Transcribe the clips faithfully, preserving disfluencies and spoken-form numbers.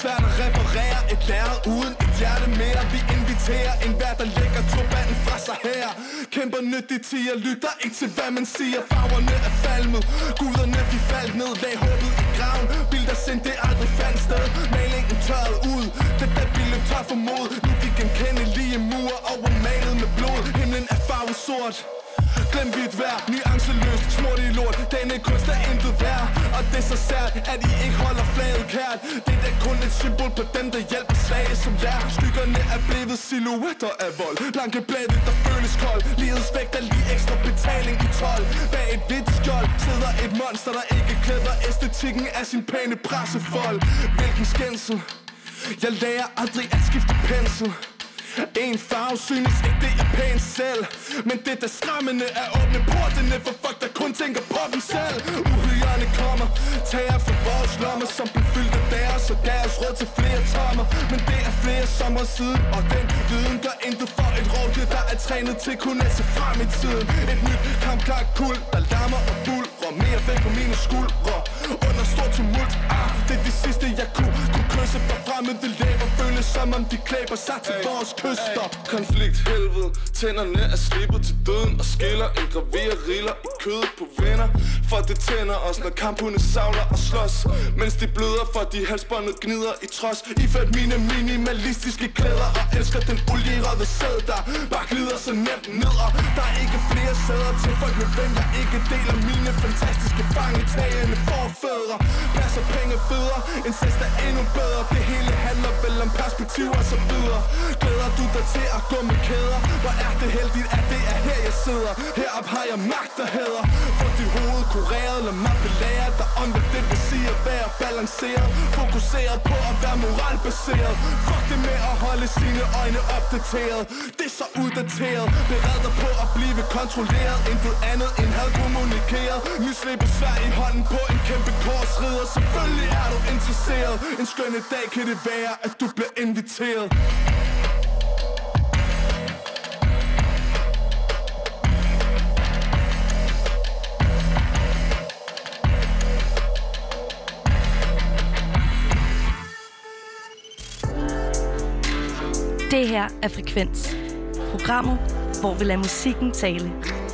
svært at reparere et lærred uden et hjerte mere. Vi inviterer en hver, der lægger turbanen fra sig her. Kæmper nyttigt til at lytter ikke til hvad man siger. Farverne er falmet, guderne de faldt ned. Lag håbet i graven, bilder sind det aldrig fandt sted. Malingen tørret ud, det der vi løb tør for mod. Nu de genkendelige mure over malet med blod. Himlen er farvet sort. Glem vi et vejr, nuanceløst, smurt i lort. Denne kunst er intet værd. Og det er så sært, at I ikke holder flaget kært. Det er da kun et symbol på dem, der hjælper svage som jer. Skyggerne er blevet silhuetter af vold. Blanke blade, der føles kold. Livets vægt er lige ekstra betaling i tolv. Bag et hvidt skjold sidder et monster, der ikke klæder æstetikken af sin pæne pressefold. Hvilken skændsel. Jeg lærer aldrig at skifte pensel. En farve synes ikke det er pænt selv. Men det der skræmmende er åbne portene for folk der kun tænker på dem selv. Uhygerne kommer, tager for vores lommer, som blev fyldt af deres og gav os råd til flere tommer. Men det er flere sommer siden, og den viden gør intet for et rovdyr, der er trænet til kun at se frem i tiden. Et nyt kampklart kul, der larmer og bulrer mere væk på mine skuldre. Under stor tumult, ah, det er det sidste jeg kunne, kunne kysse for fremmede læber. Føles som om de klæber sig til vores kyster. Konflikt, helvede, tænderne er slibet til døden og skiller. En gravier riller i kødet på venner. For det tænder os, når kamphunde savler og slås. Mens de bløder, for de halsbåndet gnider i trods. Iført mine minimalistiske klæder og elsker den olierøde sæd, der bare glider så nemt ned. Og der er ikke flere sæder til folk med hvem jeg ikke deler mine fantastiske fangetagende forfædre. Passer penge fødder, incest er endnu bedre. Det hele handler vel om perspektiv og så videre. Glæder du dig til at gå med kæder? Hvor er det heldigt, at det er her jeg sidder. Herop har jeg magt og hæder. Få dit hoved kureret, lad mig belære dig om hvad det vil sige at være balanceret. Fokuseret på at være moralbaseret. Fuck det med at holde sine øjne opdateret. Det er så uddateret. Bered dig på at blive kontrolleret. Intet andet end had kommunikeret. Nyslæbe svær i hånden på en kæmpe korsridder. Selvfølgelig er du interesseret. En skønne dag kan det være, at du bliver inviteret. Det her er Frekvens. Programmet, hvor vi lader musikken tale.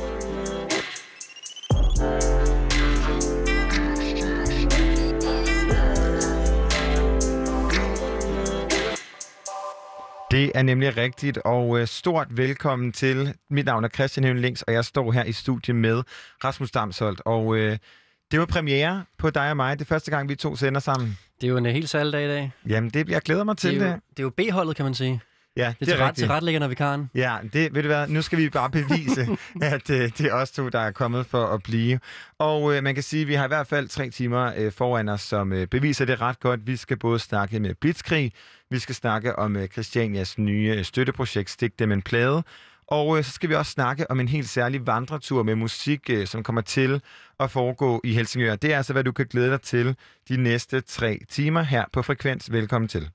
Det er nemlig rigtigt, og stort velkommen til. Mit navn er Christian Hønlings, og jeg står her i studiet med Rasmus Damsholt. Og øh, det var premiere på dig og mig. Det er første gang, vi to sender sammen. Det er jo en helt særlig dag i dag. Jamen, det jeg glæder mig til det. Det, jo, det er jo B-holdet, kan man sige. Ja, det, det er er til, ret, rigtigt. til retlæggerne og vikaren. Ja, det ved du hvad, nu skal vi bare bevise, at øh, det er os to, der er kommet for at blive. Og øh, man kan sige, at vi har i hvert fald tre timer øh, foran os, som øh, beviser det ret godt. Vi skal både snakke med Blitzkrig, vi skal snakke om øh, Christianias nye øh, støtteprojekt, Stik dem en plade. Og øh, så skal vi også snakke om en helt særlig vandretur med musik, øh, som kommer til at foregå i Helsingør. Det er altså, hvad du kan glæde dig til de næste tre timer her på Frekvens. Velkommen til.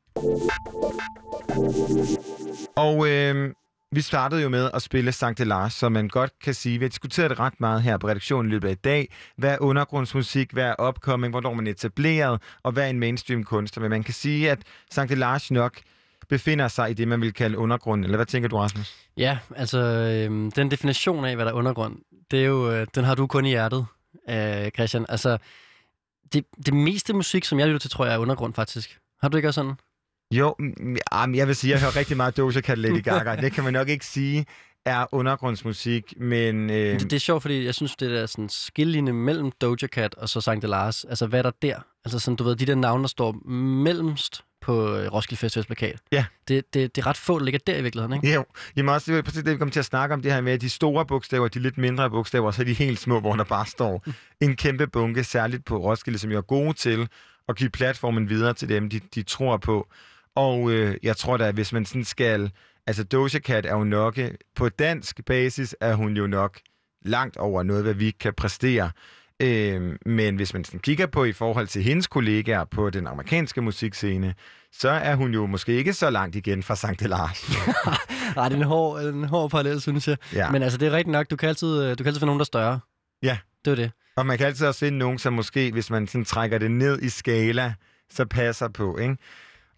Og øh, vi startede jo med at spille Sankte Lars, som man godt kan sige. Vi har diskuteret det ret meget her på redaktionen i løbet af i dag. Hvad er undergrundsmusik, hvad er upcoming, hvornår man er etableret, og hvad er en mainstream kunstner. Men man kan sige, at Sankte Lars nok befinder sig i det, man vil kalde undergrund. Eller hvad tænker du, Rasmus? Ja, altså øh, den definition af, hvad der er undergrund, det er jo, øh, den har du kun i hjertet, øh, Christian. Altså, det, det meste musik, som jeg lytter til, tror jeg er undergrund faktisk. Har du ikke også sådan? Jo, jeg vil sige, at jeg hører rigtig meget Doja Cat, Lady Gaga. Det kan man nok ikke sige er undergrundsmusik, men... Øh... Det, det er sjovt, fordi jeg synes, det er sådan skillelinje mellem Doja Cat og så Sankte Lars. Altså, hvad er der der? Altså, sådan, du ved, de der navne, der står mellemst på Roskilde Festivals plakat. Ja. Det, det, det er ret få, der ligger der i virkeligheden, ikke? Jo. Jamen også, det er præcis det, vi kommer til at snakke om, det her med de store bogstaver, de lidt mindre bogstaver, og så er de helt små, hvor der bare står en kæmpe bunke, særligt på Roskilde, som jo er gode til at give platformen videre til dem, de, de tror på. Og øh, jeg tror da, at hvis man sådan skal... Altså, Doja Cat er jo nok... På dansk basis er hun jo nok langt over noget, hvad vi kan præstere. Øh, men hvis man sådan kigger på i forhold til hendes kollegaer på den amerikanske musikscene, så er hun jo måske ikke så langt igen fra Sankte Lars. Nej, det er en hård, en hård parallel, synes jeg. Ja. Men altså, det er rigtigt nok. Du kan altid, du kan altid finde nogen, der er større. Ja. Det er det. Og man kan altid også finde nogen, som måske, hvis man sådan trækker det ned i skala, så passer på, ikke?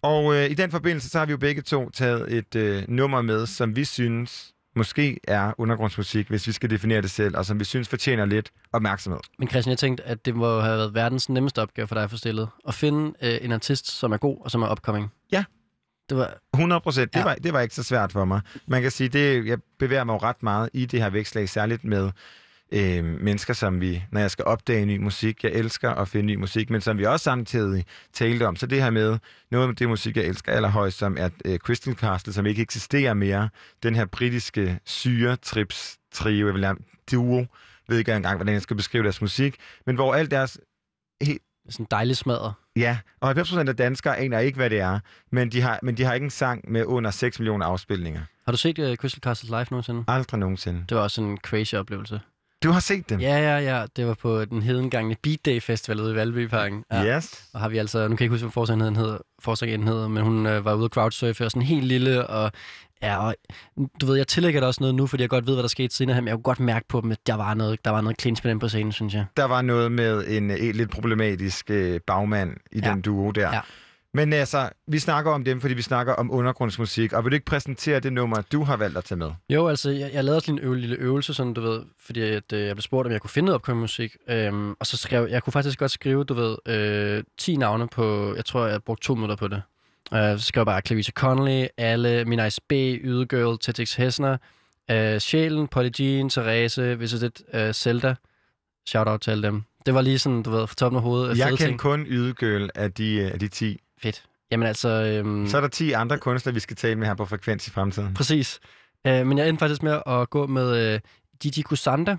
Og øh, i den forbindelse, så har vi jo begge to taget et øh, nummer med, som vi synes måske er undergrundsmusik, hvis vi skal definere det selv, og som vi synes fortjener lidt opmærksomhed. Men Christian, jeg tænkte, at det må have været verdens nemmeste opgave for dig at få stillet. At finde øh, en artist, som er god og som er upcoming. Ja. Det var... hundrede procent. Det, ja. var, det var ikke så svært for mig. Man kan sige, det jeg bevæger mig jo ret meget i det her vækslag, særligt med øh, mennesker, som vi, når jeg skal opdage ny musik, jeg elsker at finde ny musik, men som vi også samtidig talte om. Så det her med noget af det musik, jeg elsker allerhøjst, som er øh, Crystal Castle, som ikke eksisterer mere. Den her britiske syretrips-trio, jeg vil lade, duo, ved ikke engang, hvordan jeg skal beskrive deres musik, men hvor alt deres... He- sådan dejlig smadret. Ja, og halvfems procent af danskere aner ikke, hvad det er, men de har, men de har ikke en sang med under seks millioner afspilninger. Har du set uh, Crystal Castles live nogensinde? Aldrig nogensinde. Det var også en crazy oplevelse. Du har set dem? Ja, ja, ja. Det var på den hedengangne Beat Day Festival ude i Valbyparken. Ja. Yes. Og har vi altså, nu kan jeg ikke huske, hvad forsangeren hedder, forsangeren hedder, men hun øh, var ude at crowdsurfe og sådan helt lille, og ja, og du ved, jeg tillægger det også noget nu, fordi jeg godt ved, hvad der skete senere her, men jeg kunne godt mærke på dem, at der var noget, der var noget clinch med dem på scenen, synes jeg. Der var noget med en, en lidt problematisk øh, bagmand i ja. den duo der. Ja. Men altså, vi snakker om dem, fordi vi snakker om undergrundsmusik, og vil du ikke præsentere det nummer, du har valgt at tage med? Jo, altså, jeg, jeg lavede også lige en øve, lille øvelse, sådan, du ved, fordi at, øh, jeg blev spurgt, om jeg kunne finde noget upcoming musik, øhm, og så skrev jeg kunne faktisk godt skrive, du ved, øh, ti navne på, jeg tror, jeg brugte to minutter på det. Uh, så skrev jeg bare Clavice Connolly, alle, Min Ice B, Ydegirl, T T X Hessner, uh, Sjælen, Polly Jean, Therese, Visited, uh, Zelda. Shout-out til alle dem. Det var lige sådan, du ved, fra toppen af hovedet. Jeg kendte kun Ydegirl af de, af de ti. Fedt. Jamen altså... Øhm... Så er der ti andre kunstnere, vi skal tale med her på Frekvens i fremtiden. Præcis. Uh, men jeg endte faktisk med at gå med uh, Gigi Kusanda,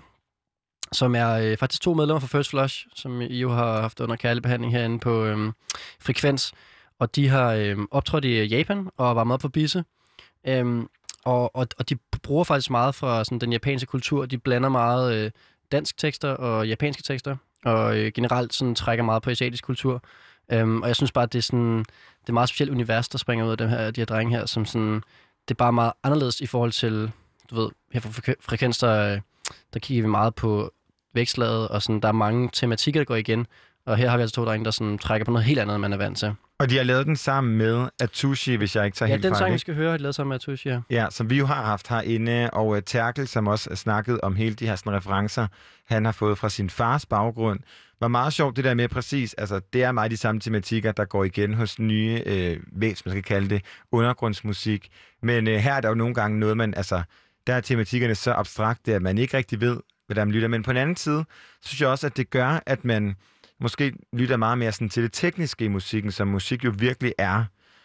som er uh, faktisk to medlemmer fra First Flush, som I jo har haft under kærlig behandling herinde på um, Frekvens. Og de har øhm, optrådt i Japan og var med på Bisse. Øhm, og, og, og de bruger faktisk meget fra sådan, den japanske kultur. De blander meget øh, dansk tekster og japanske tekster. Og øh, generelt sådan, trækker meget på asiatisk kultur. Øhm, og jeg synes bare, at det er sådan, det er meget specielt univers, der springer ud af dem her, de her drenge her. Som sådan, det er bare meget anderledes i forhold til, du ved, her fra Frekvens, der, der kigger vi meget på vækslaget. Og sådan, der er mange tematikker, der går igen. Og her har vi altså to drenge, der sådan, trækker på noget helt andet, end man er vant til. Og de har lavet den sammen med Atushi, hvis jeg ikke tager ja, helt fejl. Ja, den sang, vi skal høre, har de lavet sammen med Atushi, ja. Ja, som vi jo har haft herinde, og uh, Terkel, som også har snakket om hele de her sådan, referencer, han har fået fra sin fars baggrund. Var meget sjovt det der med præcis, altså det er meget de samme tematikker, der går igen hos nye, øh, hvis man skal kalde det, undergrundsmusik. Men øh, her er der jo nogle gange noget, man, altså, der er tematikkerne så abstrakte, at man ikke rigtig ved, hvad der man lytter. Men på den anden side, synes jeg også, at det gør, at man måske lytter meget mere sådan til det tekniske i musikken, som musik jo virkelig er.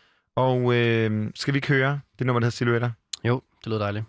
Og øh, skal vi ikke høre det nummer, der hedder Silhouetter? Jo, det lyder dejligt.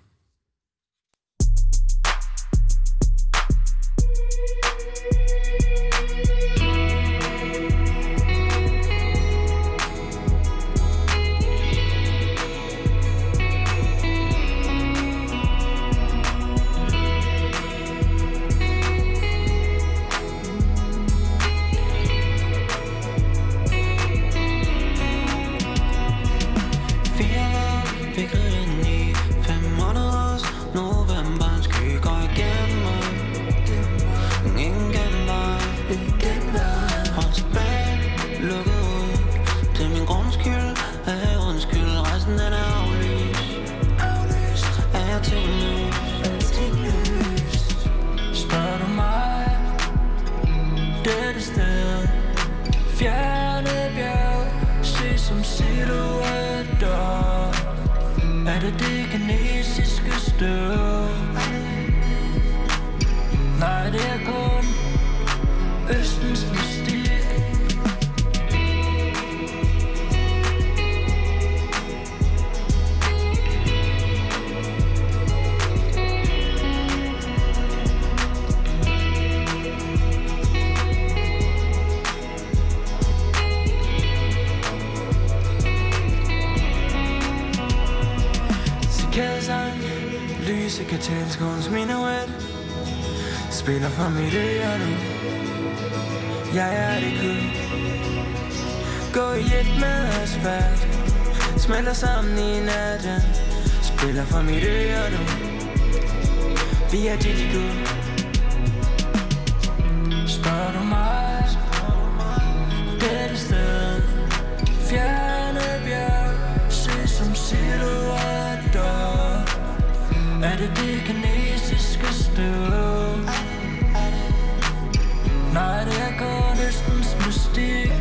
Spiller for mit øre nu. Jeg er det kun. Gå i et med asfalt. Smelter sammen i natten. Spiller for mit øre nu. Vi er Gigi Gud. Spørger du mig? Dette sted. Fjerne bjerg. det det kinesiske støv? Nej, det er kun Østens mystik.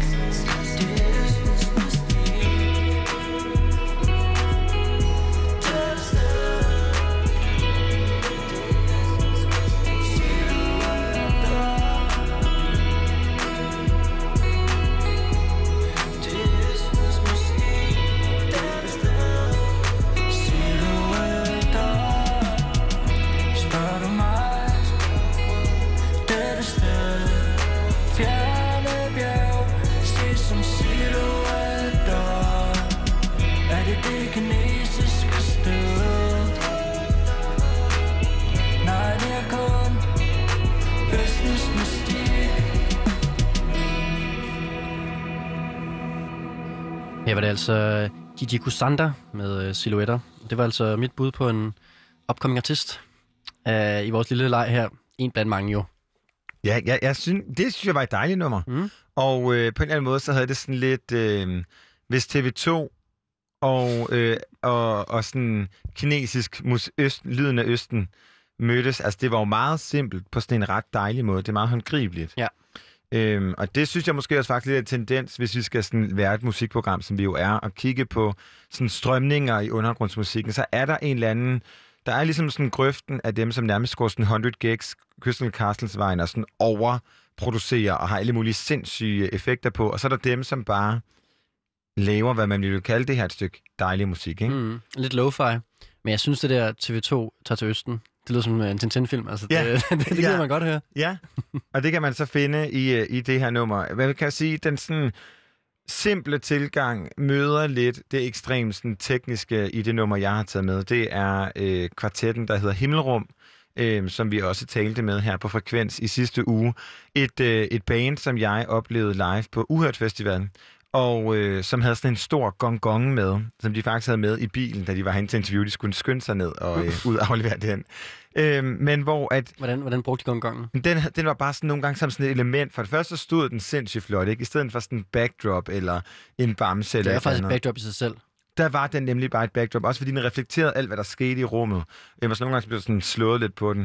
Her var det altså Gigi Kusanda med uh, Silhouetter. Det var altså mit bud på en upcoming artist uh, i vores lille leg her. En blandt mange jo. Ja, jeg, jeg synes, det synes jeg var et dejligt nummer. Mm. Og øh, på en eller anden måde, så havde det sådan lidt, øh, hvis T V to og, øh, og, og sådan kinesisk mus- øst, lyden af Østen mødtes, altså det var jo meget simpelt på sådan en ret dejlig måde. Det er meget håndgribeligt. Ja. Øhm, og det synes jeg måske også faktisk lidt en tendens, hvis vi skal sådan være et musikprogram, som vi jo er, og kigge på sådan strømninger i undergrundsmusikken, så er der en eller anden, der er ligesom sådan grøften af dem, som nærmest går sådan hundrede gigs, Crystal Castles vejen og sådan overproducerer og har alle mulige sindssyge effekter på, og så er der dem, som bare laver, hvad man ville kalde det her et stykke dejlig musik, ikke? Mm, lidt lo-fi. Men jeg synes, det der T V to tager til Østen, det lyder som en Tintin-film. Altså, ja. det, det, det kan ja. man godt høre. Ja, og det kan man så finde i, i det her nummer. Hvad kan jeg sige? Den sådan simple tilgang møder lidt det ekstremt sådan, tekniske i det nummer, jeg har taget med. Det er øh, kvartetten, der hedder Himmelrum, øh, som vi også talte med her på Frekvens i sidste uge. Et, øh, et band, som jeg oplevede live på Uhørt Festival, og øh, som havde sådan en stor gong-gong med, som de faktisk havde med i bilen, da de var hen til interview. De skulle skynde sig ned og øh, ud og aflevere den. Øh, men hvor at... Hvordan, hvordan brugte de gong-gongen? Den, den var bare sådan nogle gange som sådan et element. For det første så stod den sindssygt flot, ikke? I stedet for sådan en backdrop eller en bamse eller det er et faktisk andet. et backdrop i sig selv. Der var den nemlig bare et backdrop, også fordi den reflekterede alt, hvad der skete i rummet. Jeg var sådan nogle gange blev sådan slået lidt på den.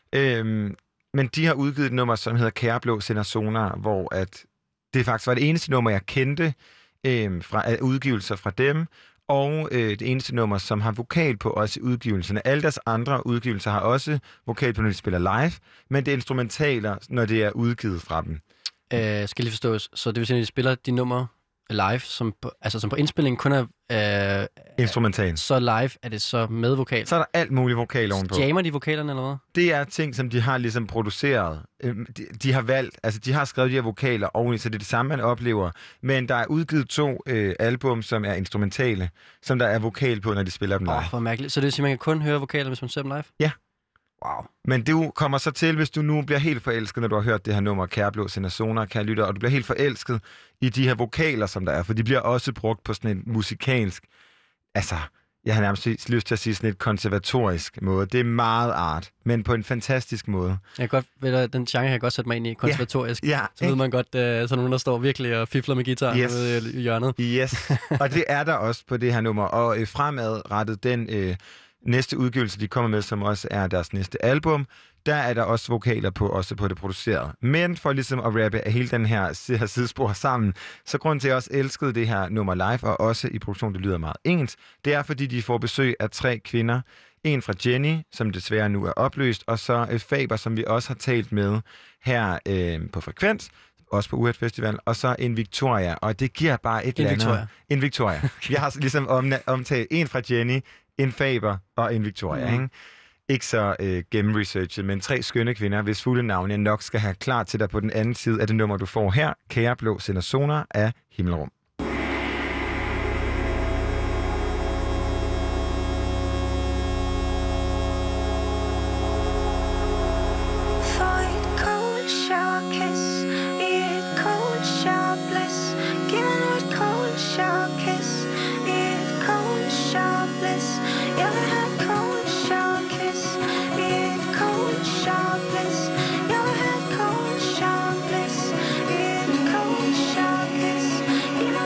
Øhm, men de har udgivet et nummer, som hedder Kæreblå Sender Sonar, hvor at det faktisk var det eneste nummer, jeg kendte øh, fra af udgivelser fra dem, og øh, det eneste nummer, som har vokal på også i udgivelserne. Alle deres andre udgivelser har også vokal på, når de spiller live, men det er instrumentaler, når det er udgivet fra dem. Øh, skal lige forstås. Så det vil sige, at de spiller de numre live, som på, altså som på indspillingen kun er... Øh, Instrumental. Så live er det så med vokal. Så er der alt muligt vokal ovenpå. Jammer de vokalerne eller hvad? Det er ting, som de har ligesom produceret. De, de har valgt, altså de har skrevet de her vokaler oveni, så det er det samme, man oplever. Men der er udgivet to øh, album, som er instrumentale, som der er vokal på, når de spiller dem live. Åh, oh, hvor mærkeligt. Så det vil sige, at man kan kun høre vokaler, hvis man ser dem live? Ja. Wow. Men du kommer så til, hvis du nu bliver helt forelsket, når du har hørt det her nummer, Kæreblå Sender Sonar, kære lytter, og du bliver helt forelsket i de her vokaler, som der er, for de bliver også brugt på sådan en musikalsk, altså, jeg har nærmest lyst til at sige sådan et konservatorisk måde. Det er meget art, men på en fantastisk måde. Jeg kan godt, ved du, den genre kan jeg godt sætte mig ind i, konservatorisk. Ja, ja, så ved man godt, uh, så nogen, der står virkelig og fifler med guitar yes. ved i hjørnet. Yes, og det er der også på det her nummer. Og øh, fremadrettet den øh, næste udgivelse, de kommer med, som også er deres næste album, der er der også vokaler på, også på det producerede. Men for ligesom at rappe hele den her, her sidespor sammen, så grunden til, at jeg også elskede det her nummer live, og også i produktion, det lyder meget ens, det er, fordi de får besøg af tre kvinder. En fra Jenny, som desværre nu er opløst, og så øh, Faber, som vi også har talt med her øh, på Frekvens, også på Uhørt Festival, og så en Victoria, og det giver bare et en eller Victoria. andet. En Victoria. Vi har ligesom omna- omtalt en fra Jenny, en Faber og en Victoria, mm. ikke? Ikke så øh, gennemresearchet, men tre skønne kvinder, hvis fulde navn jeg nok skal have klar til dig på den anden side af det nummer, du får her. Kæreblå Sender Sonar af Himmelrum. Even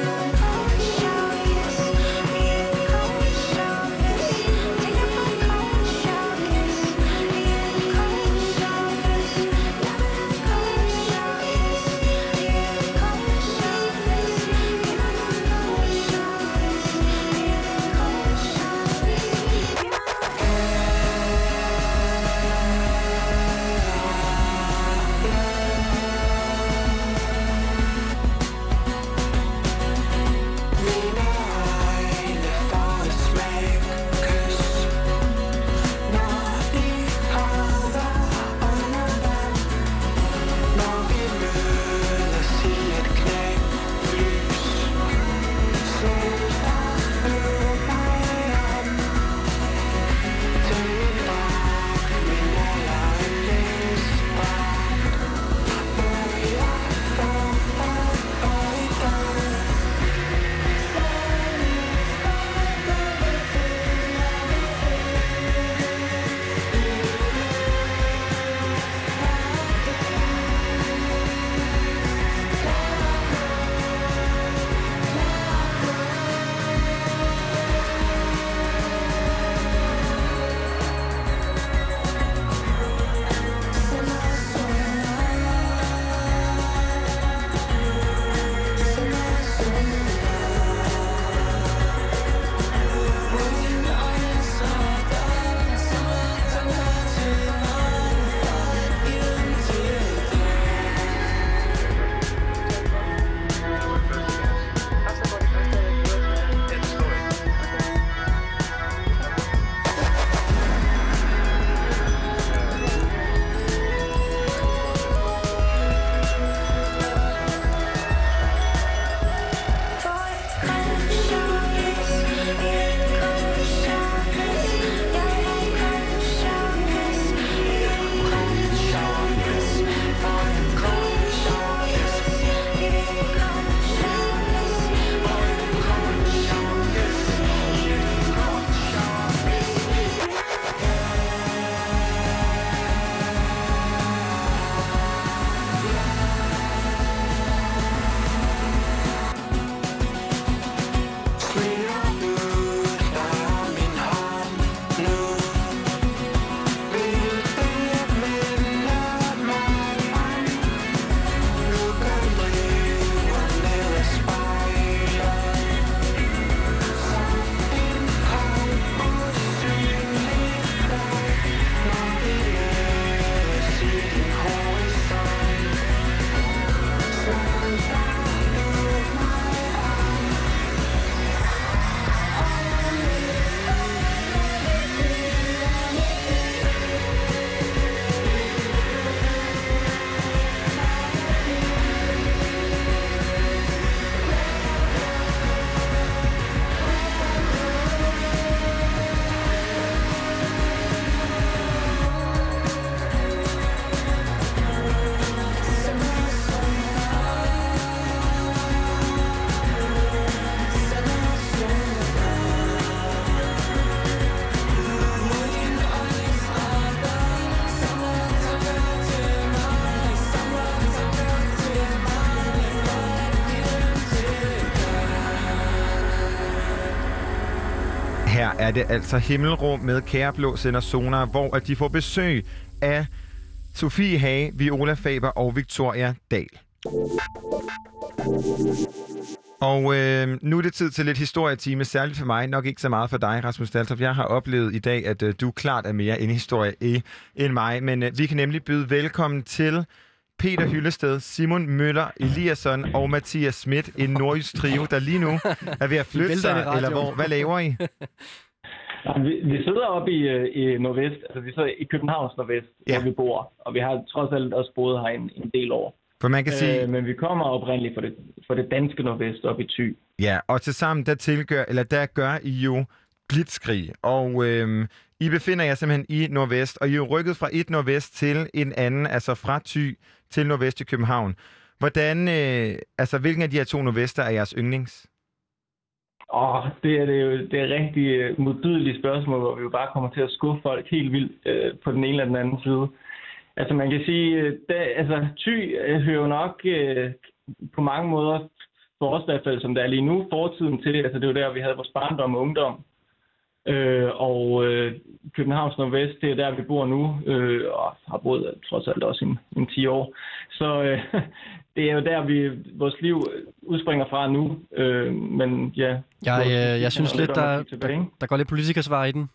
Her er det altså Himmelrum med Kæreblå sender Sonar, hvor de får besøg af Sofie Hage, Viola Faber og Victoria Dahl. Og øh, nu er det tid til lidt historietime, særligt for mig, nok ikke så meget for dig, Rasmus Daltrup. Jeg har oplevet i dag, at øh, du klart er mere inde i historie end mig, men øh, vi kan nemlig byde velkommen til Peter Hyllested, Simon Møller Eliasson og Mathias Schmidt, en nordjysk trio, der lige nu er ved at flytte sig, eller hvor? Hvad laver I? Ja, vi, vi sidder oppe i, i Nordvest, altså vi sidder i Københavns Nordvest, ja. Hvor vi bor, og vi har trods alt også boet her en, en del år. For man kan sige... Øh, men vi kommer oprindeligt fra det, fra det danske Nordvest op i Thy. Ja, og tilsammen der tilgør, eller der gør I jo Blitzkrig, og øh, I befinder jer simpelthen i Nordvest, og I er jo rykket fra et Nordvest til en anden, altså fra Thy til Nordvest i København. Hvordan, øh, altså hvilken af de her to Nordvester er jeres yndlings? Åh, oh, det er det jo det er rigtig modbydelige spørgsmål, hvor vi jo bare kommer til at skuffe folk helt vildt øh, på den ene eller den anden side. Altså man kan sige, da, altså Thy øh, hører jo nok øh, på mange måder, for os i hvert fald, som der er lige nu, fortiden til. Altså det er jo der, vi havde vores barndom og ungdom. Øh, og øh, Københavns Nordvest, det er der, vi bor nu, øh, og har boet trods alt også en, en ti år. Så øh, det er jo der, vi vores liv udspringer fra nu. Øh, men ja... Jeg, øh, jeg synes lidt, der, der, der går lidt politikersvar i den.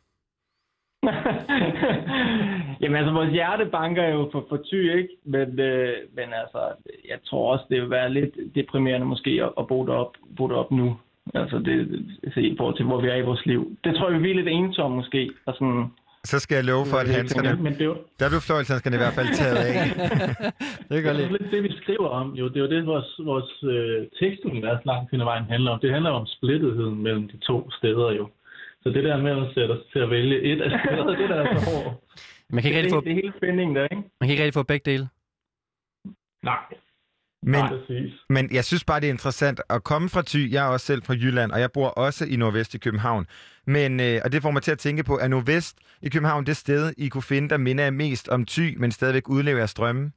Jamen altså, vores hjerte banker jo for, for Thy, ikke? Men, øh, men altså, jeg tror også, det vil være lidt deprimerende måske at, at bo derop, bo derop nu. Altså, det, altså, i forhold til, hvor vi er i vores liv. Det tror jeg, vi er lidt ensomme måske. Og sådan, så skal jeg love for, at handskerne... Der blev fløjlshandskerne i hvert fald taget af. Det er lidt det, vi skriver om. Jo, det er jo det, vores, vores øh, tekstunivers langt hen ad vejen handler om. Det handler om splittetheden mellem de to steder jo. Så det der med at sætte os til at vælge et af stederne, det der er så hårdt. Man kan ikke rigtig få... Det er hele spændingen der, ikke? Man kan ikke rigtig få begge dele. Nej. Men, men jeg synes bare, det er interessant at komme fra Thy. Jeg er også selv fra Jylland, og jeg bor også i Nordvest i København. Men, øh, og det får mig til at tænke på, at Nordvest i København det sted, I kunne finde, der minder jeg mest om Thy, men stadigvæk udlever jeres drømme?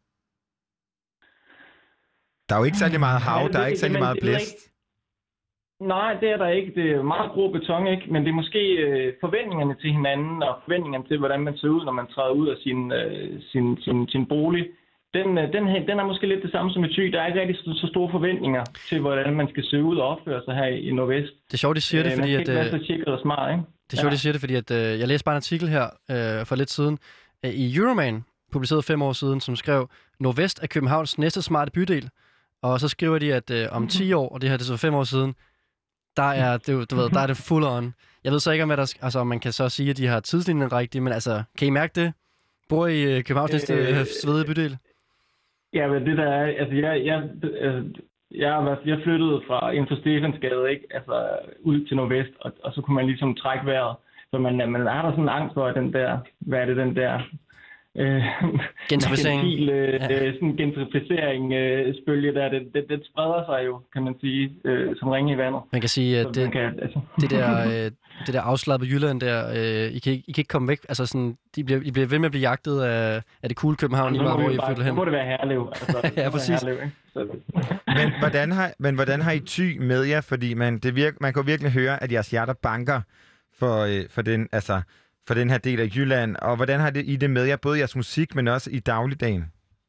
Der er jo ikke særlig meget hav, der er ikke særlig meget blæst. Nej, det er der ikke. Det er meget grå beton, ikke? Men det er måske øh, forventningerne til hinanden, og forventningerne til, hvordan man ser ud, når man træder ud af sin, øh, sin, sin, sin bolig. Den, den, den er måske lidt det samme som i Thy. Der er ikke rigtig så, så store forventninger til, hvordan man skal se ud og opføre sig her i Nordvest. Det er sjovt, de siger det, fordi... Man skal at, ikke være så tjekket og smart, ikke? Det er sjovt, de siger det, fordi at, øh, jeg læste bare en artikel her øh, for lidt siden øh, i Euroman, publiceret fem år siden, som skrev, Nordvest er Københavns næste smarte bydel. Og så skriver de, at øh, om ti år, og det her det er så fem år siden, der er det, du ved, der er det full on. Jeg ved så ikke, om, hvad der, altså, om man kan så sige, at de har tidslinjen rigtigt, men altså, kan I mærke det? Bor I øh, Københavns næste øh, svedige bydel? Ja, men det der er, altså jeg, jeg, jeg, jeg flyttede fra inden for Stefansgade, ikke? Altså ud til Nordvest, og, og så kunne man ligesom trække vejret. Så man, man har der sådan en angst for, at den der, hvad er det, den der... Øh, gentrificering. Merkantil, øh, ja. Sådan en gentrificering øh, spølge der, det, det, det spreder sig jo, kan man sige, øh, som ringe i vandet. Man kan sige, at det, kan, altså. det der, øh, det der afslappede Jylland der, øh, I, kan ikke, I kan ikke komme væk, altså sådan, de bliver, I bliver ved med at blive jagtet af, af det cool København, lige meget hvor I flytter hen. Så må det være Herlev. Altså, ja, præcis. Herlev, men, hvordan har, men hvordan har I Thy med jer? Fordi man, det virke, man kan virkelig høre, at jeres hjerter banker for, øh, for den, altså... for den her del af Jylland, og hvordan har det I det med jer, både jeres musik, men også i dagligdagen?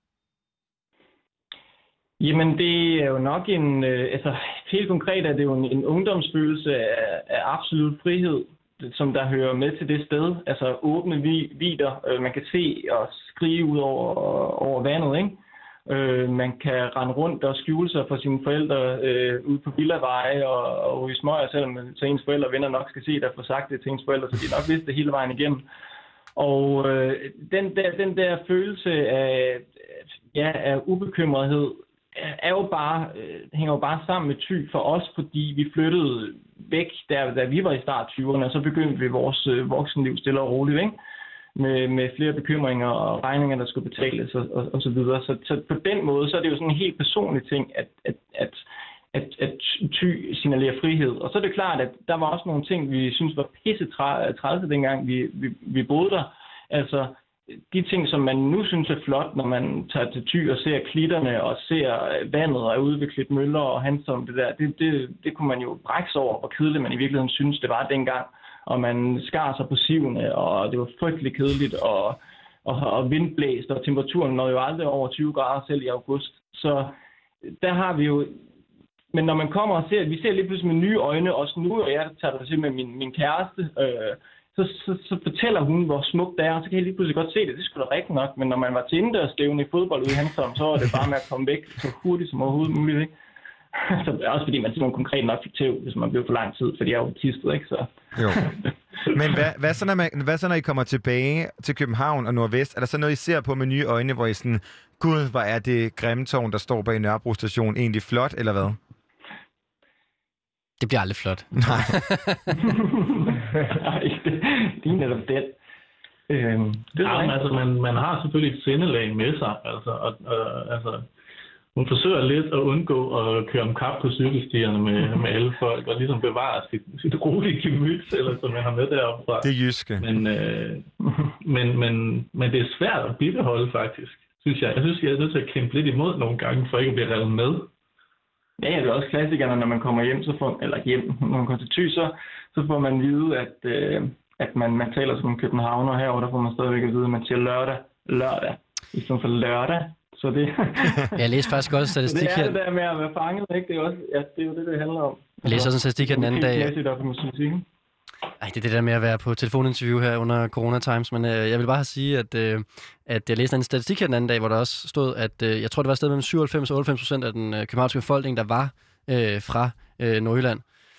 Jamen, det er jo nok en, øh, altså helt konkret er det jo en, en ungdomsfølelse af, af absolut frihed, som der hører med til det sted. Altså åbne vider, øh, man kan se og skrige ud over, over vandet, ikke? Øh, man kan rende rundt og skjule sig for sine forældre øh, ude på villaveje og, og i smøger, selvom så ens forældre og venner nok skal se dig få sagt det til ens forældre, så de nok vidste det hele vejen igennem. Og øh, den, der, den der følelse af, ja, af ubekymrethed er jo bare, øh, hænger jo bare sammen med Thy for os, fordi vi flyttede væk, der, da vi var i start tyverne, og så begyndte vi vores øh, voksenliv stille og roligt, ikke? Med, med flere bekymringer og regninger, der skulle betales og, og, og så videre. Så, så på den måde, så er det jo sådan en helt personlig ting, at, at, at, at, at Thy signalerer frihed. Og så er det klart, at der var også nogle ting, vi synes var pisse træls dengang vi, vi, vi boede der. Altså de ting, som man nu synes er flot, når man tager til Thy og ser klitterne og ser vandet og er ude ved Klitmøller og Hansom, det der, det, det, det kunne man jo brække sig over, hvor kedeligt man i virkeligheden synes, det var dengang. og man skar sig på sivene, og det var frygtelig kedeligt, og, og, og vindblæst, og temperaturen nåede jo aldrig over tyve grader selv i august. Så der har vi jo... Men når man kommer og ser, vi ser lige pludselig med nye øjne, også nu, og jeg tager det til med min, min kæreste, øh, så, så, så fortæller hun, hvor smukt det er, og så kan jeg lige pludselig godt se det. Det skulle da rigtigt nok, men når man var til indendørsstævne i fodbold ude i Hanstholm, så var det bare med at komme væk så hurtigt som overhovedet muligt, ikke? Så også fordi man simpelthen konkret nok fik tæv, hvis man blev for lang tid, fordi jeg er autistet, ikke? Så. Jo. Men hvad, hvad, så, når man, hvad så, når I kommer tilbage til København og Nordvest? Er der så noget, I ser på med nye øjne, hvor I sådan, gud, hvor er det grimme tårn, der står bag Nørrebro Station, egentlig flot, eller hvad? Det bliver aldrig flot. Nej. Nej, det, det er netop det. Øhm, det ja, men altså, man, man har selvfølgelig et sindelag med sig, altså, og, og, altså, hun forsøger lidt at undgå at køre om kap på cykelstierne med, med alle folk, og ligesom bevare sit, sit rolige gemyt, eller som jeg har med deroppe fra. Det er jyske. Men, øh, men, men, men det er svært at bibeholde, faktisk, synes jeg. Jeg synes, jeg er nødt til at kæmpe lidt imod nogle gange, for ikke at blive revet med. Ja, det er også klassikerne, når man kommer hjem, så får, eller hjem, når man kommer til Thy, så, så får man vide, at, øh, at man, man taler som en københavner herovre, der får man stadigvæk at vide, at man siger lørdag, lørdag, i stedet for lørdag. Så det... Jeg læste faktisk også en statistik her. Det er det der med at være fanget, ikke? Det er, også, ja, det er jo det, det handler om. Jeg læste også en statistik her den anden dag. Ej, det er det der med at være på telefoninterview her under Corona Times, men øh, jeg vil bare sige, at, øh, at jeg læste en statistik her den anden dag, hvor der også stod, at øh, jeg tror, det var et sted mellem syvoghalvfems og otteoghalvfems procent af den øh, københavnske befolkning, der var øh, fra øh, Nordjylland.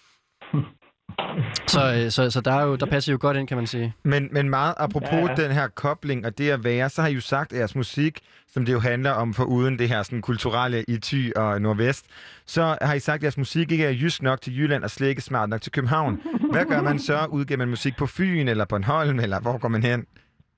Så, øh, så, så der, er jo, der passer jo godt ind, kan man sige. Men, men meget apropos ja, ja. den her kobling og det at være, så har I jo sagt, at jeres musik, som det jo handler om foruden det her sådan, kulturelle i Thy og Nordvest, så har I sagt, at jeres musik ikke er jysk nok til Jylland og slet ikke smart nok til København. Hvad gør man så? Udgiver man musik på Fyn eller Bornholm, eller hvor går man hen?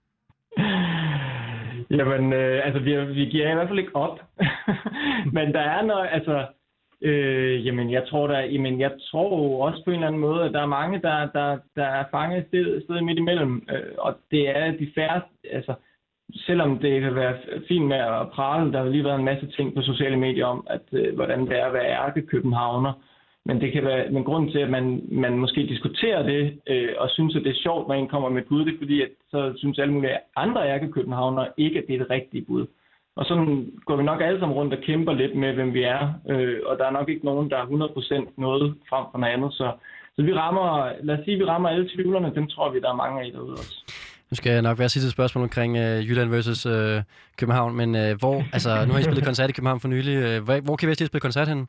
Jamen, øh, altså, vi, vi giver i hvert fald ikke op. Men der er noget, altså... Øh, jamen, jeg tror der, jamen, jeg tror også på en eller anden måde, at der er mange, der, der, der er fanget et sted, sted midt imellem, øh, og det er de færreste, altså, selvom det kan være fint med at prale, der har lige været en masse ting på sociale medier om, at øh, hvordan det er at være ærkekøbenhavner, men det kan være, men grunden til, at man, man måske diskuterer det, øh, og synes, at det er sjovt, når en kommer med et bud, det er fordi, at så synes alle mulige andre ærkekøbenhavnere ikke, at det er det rigtige bud. Og sådan går vi nok alle sammen rundt og kæmper lidt med, hvem vi er. Øh, og der er nok ikke nogen, der er hundrede procent noget frem for noget andet. Så, så vi rammer, lad os sige, vi rammer alle tvivlerne. Dem tror vi, der er mange af derude også. Nu skal jeg nok være sidste spørgsmål omkring øh, Jylland versus øh, København. Men øh, hvor, altså, nu har I spillet koncert i København for nylig. Øh, hvor, hvor kan vi spille koncert henne?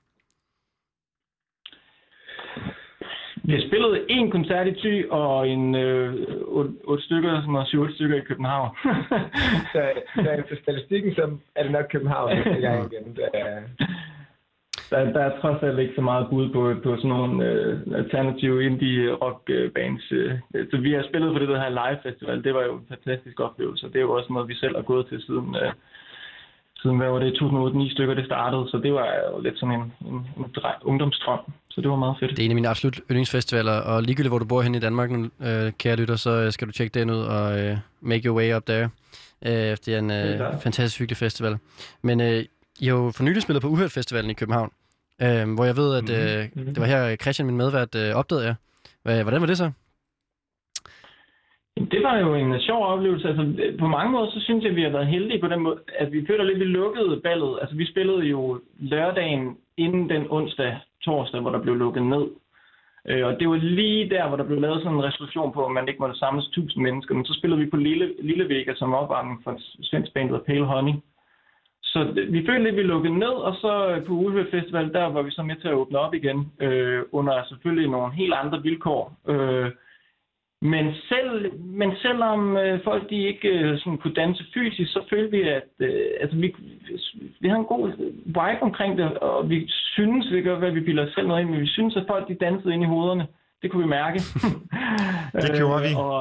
Vi har spillet en koncert i Thy og en øh, otte, otte stykker, som var syv otte stykker i København. så, så efter statistikken, så er det nok København, næste gang igen. Der, der er trods alt ikke så meget bud på, på sådan nogle øh, alternative indie rock bands. Øh. Så vi har spillet på det der her live festival. Det var jo en fantastisk oplevelse. Det er jo også noget, vi selv har gået til siden... Øh, Siden hvad var det, to tusind og otte, ni stykker, det startede, så det var jo lidt sådan en, en, en ungdomsdrøm, så det var meget fedt. Det er en af mine absolut yndlingsfestivaler, og ligegyldigt hvor du bor henne i Danmark nu, øh, kære lytter, så skal du tjekke den ud og øh, make your way up there. Øh, det er en øh, det er fantastisk hyggelig festival. Men øh, I har jo for nylig spillet på Uhørt Festivalen i København, øh, hvor jeg ved, at øh, mm-hmm. det var her Christian, min medvært, øh, opdagede jer. Hvordan var det så? Det var jo en sjov oplevelse. Altså, på mange måder, så synes jeg, at vi har været heldige på den måde, at vi føler lidt, vi lukkede ballet. Altså, vi spillede jo lørdagen inden den onsdag, torsdag, hvor der blev lukket ned. Og det var lige der, hvor der blev lavet sådan en resolution på, at man ikke måtte samles tusind mennesker. Men så spillede vi på Lille, Lille Vega som opvarmning for svensk band, der Pale Honey. Så vi følte lidt, at vi lukkede ned, og så på Uhørt Festival, der var vi så med til at åbne op igen, øh, under selvfølgelig nogle helt andre vilkår. Øh, Men, selv, men selvom øh, folk de ikke øh, sådan kunne danse fysisk, så følte vi, at øh, altså, vi, vi havde en god vibe omkring det, og vi synes, vi gør, hvad vi bilder os selv noget ind, men vi synes, at folk de dansede ind i hovederne. Det kunne vi mærke. Det gjorde vi. og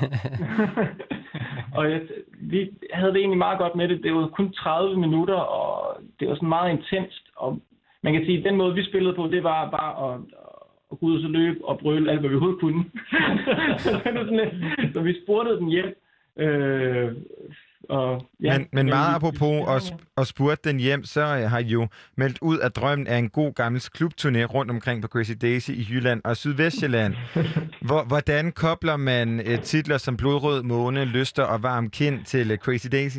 og jeg, vi havde det egentlig meget godt med det. Det var kun tredive minutter, og det var sådan meget intenst. Og man kan sige, at den måde, vi spillede på, det var bare at... og gå ud og så løbe og brøle alt, hvad vi overhovedet kunne. så vi spurtede den hjem. Øh, Og, ja, men, men meget apropos at, at spurte den hjem, så har I jo meldt ud, at drømmen er en god gammel klubturné rundt omkring på Crazy Daisy i Jylland og Sydvestjylland. Hvor, hvordan kobler man uh, titler som Blodrød Måne, Lyster og Varm Kind til uh, Crazy Daisy?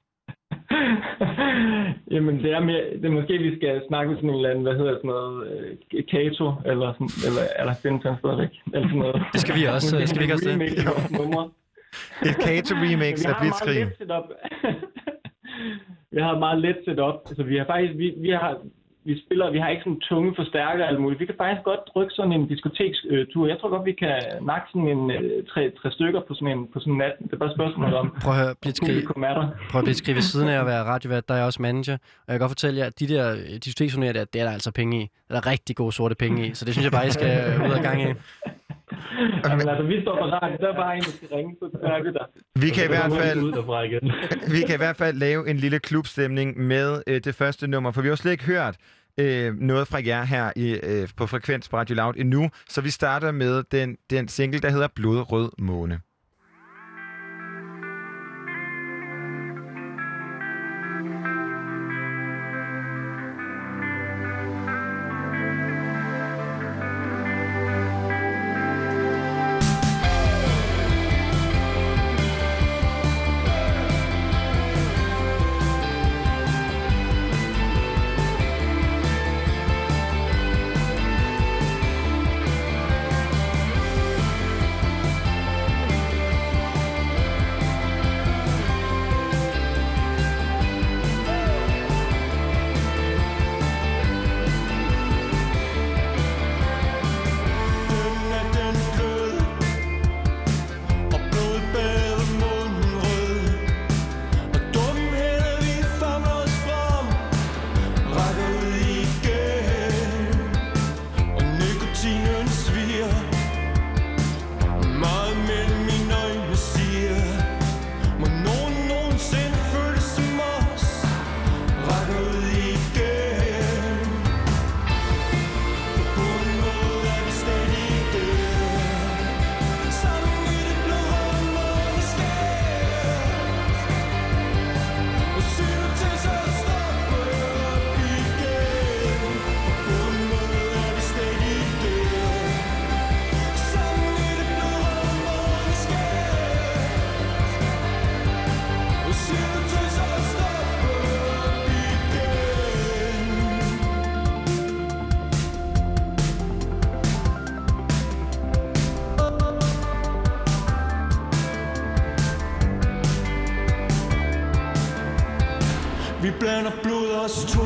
Jamen, det er, mere, det er måske, vi skal snakke med sådan en eller anden, hvad hedder sådan noget, uh, Kato, eller sådan, eller, eller findes han stadigvæk, eller sådan noget. Det skal vi også, skal vi ikke også det? Et Kato-remix af Blitzkrieg. Vi har et meget let setup. Altså, vi har faktisk, vi, vi har, vi spiller, vi har ikke sådan tunge forstærker eller muligt. Vi kan faktisk godt rykke sådan en diskotekstur. Jeg tror godt, vi kan nakke sådan en øh, tre, tre stykker på sådan en på sådan en nat. Det er bare spørgsmål om. Prøv at høre, Blitzkrieg. Prøv at Blitzkrieg ved siden af at være radiovært, der er jeg også manager. Og jeg kan godt fortælle jer, at de der diskoteksturnéer der, det er der altså penge i. Der er rigtig gode sorte penge i. Så det synes jeg bare, I skal ud af gang i. Jamen, altså, vi står på radio, der er bare en, der skal ringe, så er vi der. Vi kan, i hvert fald, vi kan i hvert fald lave en lille klubstemning med øh, det første nummer, for vi har slet ikke hørt øh, noget fra jer her i, øh, på Frekvens på Radio Loud endnu, så vi starter med den, den single, der hedder Blodrød Måne. Vi blander blod os to,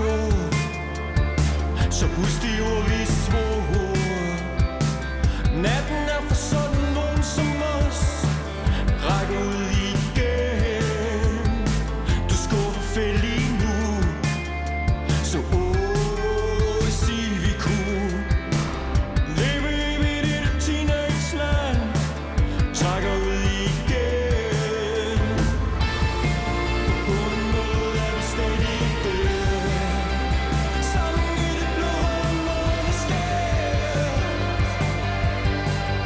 så husk de ord vi svor. Natten er for sådan nogen som os. Ræk ud igen. Du skuffer fæld lige nu. Så åh, sig vi kunne leve evigt i det teenage-land. Trækker ud igen. På en måde er vi stadig der. Sammen i det blå måneskær.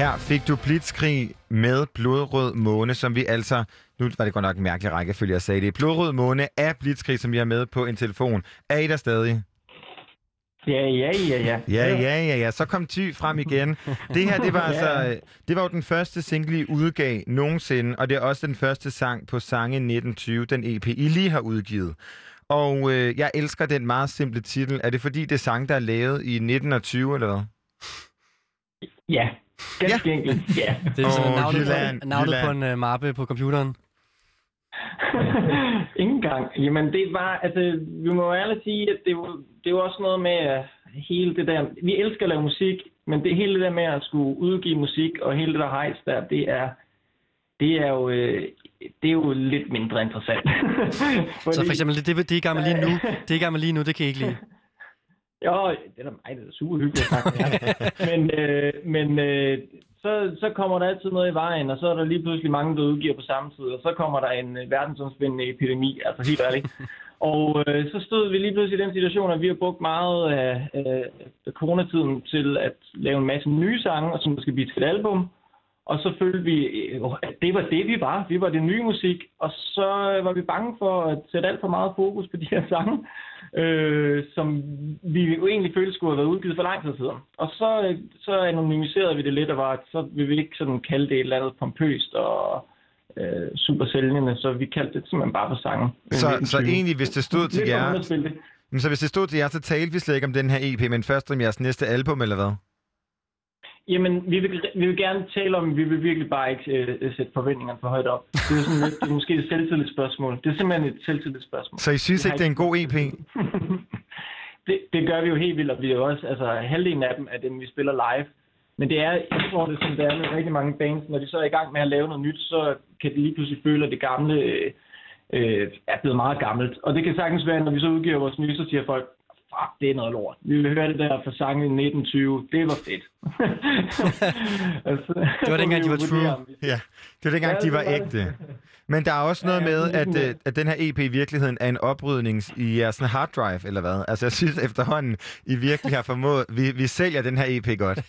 Her fik du Blitzkrig med Blodrød Måne, som vi altså... Nu var det godt nok en mærkelig rækkefølge, jeg sagde det. Blodrød Måne er Blitzkrig, som vi har med på en telefon. Er I der stadig? Ja, ja, ja, ja. Ja, ja, ja, ja. Så kom Ty frem igen. Det her, det var altså... Det var jo den første single, I udgav nogensinde, og det er også den første sang på Sange nitten tyve, den E P, I lige har udgivet. Og øh, jeg elsker den meget simple titel. Er det fordi, det er sang, der er lavet i nitten tyve, eller hvad? Ja, ganske ja. enkelt, ja. Det er sådan Åh, navnet, Jylland, på, navnet Jylland. på en uh, mappe på computeren. Ingen gang. Jamen, det var, altså, vi må jo ærligt sige, at det er jo, det er jo også noget med uh, hele det der... Vi elsker at lave musik, men det hele det der med at skulle udgive musik, og hele det der hejs der, det er, det er jo... Uh, det er jo lidt mindre interessant. Fordi, så for eksempel, det, det, det er i gang med lige nu, det er i gang med lige nu, det kan I ikke lide. Jo, det er da mig, det er super hyggeligt sagt. men øh, men øh, så, så kommer der altid noget i vejen, og så er der lige pludselig mange, der udgiver på samme tid, og så kommer der en øh, verdensomspændende epidemi, altså helt ærligt. Og øh, så stod vi lige pludselig i den situation, at vi har brugt meget af øh, coronatiden til at lave en masse nye sange, som skal blive til et album. Og så følte vi, at det var det, vi var. Vi var det nye musik. Og så var vi bange for at sætte alt for meget fokus på de her sange, øh, som vi jo egentlig følte skulle have været udgivet for lang tid siden. Og så, så anonymiserede vi det lidt, og var, at så ville vi ikke sådan kalde det et eller andet pompøst og øh, super sælgende. Så vi kaldte det simpelthen bare for sange. Så, så egentlig, hvis det stod til jer... Så hvis det stod til jer, så talte vi slet ikke om den her E P, men først om jeres næste album, eller hvad? Jamen, vi vil, vi vil gerne tale om, vi vil virkelig bare ikke øh, sætte forventningerne for højt op. Det er, sådan, det er måske et selvtillidsspørgsmål. Det er simpelthen et selvtillidsspørgsmål. Så I synes ikke, det er en god E P? det, det gør vi jo helt vildt, og vi er jo også, altså halvdelen af dem er dem, vi spiller live. Men det er, jeg tror, det er som det er med rigtig mange bands, når de så er i gang med at lave noget nyt, så kan de lige pludselig føle, at det gamle øh, er blevet meget gammelt. Og det kan sagtens være, når vi så udgiver vores nye, så siger folk, fuck, det er noget lort. Vi vil høre det der fra sangen i nitten tyve. Det var fedt. altså, det var dengang, de var true. Ja, det var dengang, de var ægte. Men der er også noget med, at, at den her E P i virkeligheden er en oprydning i jeres sådan hard drive, eller hvad? Altså, jeg synes efterhånden, I virkelig har formået... Vi, vi sælger den her E P godt.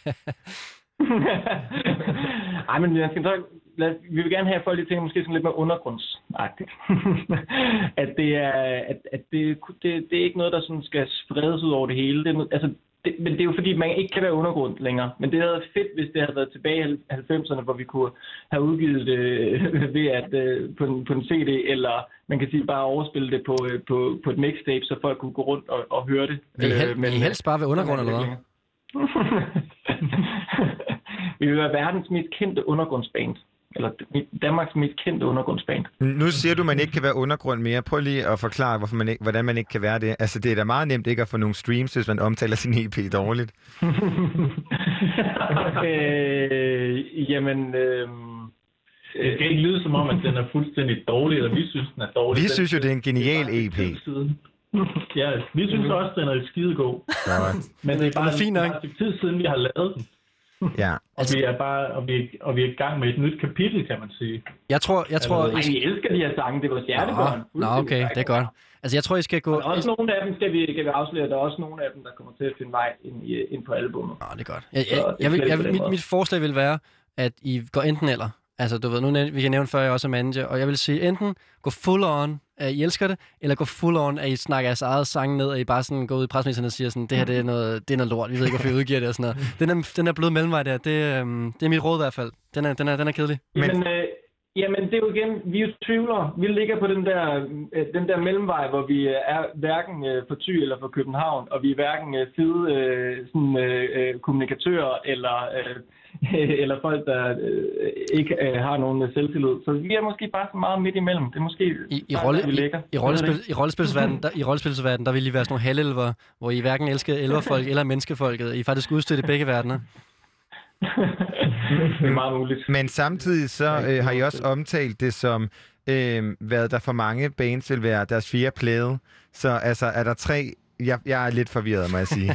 Ej, men jeg skal så... Lad, vi vil gerne have, at folk tænker måske sådan lidt mere undergrundsagtigt. at det er, at, at det, det, det er ikke noget, der sådan skal spredes ud over det hele. Det er, altså, det, men det er jo fordi, man ikke kan være undergrund længere. Men det havde været fedt, hvis det havde været tilbage i halvfemserne, hvor vi kunne have udgivet det ved at, på, en, på en C D, eller man kan sige bare overspille det på, på, på et mixtape, så folk kunne gå rundt og, og høre det. Vil I, hel, men, vil I helst bare være undergrund, eller hvad? Vi vil være verdens mest kendte undergrundsband. Eller Danmarks mest kendte undergrundsband. Nu siger du, at man ikke kan være undergrund mere. Prøv lige at forklare, hvorfor man ikke, hvordan man ikke kan være det. Altså, det er da meget nemt ikke at få nogle streams, hvis man omtaler sin E P dårligt. øh, jamen... Øh... Det skal ikke lyde som om, at den er fuldstændig dårlig, eller vi synes, den er dårlig. Vi synes jo, det er en genial E P. Ja, vi synes også, den er skidegod. Men det er bare fint nok. en tid siden, vi har lavet den. Ja. Og vi er bare og vi, og vi er i gang med et nyt kapitel, kan man sige. Jeg tror, jeg tror... Ej, vi elsker de her sange, det var hjertebørn. Nå, okay, det er godt. Altså, jeg tror, I skal gå... Og også nogle af dem skal vi, skal vi afsløre, der er også nogle af dem, der kommer til at finde vej ind, i, ind på albumet. Nå, det er godt. Jeg, jeg, jeg, vil, jeg, vil, mit, mit forslag vil være, at I går enten eller. Altså, du ved, nu vi kan nævne før, jeg også er manager, og jeg vil sige, enten gå full on, at I elsker det, eller gå full on, at I snakker jeres eget sang ned, og I bare sådan går ud i pressemedicinen og siger sådan, det her det er, noget, det er noget lort, vi ved ikke, hvorfor I udgiver det og sådan noget. Den er, den er blød mellemvej der, det, øhm, det er mit råd i hvert fald. Den er, den er, den er kedelig. Men... Jamen, øh, jamen, det er jo igen, vi er jo tvivlere. Vi ligger på den der, øh, den der mellemvej, hvor vi er hverken øh, for Thy eller for København, og vi er hverken øh, fede øh, sådan, øh, kommunikatører eller... Øh, eller folk, der øh, ikke øh, har nogen selvtillid. Så vi er måske bare så meget midt imellem. Det er måske I, i, rolle, der, vi ligger. I, i, rollespil, i rollespilsverdenen, der, i rollespilsverdenen, der vil I være sådan nogle halvelver, hvor I hverken elsker elverfolk eller menneskefolket. I er faktisk udstødt i begge verdener. Det er meget muligt. Men samtidig så øh, har I også omtalt det som, øh, hvad der for mange bands vil være deres fjerde plade. Så altså, er der tre... Jeg, jeg er lidt forvirret, må jeg sige.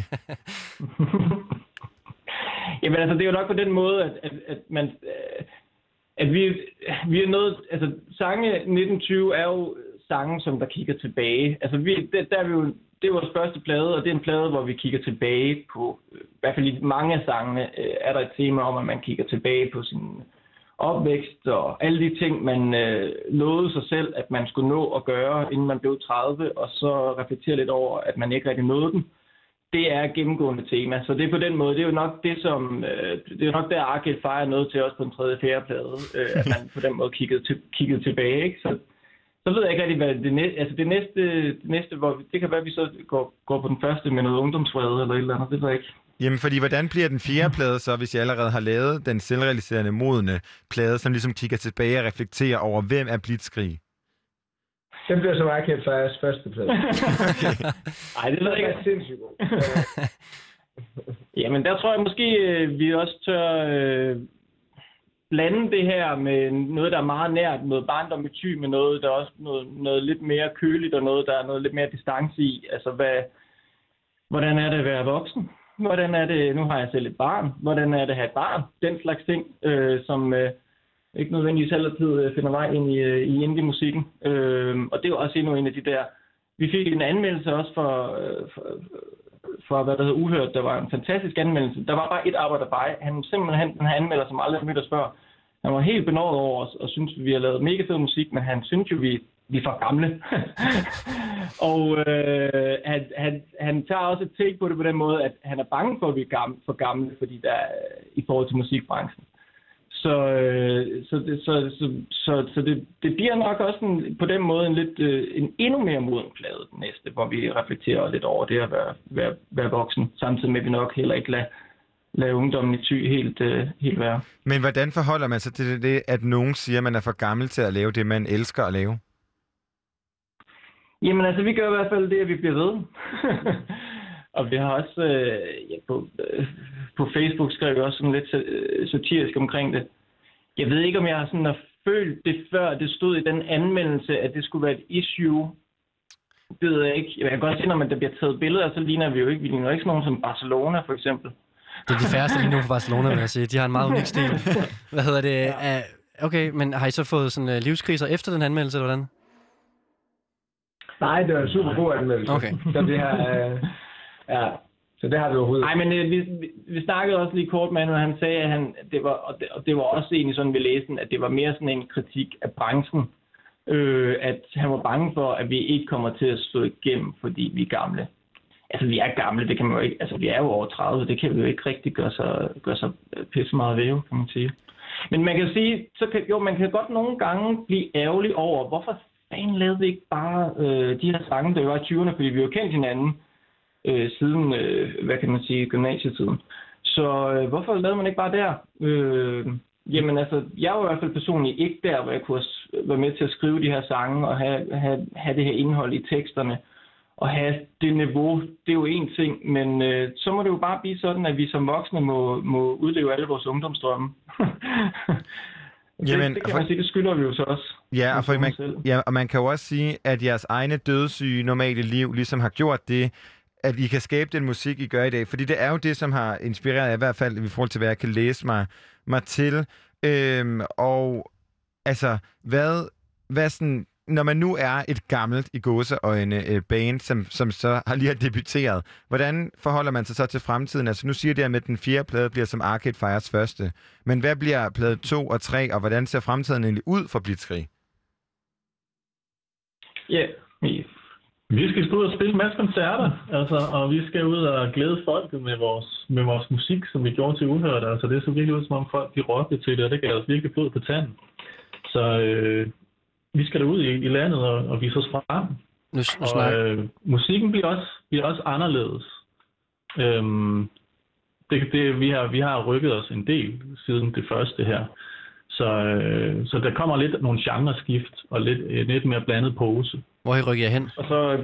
Jamen altså, det er jo nok på den måde, at, at, at man... At vi, vi er noget... Altså, sange nitten tyve er jo sange, som der kigger tilbage. Altså, vi, der, der er vi jo... Det det er vores første plade, og det er en plade, hvor vi kigger tilbage på, i hvert fald i mange af sangene, øh, er der et tema om, at man kigger tilbage på sin opvækst og alle de ting, man øh, lovede sig selv, at man skulle nå at gøre, inden man blev tredive, og så reflektere lidt over, at man ikke rigtig nåede den. Det er et gennemgående tema, så det er på den måde, det er jo nok det, som, øh, det er jo nok der Arcade Fire er nødt til også på en tredje fjerde plade, øh, at man på den måde kiggede, til, kiggede tilbage, ikke? Så, så ved jeg ikke rigtig, hvad det næste, altså det næste, det næste, hvor det kan være, at vi så går, går på den første med noget ungdomsvrede eller et eller andet, det ved jeg ikke. Jamen, fordi hvordan bliver den fjerde plade så, hvis jeg allerede har lavet den selvrealiserende, modne plade, som ligesom kigger tilbage og reflekterer over, hvem er Blitzkrieg? Den bliver så Arcade Fires første plade. Nej, det ved jeg ikke. Det er sindssygt god. Jamen, der tror jeg måske, vi også tør øh, blande det her med noget, der er meget nært, noget barndom i Thy, med noget, der er også noget, noget lidt mere køligt, og noget, der er noget lidt mere distance i. Altså, hvad, hvordan er det at være voksen? Hvordan er det, nu har jeg selv et barn, hvordan er det at have et barn? Den slags ting, øh, som øh, ikke nødvendigvis altid øh, finder vej ind i, øh, i indie-musikken. Øh, og det er jo også endnu en af de der... Vi fik en anmeldelse også for, øh, for, for hvad der hedder Uhørt. Der var en fantastisk anmeldelse. Der var bare et arbejderbej. Han simpelthen, den her anmelder, som aldrig har mødt os før, han var helt benådet over os og syntes, vi har lavet mega fed musik, men han synes jo, vi vi er for gamle. og øh, han, han, han tager også et take på det på den måde, at han er bange for, at vi er gamle, for gamle, fordi der er i forhold til musikbranchen. Så, øh, så, det, så, så, så, så det, det bliver nok også en, på den måde en, lidt, øh, en endnu mere moden plade den næste, hvor vi reflekterer lidt over det at være, være, være voksen, samtidig med, at vi nok heller ikke lader lade ungdommen i Thy helt, øh, helt være. Men hvordan forholder man sig til det, at nogen siger, at man er for gammel til at lave det, man elsker at lave? Jamen altså, vi gør i hvert fald det, at vi bliver ved. Og vi har også øh, ja, på, øh, på Facebook skrevet også sådan lidt øh, satirisk omkring det. Jeg ved ikke, om jeg har sådan har følt det før, det stod i den anmeldelse, at det skulle være et issue. Det ved jeg ikke. Jeg kan godt se, når man der bliver taget billeder, så ligner vi jo ikke. Vi ligner ikke sådan nogen som Barcelona, for eksempel. Det er de færreste lige nu for Barcelona, vil jeg sige. De har en meget unik stil. Hvad hedder det? Ja. Uh, okay, men har I så fået sådan uh, livskriser efter den anmeldelse, eller hvordan? Nej, det var en super god anmeldelse. Okay. Så det her, øh, ja, så det har vi overhovedet. Nej, men øh, vi, vi, vi snakkede også lige kort med ham, og han sagde, at han, det var, og, det, og det var også egentlig sådan, vi læste, at det var mere sådan en kritik af branchen. Øh, at han var bange for, at vi ikke kommer til at stå igennem, fordi vi er gamle. Altså, vi er gamle, det kan man jo ikke, altså vi er jo over tredive, det kan vi jo ikke rigtig gøre så, gøre så pisse meget ved, kan man sige. Men man kan sige, så kan, jo, man kan godt nogle gange blive ærgerlig over, hvorfor fanden lavede vi ikke bare øh, de her sange, der var i tyverne, fordi vi jo kendt hinanden øh, siden, øh, hvad kan man sige, gymnasietiden. Så øh, hvorfor lavede man ikke bare der? Øh, jamen altså, jeg var i hvert fald personligt ikke der, hvor jeg kunne være med til at skrive de her sange og have, have, have det her indhold i teksterne og have det niveau. Det er jo én ting, men øh, så må det jo bare blive sådan, at vi som voksne må, må udleve alle vores ungdomsdrømme. Jamen, det, det kan for, man sige, det skylder vi jo så også. Ja og, for man, ja, og man kan jo også sige, at jeres egne dødssyge normale liv ligesom har gjort det, at I kan skabe den musik, I gør i dag. Fordi det er jo det, som har inspireret, i hvert fald i forhold til, hvad jeg kan læse mig, mig til. Øhm, og altså, hvad, hvad sådan, når man nu er et gammelt i gåseøjne øh, band, som, som så har lige har debuteret, hvordan forholder man sig så til fremtiden? Altså nu siger det, at den fjerde plade bliver som Arcade Fires første. Men hvad bliver plade to og tre, og hvordan ser fremtiden egentlig ud for Blitzkrieg? Ja, yeah. Vi skal stå ud og spille en masse koncerter, altså, og vi skal ud og glæde folket med vores, med vores musik, som vi gjorde til Uhørt. Altså, det så virkelig ud, som om folk de råbte til det, og det gav os virkelig blod på tanden. Så øh, vi skal derud i, i landet og, og vise os frem. Nu, nu og øh, musikken bliver også, bliver også anderledes. Øhm, det, det, vi, har, vi har rykket os en del siden det første her. Så, øh, så der kommer lidt nogle genreskift og lidt, lidt mere blandet pose. Hvor I rykker jer hen? Og så,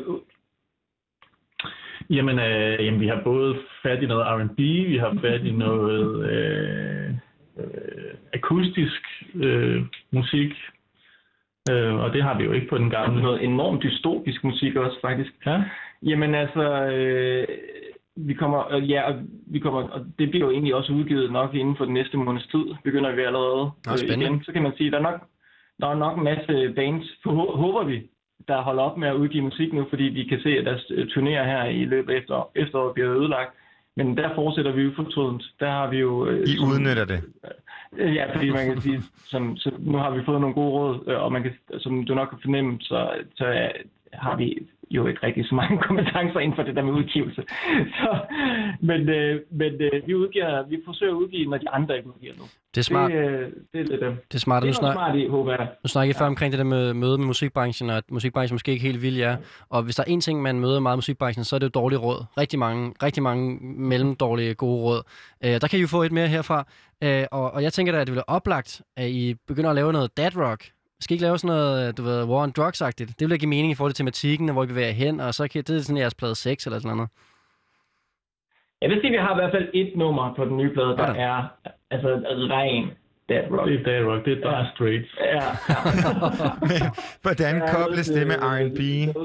jamen, øh, jamen, vi har både fat i noget R and B, vi har fat i noget øh, øh, akustisk øh, musik, øh, og det har vi jo ikke på den gamle. Noget enormt dystopisk musik også, faktisk. Ja? Jamen altså, øh, vi kommer, øh, ja, vi kommer, og det bliver jo egentlig også udgivet nok inden for den næste måneds tid, begynder vi allerede øh, igen. Så kan man sige, der er nok, der er nok en masse bands, håber vi, der holder op med at udgive musik nu, fordi de kan se, at deres turnéer her i løbet af efter, efteråret bliver ødelagt. Men der fortsætter vi jo fortrydent. Der har vi jo... Øh, I udnytter det? Øh, ja, fordi man kan sige, som, så nu har vi fået nogle gode råd, øh, og man kan, som du nok kan fornemme, så, så øh, har vi jo ikke rigtig så mange kompetencer inden for det der med udgivelse. Så, men øh, men øh, vi, udgiver, vi forsøger at udgive, når de andre ikke udgiver nu. Det er smart. Det, øh, det, det, det. Det er smart. Det er nu snak... smart i H V R. Nu snakker I før Ja. omkring det der med møde med musikbranchen, og at musikbranchen måske ikke helt vil jer. Og hvis der er en ting, man møder meget i musikbranchen, så er det jo dårlige råd. Rigtig mange, rigtig mange mellemdårlige gode råd. Uh, der kan I jo få et mere herfra. Uh, og, og jeg tænker da, at det bliver oplagt, at I begynder at lave noget dad rock. Skal I ikke lave sådan noget, du ved, War on Drugs-agtigt? Det vil give mening i forhold til tematikken, og hvor I bevæger hen, og så kan det er sådan jeres plade seks eller sådan noget. Jeg vil sige, at vi har i hvert fald et nummer på den nye plade, der er altså ren dad rock. Det er dad rock, det er Dire Straits. Ja. Men hvordan kobles det med R and B?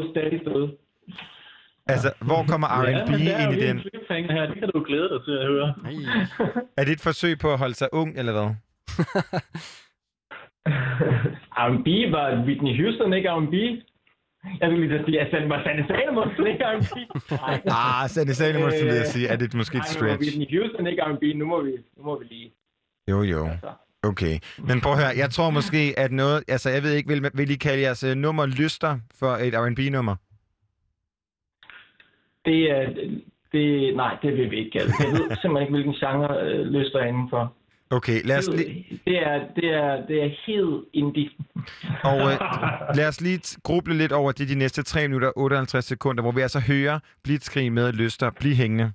Altså, hvor kommer R and B ja, ind i den? Ja, her. Det kan du glæde dig til at høre. Er det et forsøg på at holde sig ung, eller hvad? R and B var Whitney Houston, ikke R and B? Jeg vil lige sige, at jeg var Sanne Salomonsen, ikke R and B? Ah, Sanne Salomonsen vil jeg sige. Er det måske et Nej, stretch? Whitney Houston, ikke R and B. Nu må vi, nu må vi lige... Jo, jo. Okay. Men prøv at høre, jeg tror måske, at noget... Altså, jeg ved ikke, vil, vil I kalde jeres uh, nummer lyster for et R and B-nummer? Det er... Det, nej, det vil vi ikke kalde. Jeg ved simpelthen ikke, hvilken genre øh, lyster er indenfor. Okay, lad os lige... Det er, det er, det er helt indie. Og øh, lad os lige gruble lidt over det de næste tre minutter og otteoghalvtreds sekunder, hvor vi altså hører Blitzkrieg med lyster. Bliv hængende.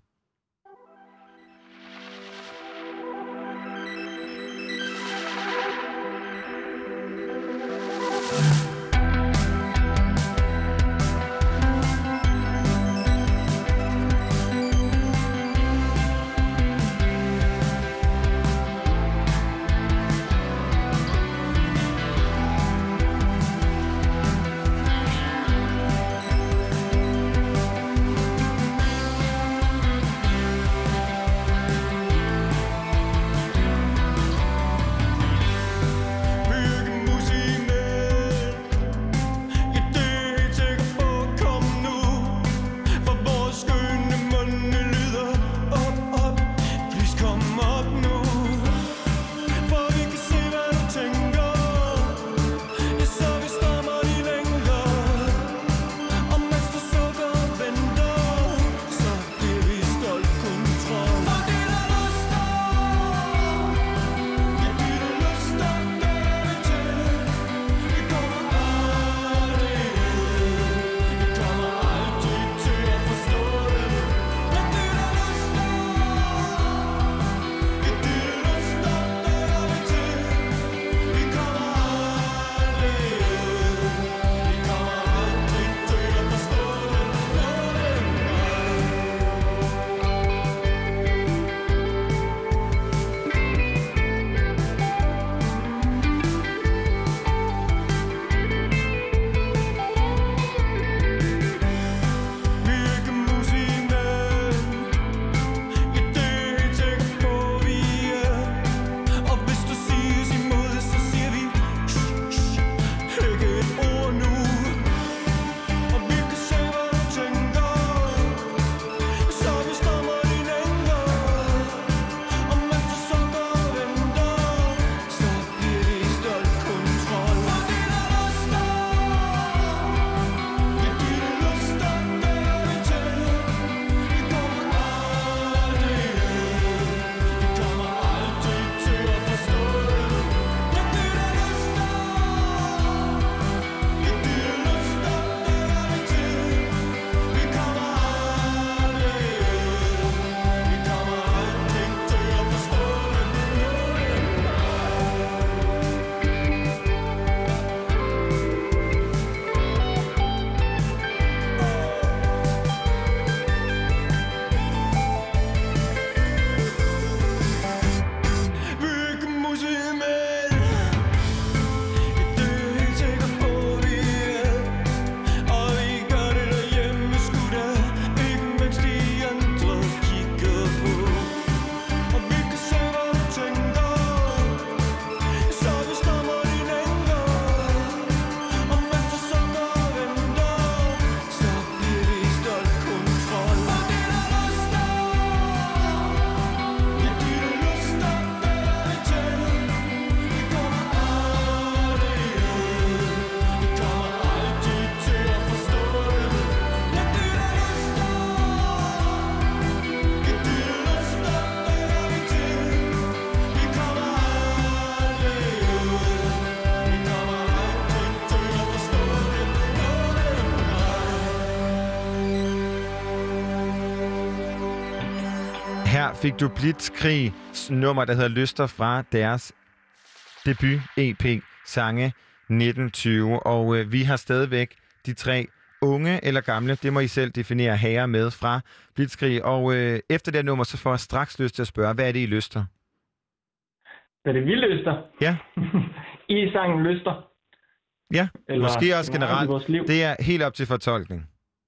Her fik du Blitzkrig nummer, der hedder Lyster fra deres debut E P Sange nitten tyve. Og øh, vi har stadigvæk de tre unge eller gamle, det må I selv definere, herrer med fra Blitzkrig. Og øh, efter det nummer, så får jeg straks lyst til at spørge, hvad er det, I lyster? Hvad er det, vi lyster? Ja. I sangen lyster. Ja, eller måske også generelt. Det er helt op til fortolkning.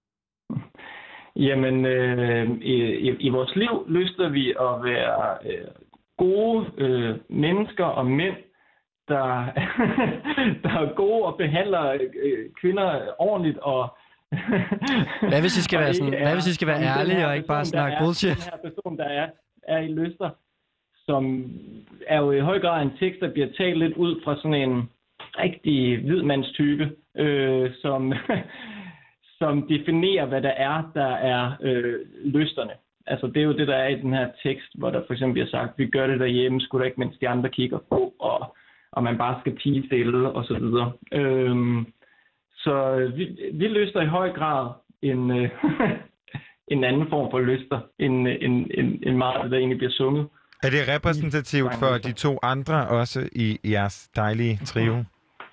Jamen, øh, i, i, i vores liv lyster vi at være øh, gode øh, mennesker og mænd, der, der er gode og behandler øh, kvinder ordentligt. Og hvad hvis I skal være, sådan, hvad hvis I skal være ærlige og ikke bare snakke bullshit? Den her person, der er, er i lyster, som er jo i høj grad en tekst, der bliver talt lidt ud fra sådan en rigtig hvidmandstype, øh, som... som definerer, hvad der er, der er øh, lysterne. Altså, det er jo det, der er i den her tekst, hvor der for eksempel bliver sagt, vi gør det derhjemme, sgu da ikke, mens de andre kigger på, og, og man bare skal tie stille, og så videre. Øhm, så vi, vi lyster i høj grad en, øh, en anden form for lyster, end, end, end, end meget, der egentlig bliver sunget. Er det repræsentativt for de to andre også i, i jeres dejlige trio?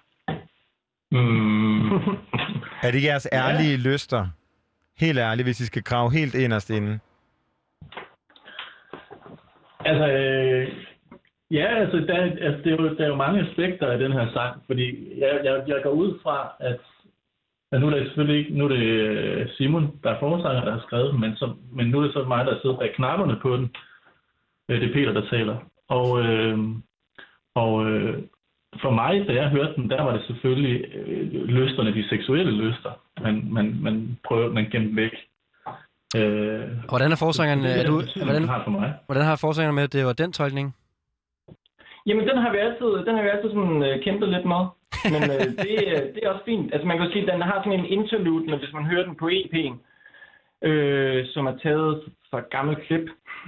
Mm. Er det jeres ærlige ja. lyster? Helt ærligt, hvis I skal grave helt inderst inde. Altså, øh, ja, altså, der, altså det er jo, der er jo mange aspekter af den her sang, fordi jeg, jeg, jeg går ud fra, at, at nu er det selvfølgelig ikke, nu er det Simon, der er forsanger, der har skrevet den, men, så, men nu er det så mig, der sidder bag knapperne på den. Det er Peter, der taler. Og, øh, og øh, for mig, da jeg hørte den, der var det selvfølgelig øh, lysterne, de seksuelle lyster, man, man, man prøvede, man gemte væk. Øh, hvordan er forsangeren, er du, hvordan, har for mig. hvordan har forsangeren med, at det var den tolkning? Jamen, den har vi altid, den har vi altid sådan, øh, kæmpet lidt med, men øh, det, det er også fint. Altså, man kan sige, at den har sådan en interlude, når, hvis man hører den på E P'en, øh, som er taget fra et gammelt klip.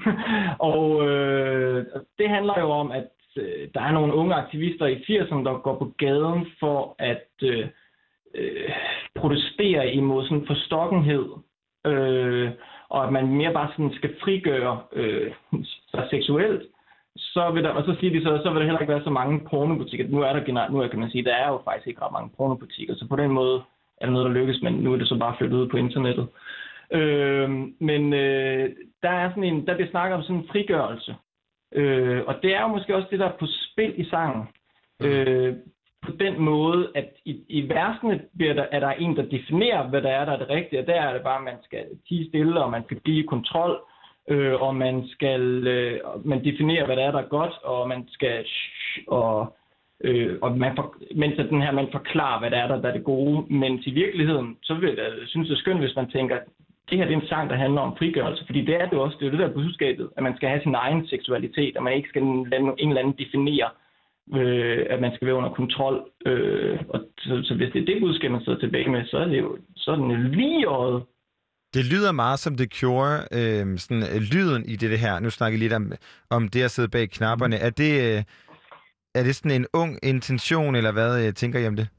og øh, det handler jo om, at der er nogle unge aktivister i firserne, der går på gaden for at øh, øh, protestere imod sådan forstokkenhed, øh, og at man mere bare sådan skal frigøre øh, sig seksuelt. Så vil der, og så siger de så, så vil der heller ikke være så mange pornobutikker. Nu er der generelt, nu kan man sige, der er jo faktisk ikke ret mange pornobutikker, så på den måde er det noget, der lykkes, men nu er det så bare flyttet ud på internettet. Øh, men øh, der er sådan en, der bliver snakket om sådan en frigørelse. Øh, og det er jo måske også det, der er på spil i sangen. Øh, på den måde, at i, i versene bliver der, er der en, der definerer, hvad der er, der er det rigtige. Og der er det bare, at man skal tie stille, og man skal blive i kontrol. Øh, og man skal øh, man definerer, hvad der er, der er godt. Og man skal... Og, øh, og man for, mens at den her, man forklarer, hvad der er, der, der er det gode. Men i virkeligheden, så vil jeg synes, det er skønt, hvis man tænker... Det her det er en sang, der handler om frigørelse, fordi det er det også, det er det der budskabet, at man skal have sin egen seksualitet, at man ikke skal lade en eller anden definere, øh, at man skal være under kontrol. Øh, og så, så hvis det er det budskab, man sidder tilbage med, så er det jo sådan lige øjet. Det lyder meget som The Cure, øh, sådan øh, lyden i det, det her. Nu snakker jeg lidt om, om det at sidde bag knapperne. Er det, øh, er det sådan en ung intention, eller hvad jeg tænker I om det?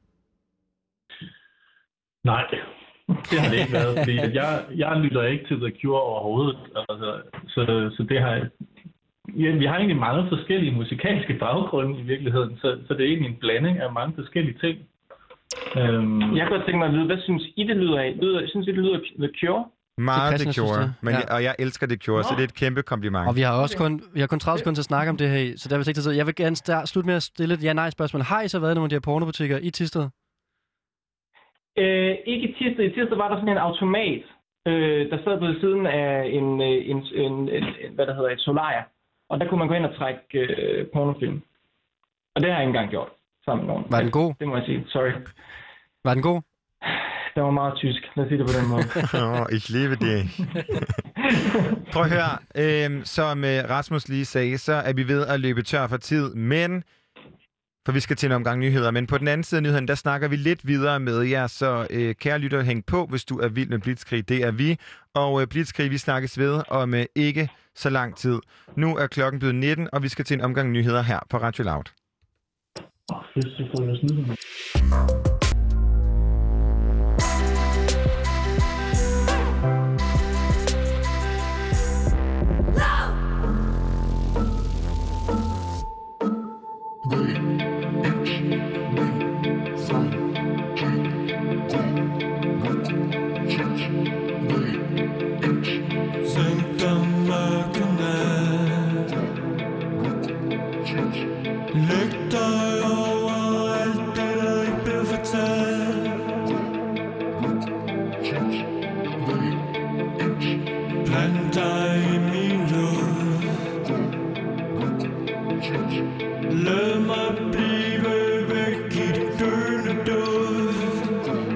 Nej. Det har det ikke været, fordi jeg, jeg lytter ikke til The Cure overhovedet. Altså, så, så det har... Ja, vi har egentlig mange forskellige musikalske baggrunde i virkeligheden, så, så det er egentlig en blanding af mange forskellige ting. Um... Jeg kan godt tænke mig at vide, hvad synes I, det lyder af? Lyder, synes I, det lyder The Cure? Meget The Cure, men, ja. Og jeg elsker The Cure, Nå. Så det er et kæmpe kompliment. Og vi har også kun, vi har kun tredive sekunder til at snakke om det her, så der vil jeg, jeg vil gerne start, slutte med at stille et ja-nej-spørgsmål. Har I så været nogle af de her pornobutikker i Thisted? Øh, ikke i Thisted. I Thisted var der sådan en automat, øh, der sad på siden af en, en, en, en, hvad der hedder, et solarier. Og der kunne man gå ind og trække øh, pornofilm. Og det har jeg ikke engang gjort sammen med nogen. Var den god? Det må jeg sige. Sorry. Var den god? Den var meget tysk. Lad os sige det på den måde. Åh, oh, ich liebe dig. Prøv at høre. Øh, som Rasmus lige sagde, så er vi ved at løbe tør for tid, men... For vi skal til en omgang nyheder, men på den anden side af nyheden, der snakker vi lidt videre med jer, så øh, kære lytter, hæng på, hvis du er vild med Blitzkrig, det er vi. Og øh, Blitzkrig, vi snakkes ved om øh, ikke så lang tid. Nu er klokken blevet nitten, og vi skal til en omgang nyheder her på Radio Loud. Åh, oh, fedt, så får jeg nyheder. dig i min luft. Lad mig blive væk i din døende duft.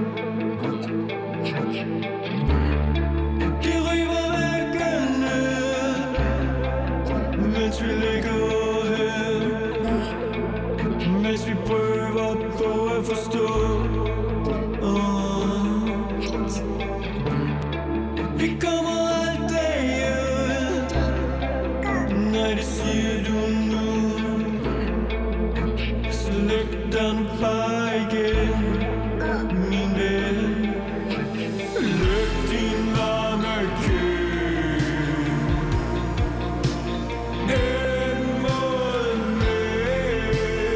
De river væggene, mens vi ligger her, mens vi prøver på at forstå. Oh. Vi kommer aldrig ud. Nej, det siger du nu. Så læg dig nu bare igen, min ven. Læg din varme kæde ind mod mig.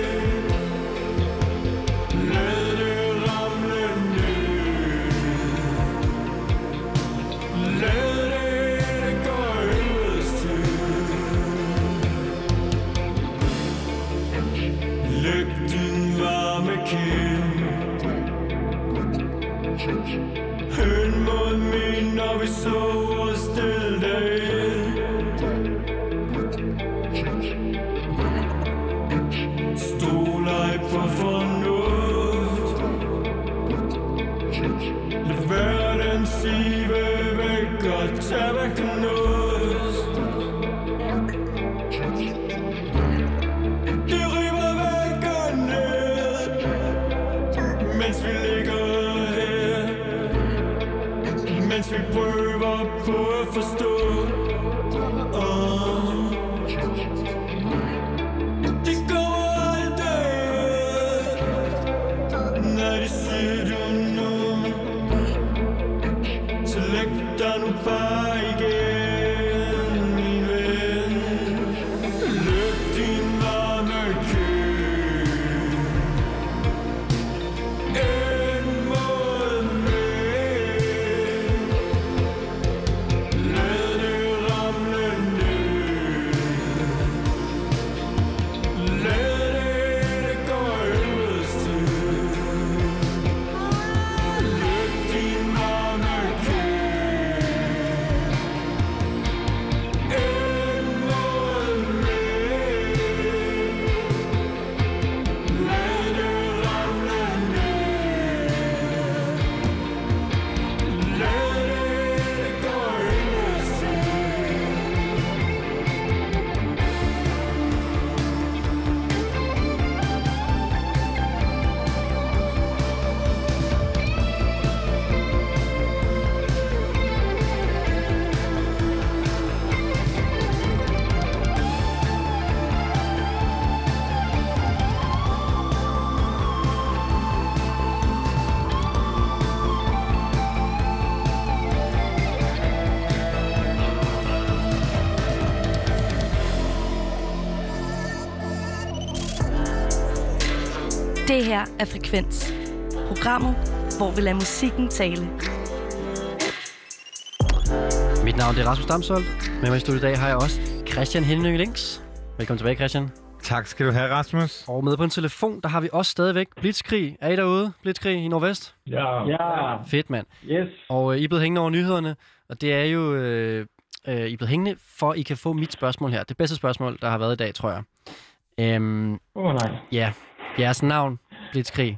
Lad det ramle ned. Lad det gå øverst til. Læg din varme kind hen mod min, når vi sover stille derind. Stol ej på fornuft. Lad verden sive væk og tag væk nås. De river væggene, mens vi ligger her, mens vi prøver på at forstå. Oh. De går aldrig ud. Nej, det siger du nu. Så læg dig nu bare igen, min ven. Læg din varme kæde ind mod mig. Lad det ramle ned. Lad det gå øverst til. Læg din varme kæde ind mod mig. Lad det ramle ned. Lad det gå øverst til. Det her er Frekvens. Programmet, hvor vi lader musikken tale. Mit navn er Rasmus Damsholdt. Med mig i studiet i dag har jeg også Christian Hinding Links. Velkommen tilbage, Christian. Tak skal du have, Rasmus. Og med på en telefon, der har vi også stadigvæk Blitzkrig. Er I derude? Blitzkrig i Nordvest? Ja. Ja, Fedt, mand. yes. Og øh, I er blevet hængende over nyhederne, og det er jo... Øh, øh, I er blevet hængende, for I kan få mit spørgsmål her. Det bedste spørgsmål, der har været i dag, tror jeg. Øhm, Åh oh, nej. ja, jeres navn, Blitzkrig.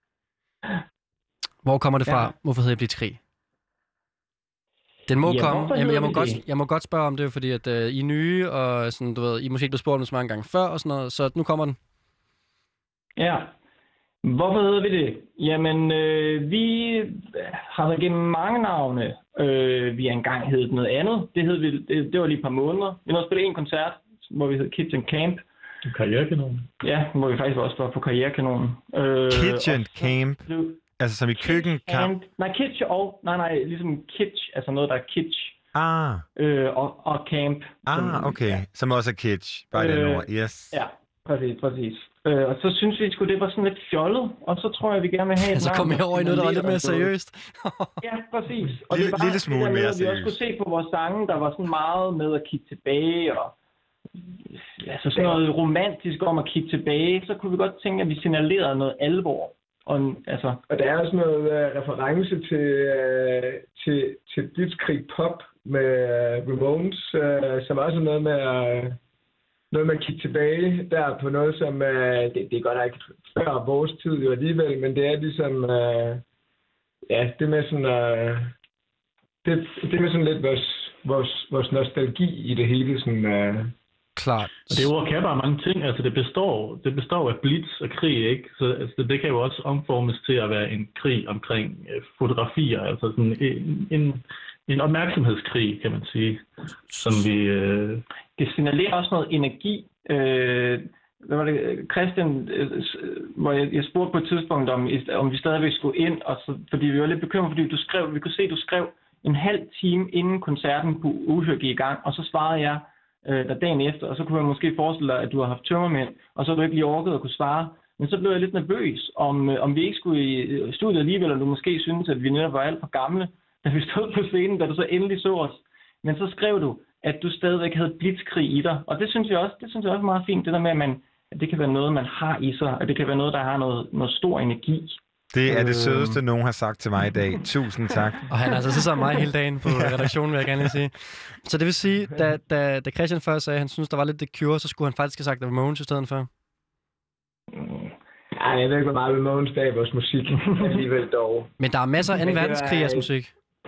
Hvor kommer det fra? Ja. Hvorfor hedder I Blitzkrig? Den må Ja, komme. hvorfor Jeg, jeg, hedder må vi godt, det? jeg må godt spørge om det, fordi at, øh, I er nye, og sådan, du ved, I er måske ikke blevet spurgt om så mange gange før, og sådan noget, så nu kommer den. Ja. Hvorfor hedder vi det? Jamen, øh, vi har været igennem mange navne. Øh, vi har engang heddet noget andet. Det, hed vi, det, det var lige et par måneder. Vi nåede at spille en koncert, hvor vi hed Kitchen Camp. Karrierekanonen. Ja, hvor vi faktisk også var på Karrierekanonen. Øh, Kitchen og så Camp. blev- Altså som i køkkenkamp. Camp. Nej, kitsch og... Nej, nej, ligesom kitsch. Altså noget, der er kitsch. Ah, Øh, og, og camp. som- ah, okay. Som også er kitsch. Bare øh, Øh, den ord. Yes. Ja, præcis, præcis. Øh, og så synes vi sgu, det var sådan lidt fjollet. Og så tror jeg, vi gerne vil have et Så navn, kom jeg over i noget, der var lidt mere signalerer noget. seriøst. Ja, præcis. Og Lille- det var lille smule det der med, mere at vi også kunne se på vores sange, der var sådan meget med at kigge tilbage, og altså sådan noget romantisk om at kigge tilbage, så kunne vi godt tænke, at vi signalerede noget alvor. Og, en- altså, Og der er også noget uh, reference til, uh, til, til Blitzkrig Pop med uh, Ramones, uh, som også er noget med uh, noget, man kigger tilbage der på noget, som uh, det, det er godt nok før vores tid jo alligevel, men det er ligesom, uh, ja, det med sådan, uh, det, det med sådan lidt vores, vores, vores nostalgi i det hele, sådan, uh, klart. Og det ord kan bare mange ting. Altså det består, det består af blitz og krig, ikke? Så altså, det kan jo også omformes til at være en krig omkring øh, fotografier. Altså sådan en, en, en opmærksomhedskrig, kan man sige. Som vi... Øh... Det signalerer også noget energi. Øh, hvad var det? Christian, øh, hvor jeg, jeg spurgte på et tidspunkt, om, om vi stadigvæk skulle ind, og så, fordi vi var lidt bekymrede, fordi du skrev, vi kunne se, at du skrev en halv time inden koncerten på Uhør gik i gang, og så svarede jeg der dagen efter, og så kunne man måske forestille dig, at du har haft tømmermænd, og så har du ikke lige orket at kunne svare. Men så blev jeg lidt nervøs, om, om vi ikke skulle i studiet alligevel, og du måske synes, at vi netop var alt for gamle, da vi stod på scenen, da du så endelig så os. Men så skrev du, at du stadigvæk havde blitzkrig i dig, og det synes jeg også, det synes jeg også er meget fint, det der med, at, man, at det kan være noget, man har i sig, og det kan være noget, der har noget, noget stor energi. Det er det sødeste, nogen har sagt til mig i dag. Tusind tak. Og han har altså så sammen mig hele dagen på redaktionen, vil jeg gerne lige sige. Så det vil sige, da, da, da Christian først sagde, at han synes, der var lidt The Cure, så skulle han faktisk have sagt Ramones i stedet for. Ej, jeg ved ikke, hvor meget Ramones der i vores musik alligevel dog. Men der er masser af anden verdenskrig af musik.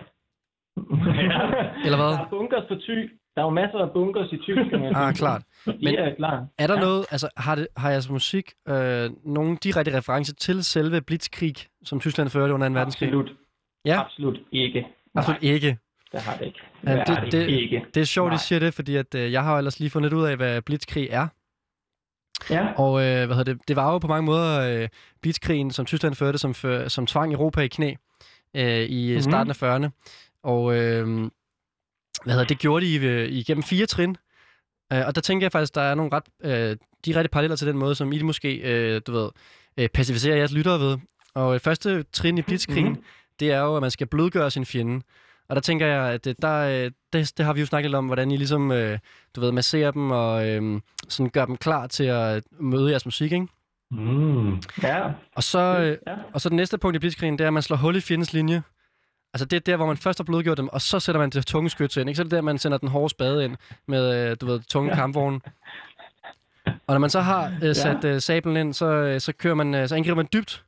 Ja. Eller hvad? Der er bunkers for Thy. Der er jo masser af bunkers i Thy. Ah, klart. Men ja, klar. Er der ja. noget, altså har, det, har jeres musik øh, nogen direkte reference til selve blitzkrig, som Tyskland førte under anden verdenskrig? Absolut. Ja? Absolut ikke. Absolut ikke. Det har det ikke. Ja, det, det, det, ikke. det er sjovt, at I siger det, fordi at, øh, jeg har jo ellers lige fundet ud af, hvad blitzkrig er. Ja. Og øh, hvad hedder det, det var jo på mange måder øh, blitzkrigen, som Tyskland førte, som, før, som tvang Europa i knæ øh, i mm-hmm. starten af fyrrerne. Og øh, hvad hedder det, gjorde de øh, igennem fire trin. Øh, og der tænker jeg faktisk, der er nogle ret øh, direkte paralleller til den måde, som I måske øh, du ved, øh, pacificerer jeres lyttere ved. Og det første trin i blitzkrigen, mm-hmm. det er jo, at man skal blødgøre sin fjende. Og der tænker jeg, at det, der, det, det har vi jo snakket lidt om, hvordan I ligesom, øh, du ved, masserer dem og øh, sådan gør dem klar til at møde jeres musik, ikke? Mm. Ja. Og så, øh, ja. og så den næste punkt i blitzkrigen, det er, at man slår hul i fjendens linje. Altså det er der, hvor man først har blødgjort dem, og så sætter man det tunge skyts ind, ikke? Så er det der, man sender den hårde spade ind med, øh, du ved, tunge ja. kampvogne. Og når man så har øh, sat øh, sablen ind, så, øh, så, kører man, øh, så angriber man dybt.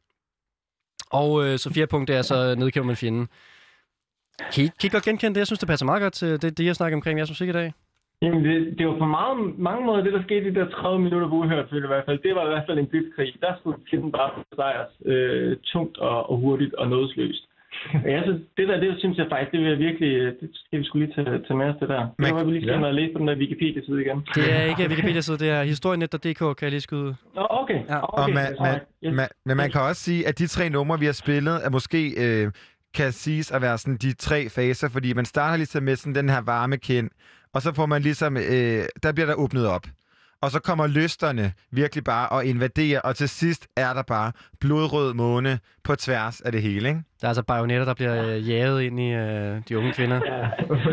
Og øh, så fjerde punkt, det er, så nedkæmper man fjenden. Kan I, kan I godt genkende det? Jeg synes, det passer meget godt til det, det jeg snakker omkring jeres musik i dag. Jamen, det, det var på meget, mange måder det, der skete i de der tredive minutter på Uhørt, i hvert fald. Det var i hvert fald en blitzkrig. Der skulle fjenden bare besejres øh, tungt og, og hurtigt og nådesløst. Ja, så det der, det synes jeg faktisk, det vil jeg virkelig, det skal vi skulle lige tage, tage med os det der. Men, det var vi lige skal ja. læse på den der Wikipedia-side igen. Det er ikke Wikipedia-side, det er historienet punktum d k, kan jeg lige skyde. Nå, okay. Ja. okay. Og man, man, yes. man, men man kan også sige, at de tre numre, vi har spillet, er måske øh, kan siges at være sådan de tre faser, fordi man starter ligesom med sådan den her varme kind, og så får man ligesom, øh, der bliver der åbnet op. Og så kommer lysterne virkelig bare og invaderer, og til sidst er der bare blodrød måne på tværs af det hele, ikke? Der er altså bajonetter, der bliver øh, jaget ind i øh, de unge kvinder. Ja.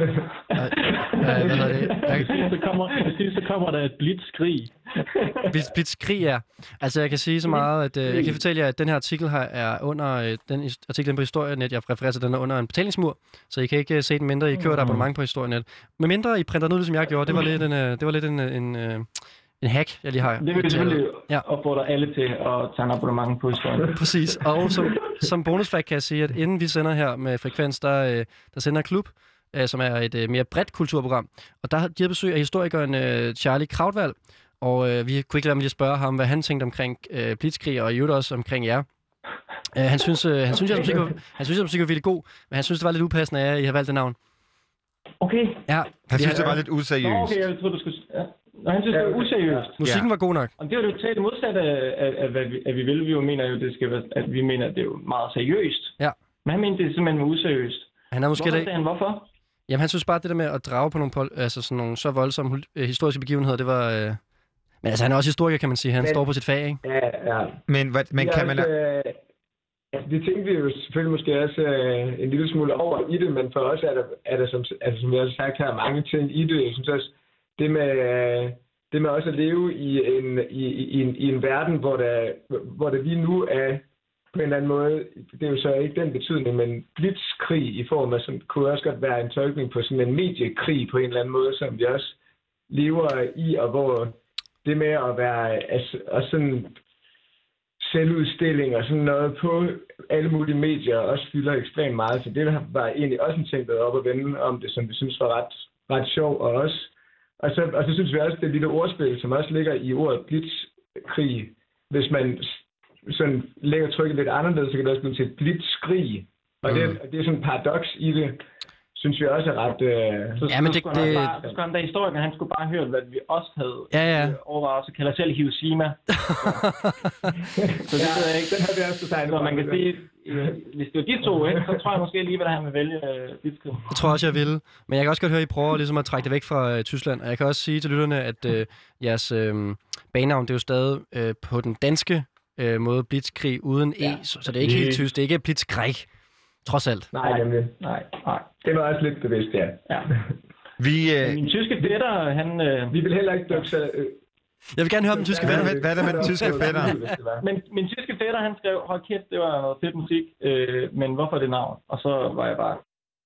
og, øh, hvad hedder det? Jeg... Så, kommer, så kommer der et blitzkrig. Blitzkrig, ja. Altså, jeg kan sige så meget, at øh, jeg kan fortælle jer, at den her artikel her er under, øh, den artikel på Historienet, jeg refererer til, den er under en betalingsmur, så I kan ikke uh, se den mindre, I kører et abonnement på Historienet. Men mindre I printer noget, som jeg gjorde, det var lidt en, øh, det var lidt en, en, øh, en hack, jeg lige har. Det vil selvfølgelig ja. opfordre alle til at tage en abonnement på Historienet. Præcis, og som, som bonusfakt kan jeg sige, at inden vi sender her med Frekvens, der, øh, der sender Klub, øh, som er et øh, mere bredt kulturprogram, og der har de besøg af historikeren øh, Charlie Krautwald. Og øh, vi kunne ikke lade mig lige spørge ham, hvad han tænkte omkring øh, blitzkrig, og i øvrigt også omkring jer. Øh, han synes, øh, han synes, at musik var, han synes, at musik var virkelig god, men han synes, det var lidt upassende, at I har valgt det navn. Okay. Ja. Han synes, det var lidt useriøst. Nå, okay, jeg troede, du skulle... Ja. Nå, han synes, det var useriøst. Musikken ja. var god nok. Og det var jo totalt modsat af, af, af, hvad vi, at vi vil. Vi jo mener jo, det skal være, at vi mener, at det er jo meget seriøst. Ja. Men han mente, det simpelthen var useriøst. Han er måske hvorfor det... sagde han, hvorfor? Jamen, han synes bare, det der med at drage på nogle, pol- altså sådan nogle så voldsomme øh, historiske begivenheder, det var... Øh... Men altså, han er også historiker, kan man sige. Han men, står på sit fag, ikke? Ja, ja. Men, hvad, men kan man... Også, øh, altså, det tænkte vi jo selvfølgelig måske også øh, en lille smule over i det, men for os er der, er der som, altså, som jeg har sagt her, mange ting i det. Jeg synes også, det med, øh, det med også at leve i en, i, i, en, i en verden, hvor der, hvor der lige nu er på en eller anden måde, det er jo så ikke den betydning, men blitzkrig i form af, som kunne også godt være en tolkning på sådan en mediekrig på en eller anden måde, som vi også lever i, og hvor det med at være altså, og sådan selvudstilling og sådan noget på alle mulige medier også fylder ekstremt meget, så det var egentlig også en ting, der var op og vende om det, som vi synes var ret, ret sjov, og også og så, og så synes vi også, det lille ordspil, som også ligger i ordet blitzkrig, hvis man sådan lægger trykket lidt anderledes, så kan det også blive til et blitzkrig. Og, mm. det, og det er sådan en paradoks i det, synes vi også er ret... Øh... Så, ja, men det... Så skulle, det... Han, bare, så skulle han da historikeren, han skulle bare høre, hvad vi også havde ja, ja. øh, overvejet, så kalder selv Hiroshima. så, så det ja, jeg ikke. Den har vi også tegnet. Så man kan sige, øh, hvis det var de to, ikke, så tror jeg måske lige, hvad han vil vælge øh, blitzkrig. Jeg tror også, jeg vil. Men jeg kan også godt høre, at I prøver ligesom at trække det væk fra øh, Tyskland. Og jeg kan også sige til lytterne, at øh, jeres øh, banenavn, det er jo stadig øh, på den danske øh, måde blitzkrig uden ja. E, så, så det er ikke helt tysk. Det er ikke blitzkrig. Trods alt. Nej, nemlig. Nej, nej. Det var også lidt bevidst, ja. ja. Vi, øh... Min tyske fætter, han... Øh... Vi vil heller ikke dukke sig... Øh... Jeg vil gerne høre om den tyske fætter. Hvad, hvad er der med den tyske fætter? Men min tyske fætter, han skrev, hold kæft, det var noget fedt musik, øh, men hvorfor det navn? Og så var jeg bare...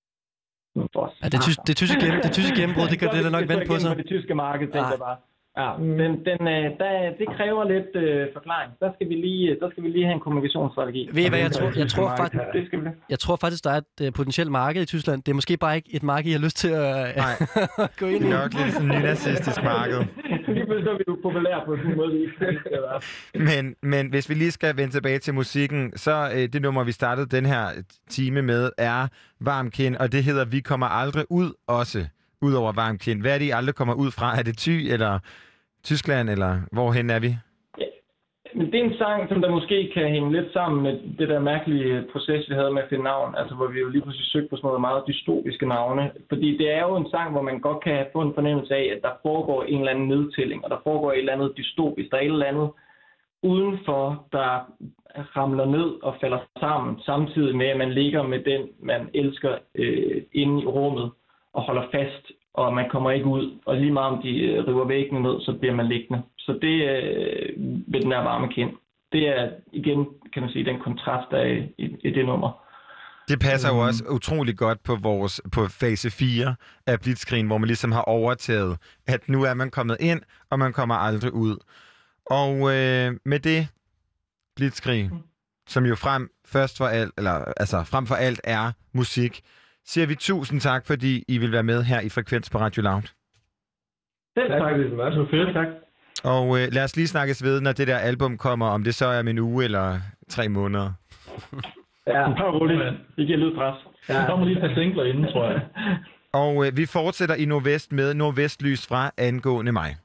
Ja, det, tysk, det tyske gennem, det tyske gennembrud, det gør det, det der nok vente på sig. Det tyske marked, tænkte jeg bare. Ja, men den, øh, der, det kræver lidt øh, forklaring. Der skal vi lige, der skal vi lige have en kommunikationsstrategi. Ved I hvad, jeg tror, jeg tror faktisk, jeg tror faktisk, der er et uh, potentielt marked i Tyskland. Det er måske bare ikke et marked, jeg har lyst til at uh, gå ind i. Det er nok lidt sådan en nynazistisk marked. Lige pludselig er vi jo populære på sådan en måde, vi men, men hvis vi lige skal vende tilbage til musikken, så øh, det nummer, vi startede den her time med, er Varm Kind, og det hedder Vi kommer aldrig ud også. Udover Varm Kind. Hvad er det, I aldrig kommer ud fra? Er det Thy, eller Tyskland, eller hvorhen er vi? Ja. Men det er en sang, som der måske kan hænge lidt sammen med det der mærkelige proces, vi havde med at finde navn. Altså, hvor vi jo lige pludselig søgte på sådan noget meget dystopiske navne. Fordi det er jo en sang, hvor man godt kan få en fornemmelse af, at der foregår en eller anden nedtælling, og der foregår et eller andet dystopisk. Der er et eller andet udenfor, der ramler ned og falder sammen, samtidig med, at man ligger med den, man elsker øh, inde i rummet og holder fast, og man kommer ikke ud. Og lige meget om de øh, river væggene ned, så bliver man liggende. Så det øh, ved den her Varme Kind. Det er igen, kan man sige, den kontrast, der er i, i det nummer. Det passer jo også utrolig godt på vores på fase fire af Blitzkrigen, hvor man ligesom har overtaget, at nu er man kommet ind, og man kommer aldrig ud. Og øh, med det Blitzkrig, mm. som jo frem først for alt, eller altså frem for alt er musik, siger vi tusind tak, fordi I vil være med her i Frekvens på Radio Loud. Selv tak, det er så fedt, tak. Og øh, lad os lige snakkes ved, når det der album kommer, om det så er om en uge eller tre måneder. Ja, det er roligt. Det giver lidt pres. Ja. Der kommer lige et par singler inden, tror jeg. Og øh, vi fortsætter i Nordvest med Nordvestlys fra Angående mig.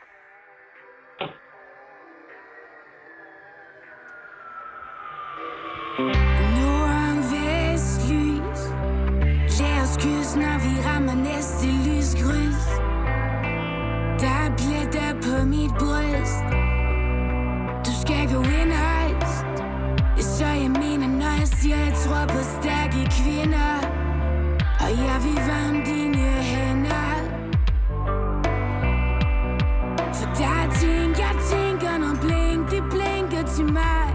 Når vi rammer næste lyskryds, der er pletter på mit bryst. Du skal gå ind højst. Så jeg mener, når jeg siger, jeg tror på stærke kvinder. Og jeg vil varme dine hænder. For der er ting, jeg tænker, når blink, det blinker til mig.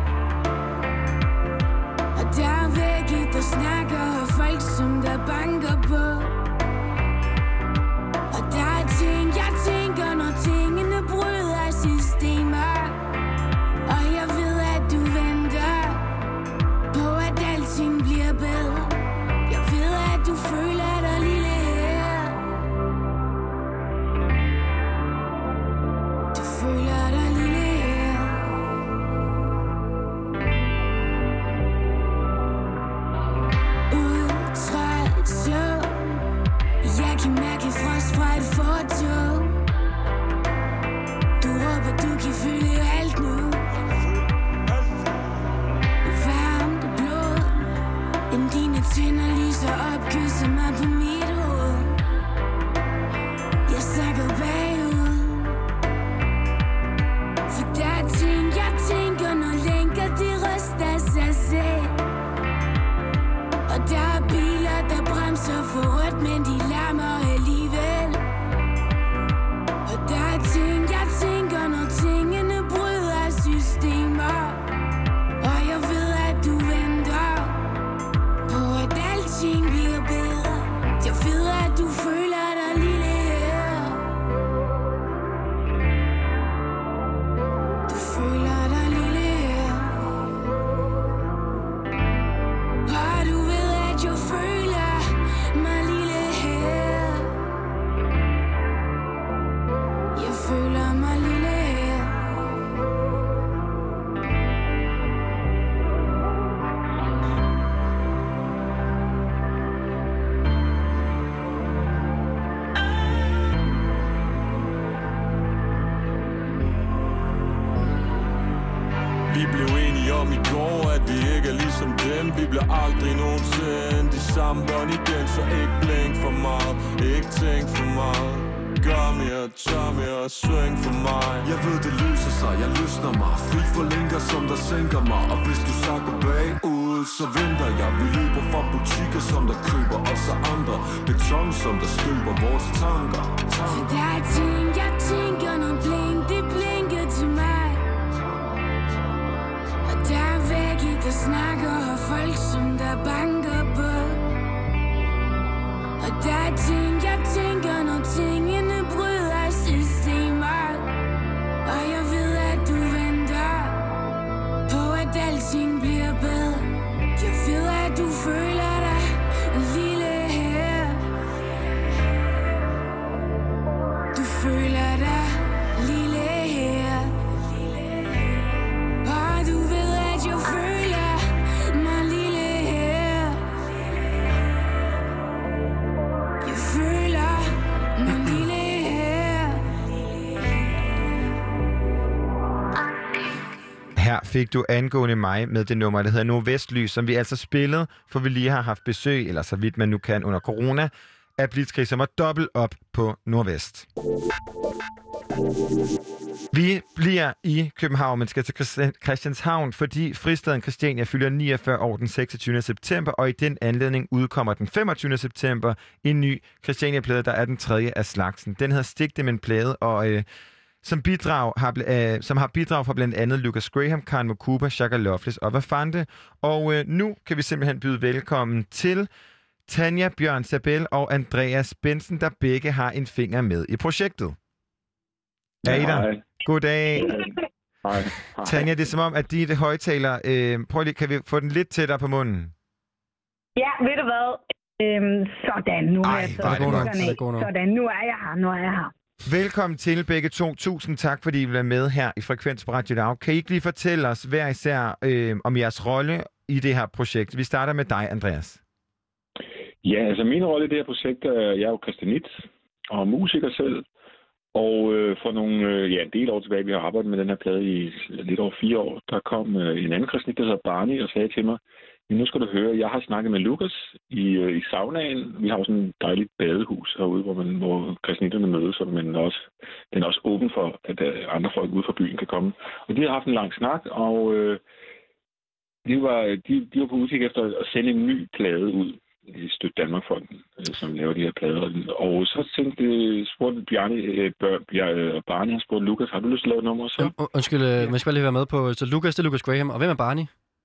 Og der er vægge, der snakker, og folk, som der banker på. Og der er ting, jeg tænker, når tingene bryder systemer. Og jeg ved, at du venter på, at alting bliver bedre. Jeg ved, at du føler dig lille Vi bliver aldrig nogensinde de samme børn igen. Så ikke blink for meget, ikke tænk for meget. Gør mere, tør mere, swing for mig. Jeg ved det løser sig, jeg løsner mig. Fri for linker som der sænker mig. Og hvis du sakker bagud, så venter jeg. Vi løber fra butikker som der køber os og andre. Beton som der støber vores tanker, tanker. For der er ting, jeg tænker, når blink, det blinker til mig. Og der er vægge, der snakker, og folk som der banker på. Og der er ting, jeg tænker, når tingene bryder systemer. Og jeg ved, at du venter på, at alting bliver bedre. Jeg ved, at du føler dig lille her. Du føler dig lille her. Og du ved, at jeg føler mig lille her. Jeg føler mig lille her. Her fik du angående mig med det nummer, der hedder Nordvestlys, som vi altså spillede, for vi lige har haft besøg, eller så vidt man nu kan under corona, af Blitzkrieg, som var dobbelt op på Nordvest. Vi bliver i København, men skal til Christianshavn, fordi fristaden Christiania fylder niogfyrre år den seksogtyvende september, og i den anledning udkommer den femogtyvende september en ny Christiania-plade, der er den tredje af slagsen. Den hedder Stik dem en plade, og øh, som, bidrag har, øh, som har bidrag fra blandt andet Lucas Graham, Karen Mokuba, Shaka Loveless og Vafante. Og øh, nu kan vi simpelthen byde velkommen til Tanja Bjørn Sabel og Andreas Bensen, der begge har en finger med i projektet. Er I der? Hej. Goddag. Hej. Tanja, det er som om, at de højtaler, øh, prøv lige, kan vi få den lidt tættere på munden? Ja, ved du hvad? Øhm, sådan, nu har jeg taget det Sådan, nu er jeg her, nu er jeg her. Velkommen til begge to. Tusind tak, fordi I vil være med her i Frekvens på Radio Loud. Kan I ikke lige fortælle os hver især øh, om jeres rolle i det her projekt? Vi starter med dig, Andreas. Ja, altså min rolle i det her projekt er, jeg er jo kristianit og musiker selv. Og øh, for nogle, øh, ja, en del år tilbage, vi har arbejdet med den her plade i lidt over fire år, der kom øh, en anden kristianit, der hedder Barney, og sagde til mig, men nu skal du høre, jeg har snakket med Lukas i, øh, i saunaen. Vi har jo sådan et dejligt badehus herude, hvor, man, hvor kristianitterne mødes, men også, den er også åben for, at øh, andre folk ude fra byen kan komme. Og de har haft en lang snak, og øh, de, var, de, de var på udkig efter at sende en ny plade ud i Støt Danmarkfonden, som laver de her plader. Og så tænkte, spurgte Bjarne, øh, Bjarne og Barney, han spurgte Lukas, har du lyst til at lave et nummer så? Ja, undskyld, ja. Men jeg skal bare lige være med på, så Lukas, det er Lucas Graham, og hvem er Barney?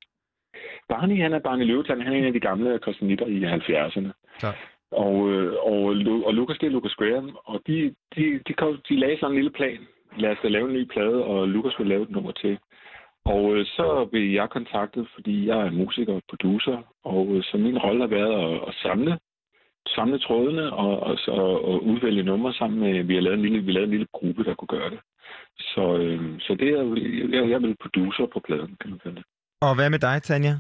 Barney, han er Barney Løvetland, han er en af de gamle kristianitter i halvfjerdserne. Klar. Og, og, og Lukas, det er Lucas Graham, og de, de, de, de, de lagde sådan en lille plan. Lad os da lave en ny plade, og Lukas vil lave et nummer til. Og øh, så blev jeg kontaktet, fordi jeg er musiker og producer, og øh, så min rolle har været at, at samle, samle trådene og, og, så, og udvælge numre sammen med, vi har lavet en lille, vi lavede en lille gruppe, der kunne gøre det. Så, øh, så det er, jeg, jeg er vel producer på pladen, kan man kalde det. Og hvad med dig, Tanja?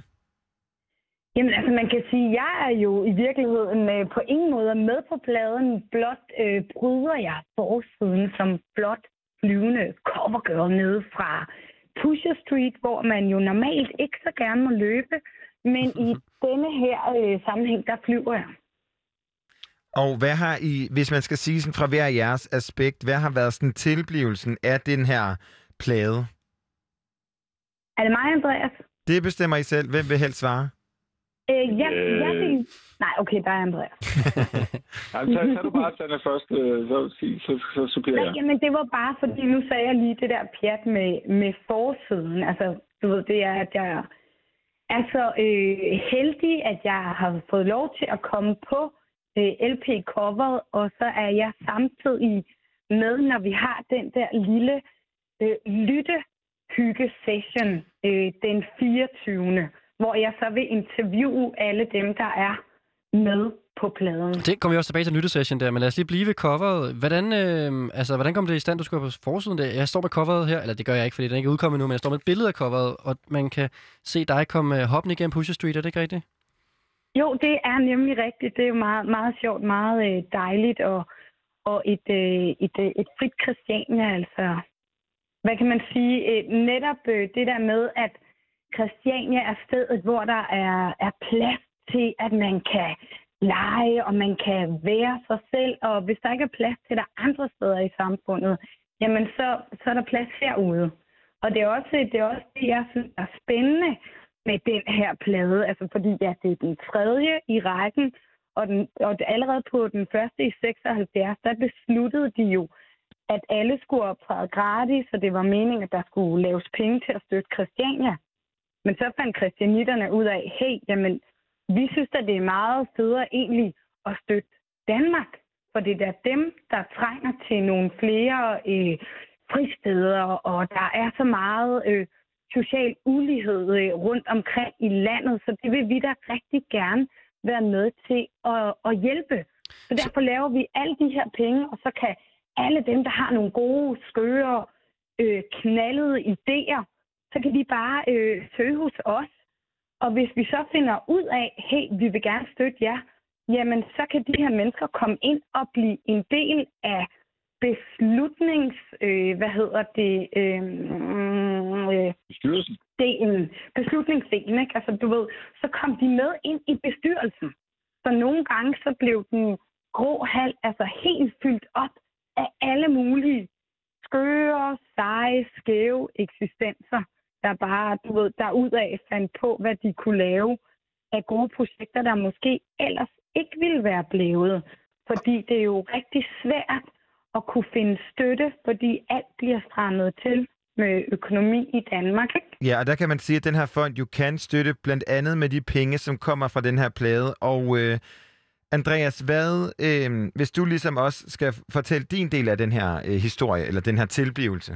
Jamen altså, man kan sige, at jeg er jo i virkeligheden øh, på ingen måde med på pladen. Blot øh, bryder jeg forsiden som blot flyvende covergirl nede fra Pusher Street, hvor man jo normalt ikke så gerne må løbe, men i denne her øh, sammenhæng, der flyver jeg. Og hvad har I, hvis man skal sige sådan fra hver jeres aspekt, hvad har været sådan tilblivelsen af den her plade? Er det mig, Andreas? Det bestemmer I selv. Hvem vil helst svare? Øh, ja, øh... jeg vil... Nej, okay, der er Andreas. Jamen, så, så er du bare Sande først, så, så, så supplerer jeg. Jamen, det var bare, fordi nu sagde jeg lige det der pjat med, med forsiden. Altså, du ved, det er, at jeg er så øh, heldig, at jeg har fået lov til at komme på øh, L P-coveret, og så er jeg samtidig med, når vi har den der lille øh, lyttehygge-session øh, den fireogtyvende hvor jeg så vil interviewe alle dem, der er med på pladen. Det kommer vi også tilbage til nyttesession der, men lad os lige blive ved coveret. Hvordan, øh, altså, hvordan kom det i stand, du skulle på forsiden der? Jeg står med coveret her, eller det gør jeg ikke, fordi den ikke er udkommet nu, men jeg står med et billede af coveret, og man kan se dig komme hoppende igennem Pusher Street, er det ikke rigtigt? Jo, det er nemlig rigtigt. Det er jo meget, meget sjovt, meget øh, dejligt, og, og et, øh, et, øh, et frit Christiania, altså. Hvad kan man sige? Øh, netop øh, det der med, at Christiania er stedet, hvor der er, er plads til, at man kan lege, og man kan være sig selv. Og hvis der ikke er plads til der andre steder i samfundet, jamen så, så er der plads herude. Og det er også det, er også det jeg synes er spændende med den her plade. Altså fordi ja, det er den tredje i rækken, og, den, og allerede på den første i seksoghalvfjerds, der besluttede de jo, at alle skulle optræde gratis, så det var meningen, at der skulle laves penge til at støtte Christiania. Men så fandt christianitterne ud af, hey, jamen, vi synes, at det er meget federe egentlig at støtte Danmark. For det er dem, der trænger til nogle flere øh, fristeder, og der er så meget øh, social ulighed øh, rundt omkring i landet, så det vil vi da rigtig gerne være med til at, at hjælpe. Så derfor laver vi alle de her penge, og så kan alle dem, der har nogle gode, skøre, øh, knaldede idéer, så kan de bare øh, søge hos os. Og hvis vi så finder ud af, hey, vi vil gerne støtte jer, jamen så kan de her mennesker komme ind og blive en del af beslutnings... Øh, hvad hedder det? Øh, øh, Bestyrelsen. Delen, beslutningsdelen, ikke? Altså, du ved, så kom de med ind i bestyrelsen. Så nogle gange så blev den grå hal altså helt fyldt op af alle mulige skøre, seje, skæve eksistenser, der bare, du ved, derudaf fandt på, hvad de kunne lave af gode projekter, der måske ellers ikke ville være blevet. Fordi det er jo rigtig svært at kunne finde støtte, fordi alt bliver strammet til med økonomi i Danmark, ikke? Ja, og der kan man sige, at den her fond jo kan støtte blandt andet med de penge, som kommer fra den her plade. Og øh, Andreas, hvad, øh, hvis du ligesom også skal fortælle din del af den her øh, historie, eller den her tilblivelse?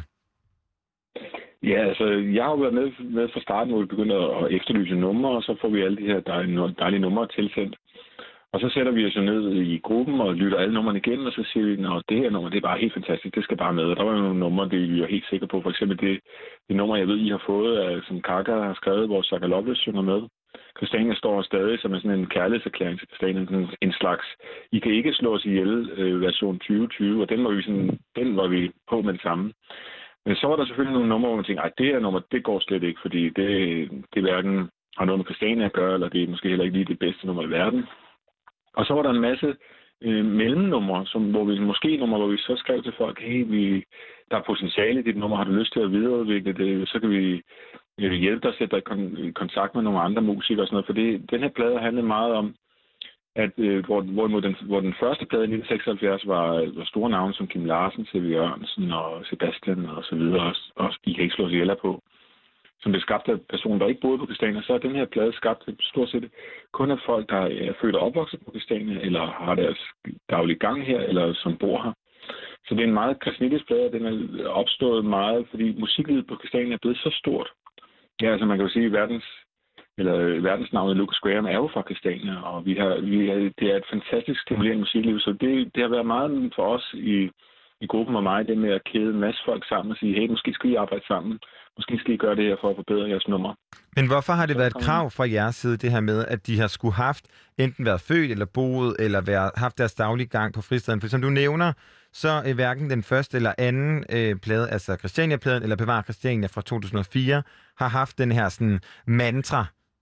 Ja, altså, jeg har jo været med, med fra starten, hvor vi begynder at efterlyse numre, og så får vi alle de her dejlige, dejlige numre tilsendt. Og så sætter vi os jo ned i gruppen og lytter alle numrene igennem, og så siger vi, at det her nummer, det er bare helt fantastisk, det skal bare med. Og der var jo nogle numre, det vi er helt sikre på. For eksempel det, det nummer, jeg ved, I har fået, som Kaka har skrevet, hvor Saka Loveless synger med. Christiania står stadig som sådan en kærlighedserklæring til Christiania, en slags, I kan ikke slå os ihjel, øh, version tyve tyve, og den var vi, sådan, den var vi på med det samme. Men så var der selvfølgelig nogle numre, hvor man tænkte, at det her nummer, det går slet ikke, fordi det, det hverken har noget med Christiania at gøre, eller det er måske heller ikke lige det bedste nummer i verden. Og så var der en masse øh, mellemnumre, som, hvor vi måske numre, hvor vi så skrev til folk, hey, vi, der er potentiale i dit nummer, har du lyst til at videreudvikle det, så kan vi øh, hjælpe dig at sætte dig i, kon- i kontakt med nogle andre musikere og sådan noget. For det, den her plade handlede meget om, at øh, hvor, hvor, den, hvor den første plade i nitten seksoghalvfjerds var, var store navne som Kim Larsen, C V Jørgensen og Sebastian og så videre, og, og I kan ikke slå sig ihjel på, som blev skabt af personer, der ikke boede på Christiania, så er den her plade skabt stort set kun af folk, der er født og opvokset på Christiania, eller har deres daglige gang her, eller som bor her. Så det er en meget kristnitisk plade, den er opstået meget, fordi musiklivet på Christiania er blevet så stort. Ja, altså man kan jo sige, at verdens, eller verdensnavnet Lucas Graham er jo fra Christiania, og vi har, vi er, det er et fantastisk stimulerende musikliv, så det, det har været meget for os i, i gruppen og mig, det med at kæde en masse folk sammen og sige, hey, måske skal I arbejde sammen. Måske skal I gøre det her for at forbedre jeres nummer. Men hvorfor har det været et krav fra jeres side, det her med, at de har skulle haft enten været født eller boet, eller været, haft deres daglige gang på fristaden? For som du nævner, så er hverken den første eller anden øh, plade, altså Christiania-pladen eller Bevar Christiania fra to tusind og fire, har haft den her sådan mantra.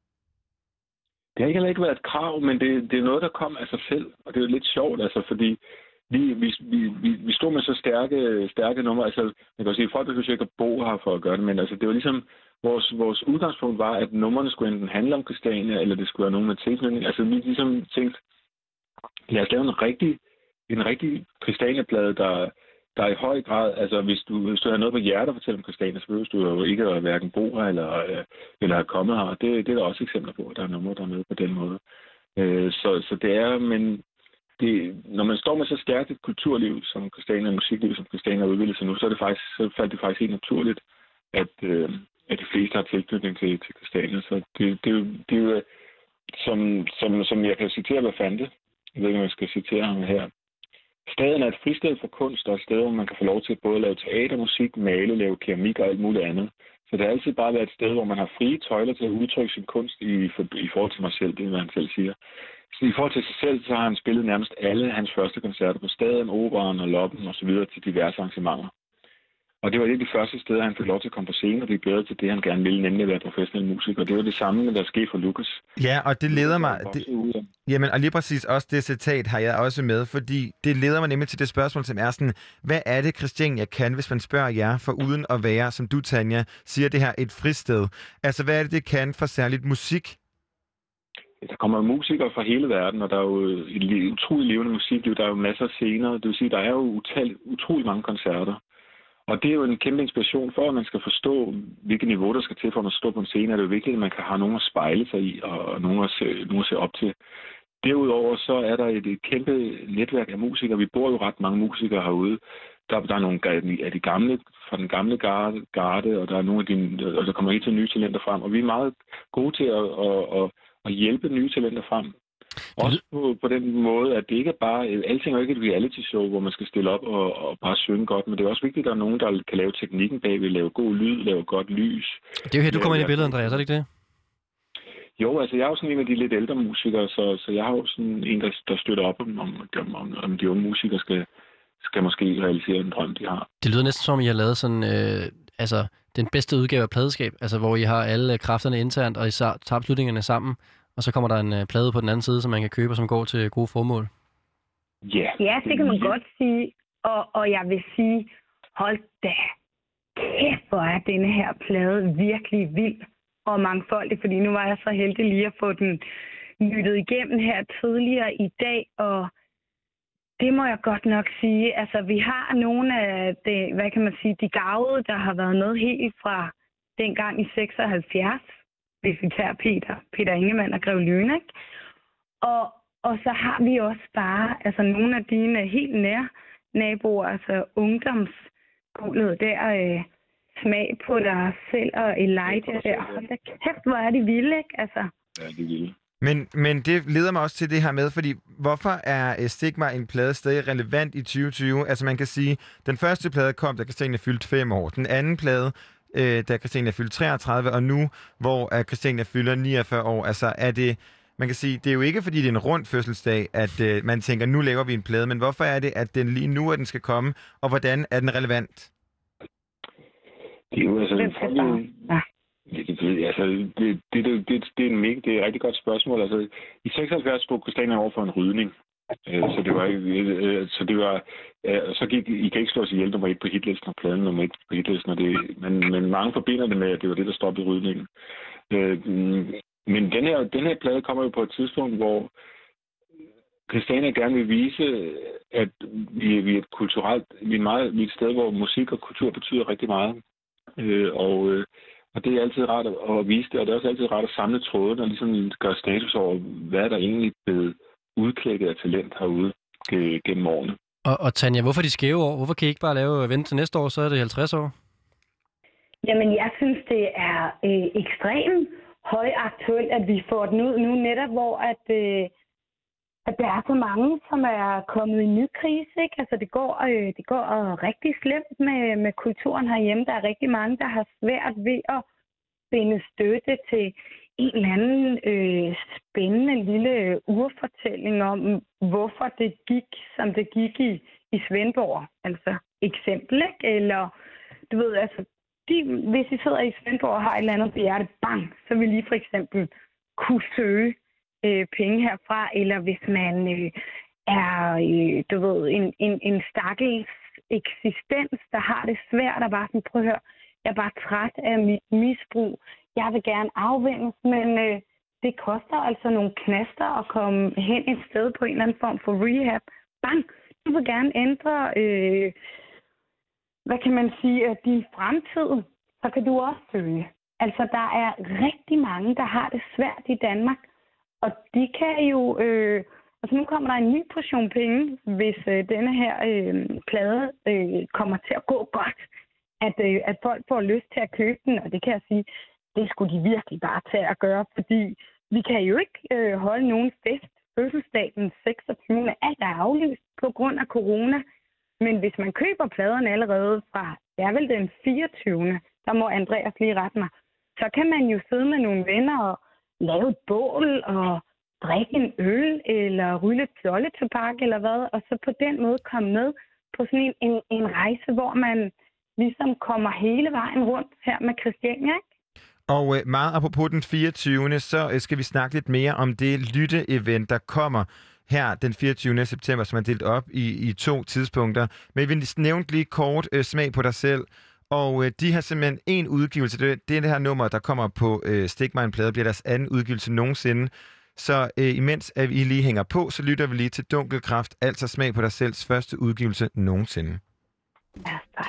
Det har heller ikke været et krav, men det, det er noget, der kom af sig selv. Og det er jo lidt sjovt, altså, fordi Vi, vi, vi, vi stod med så stærke, stærke numre. Altså, jeg kan sige, folk behøver ikke at bo her for at gøre det, men altså, det var ligesom, vores, vores udgangspunkt var, at numrene skulle enten handle om Christiania, eller det skulle være nogen med tilknytning. Altså, vi ligesom tænkte, lad os lave en rigtig, en rigtig Christiania-plade, der, der i høj grad, altså, hvis du, hvis du har noget på hjertet at fortælle om Christiania, så behøver du jo ikke at hverken bo her, eller, eller have kommet her. Det, det er der også eksempler på, at der er numre, der er med på den måde. Så, så det er, men Det, når man står med så stærkt et kulturliv som Christiania, musikliv som Christiania har udviklet sig nu, så er det faktisk, så faldt det faktisk helt naturligt, at, øh, at de fleste har tilknytning til, til Christiania. Så det, det, det er jo, som, som, som jeg kan citere Lafante, jeg ved ikke, om jeg skal citere ham her. Staden er et fristed for kunst, og et sted, hvor man kan få lov til både at lave teater, musik, male, lave keramik og alt muligt andet. Så det har altid bare været et sted, hvor man har frie tøjler til at udtrykke sin kunst i, for, i forhold til mig selv, det er, hvad han selv siger. Så i forhold til sig selv, så har han spillet nærmest alle hans første koncerter på Staden, Operaen og Loppen og så videre til diverse arrangementer. Og det var et af de første steder, han fik lov til at komme på scenen og blive bedre til det, han gerne ville, nemlig at være professionel musiker. Og det var det samme, der skete for Lucas. Ja, og det leder mig... Det, jamen, og lige præcis også det citat har jeg også med, fordi det leder mig nemlig til det spørgsmål, som er sådan, hvad er det, Christiania kan, hvis man spørger jer, for uden at være, som du, Tanja, siger det her, et fristed? Altså, hvad er det, det kan for særligt musik? Der kommer musikere fra hele verden, og der er jo et utroligt levende musikliv. Der er jo masser af scener. Det vil sige, der er jo utal, utrolig mange koncerter. Og det er jo en kæmpe inspiration for, at man skal forstå, hvilket niveau der skal til for at man stå på en scene. Er det jo vigtigt, at man kan have nogen at spejle sig i, og nogen at se, nogen at se op til. Derudover så er der et, et kæmpe netværk af musikere. Vi bor jo ret mange musikere herude. Der, der er nogle af de gamle, fra den gamle garde, garde og der er nogle af de, og der kommer helt til nye talenter frem. Og vi er meget gode til at, at, at, at hjælpe nye talenter frem. Også på, på den måde, at det ikke er bare... Alting er jo ikke et reality-show, hvor man skal stille op og, og bare synge godt, men det er også vigtigt, at der er nogen, der kan lave teknikken bagved, lave god lyd, lave godt lys. Det er jo her, du kommer ind i billedet, Andreas, er det ikke det? Jo, altså jeg er jo sådan en af de lidt ældre musikere, så, så jeg har jo sådan en, der, der støtter op om, om, om, om de unge musikere skal, skal måske realisere en drøm, de har. Det lyder næsten som, I har lavet sådan... Øh, altså den bedste udgave af pladeskab, altså hvor I har alle kræfterne internt, og I tager beslutningerne sammen. Og så kommer der en uh, plade på den anden side, som man kan købe, og som går til gode formål. Yeah. Ja, det kan man godt sige. Og, og jeg vil sige, hold da kæft, hvor er denne her plade virkelig vild og mangfoldig. Fordi nu var jeg så heldig lige at få den lyttet igennem her tidligere i dag. Og det må jeg godt nok sige. Altså, vi har nogle af det, hvad kan man sige, de gavede, der har været med helt fra dengang i seksoghalvfjerds. Hvis vi tager Peter, Peter Ingemann og Grev Lyne, ikke? Og, og så har vi også bare altså nogle af dine helt nære naboer, altså ungdomsguldet der, øh, smag på dig selv og Elijah der. Hold da kæft, hvor er det vilde, ikke? Altså. Ja, det er vildt. Men, men det leder mig også til det her med, fordi hvorfor er Stigma en plade stadig relevant i tyve tyve? Altså man kan sige, den første plade kom, da Christiania fyldte fem år. Den anden plade, øh, da Christiania fyldte treogtredive, og nu, hvor Christiania fylder niogfyrre år. Altså er det, man kan sige, det er jo ikke fordi det er en rund fødselsdag, at øh, man tænker, nu laver vi en plade, men hvorfor er det, at den lige nu, at den skal komme, og hvordan er den relevant? Det er jo altså... Ja. Det, det, altså, det, det, det, det, det, er en mega, det er et rigtig godt spørgsmål. Altså, i seksoghalvfjerds stod Christiania over for en rydning. Øh, så det var øh, så det var øh, så gik I kan ikke slå os ihjel nummer et på hitlisten og pladen nummer et på hitlisten, og det, men, men mange forbinder det med, at det var det, der stoppede rydningen. Øh, men den her, den her plade kommer jo på et tidspunkt, hvor Christiania gerne vil vise, at vi, vi er et kulturelt, vi er, meget, vi er et sted, hvor musik og kultur betyder rigtig meget. Øh, og øh, Og det er altid rart at vise det, og det er også altid rart at samle tråden og ligesom gøre status over, hvad der egentlig er blevet udklækket af talent herude gennem årene. Og, og Tanja, hvorfor de skæve år? Hvorfor kan I ikke bare lave vente til næste år, så er det halvtreds år? Jamen, jeg synes, det er øh, ekstremt højaktuelt, at vi får den ud nu, netop hvor at, øh, at der er så mange, som er kommet i en ny krise. Ikke? Altså, det går, øh, det går øh, rigtig slemt med, med kulturen herhjemme. Der er rigtig mange, der har svært ved at finde støtte til en eller anden øh, spændende lille urfortælling om, hvorfor det gik, som det gik i, i Svendborg. Altså, eksempel, ikke? Eller, du ved, altså, de, hvis I sidder i Svendborg og har et eller andet på hjertet, bang, så vil I for eksempel kunne søge øh, penge herfra, eller hvis man øh, er, øh, du ved, en, en, en stakkels eksistens, der har det svært, og bare sådan, prøv at høre, jeg er bare træt af mit misbrug, jeg vil gerne afvendes, men øh, det koster altså nogle knaster at komme hen et sted på en eller anden form for rehab. Bang, du vil gerne ændre... Øh, hvad kan man sige, at din fremtid, så kan du også søge. Altså, der er rigtig mange, der har det svært i Danmark, og de kan jo... Øh, altså, nu kommer der en ny portion penge, hvis øh, denne her øh, plade øh, kommer til at gå godt, at, øh, at folk får lyst til at købe den, og det kan jeg sige, det skulle de virkelig bare tage at gøre, fordi vi kan jo ikke øh, holde nogen fest fødselsdag den seksogtyvende Alt er aflyst på grund af corona. Men hvis man køber pladerne allerede fra, det er vel den fireogtyvende der må Andreas lige rette mig, så kan man jo sidde med nogle venner og lave et bål og drikke en øl eller ryge lidt fjolletobak eller hvad, og så på den måde komme med på sådan en, en, en rejse, hvor man ligesom kommer hele vejen rundt her med Christiania, ikke? Og øh, meget apropos den fireogtyvende så øh, skal vi snakke lidt mere om det lytte-event, der kommer her den fireogtyvende september, som er delt op i, i to tidspunkter. Men vi nævnte lige kort øh, Smag på dig selv, og øh, de har simpelthen en udgivelse. Det, det er det her nummer, der kommer på øh, Stik mig en plade, bliver deres anden udgivelse nogensinde. Så øh, imens at vi lige hænger på, så lytter vi lige til Dunkelkraft, altså Smag på dig selvs første udgivelse nogensinde. Ja, tak.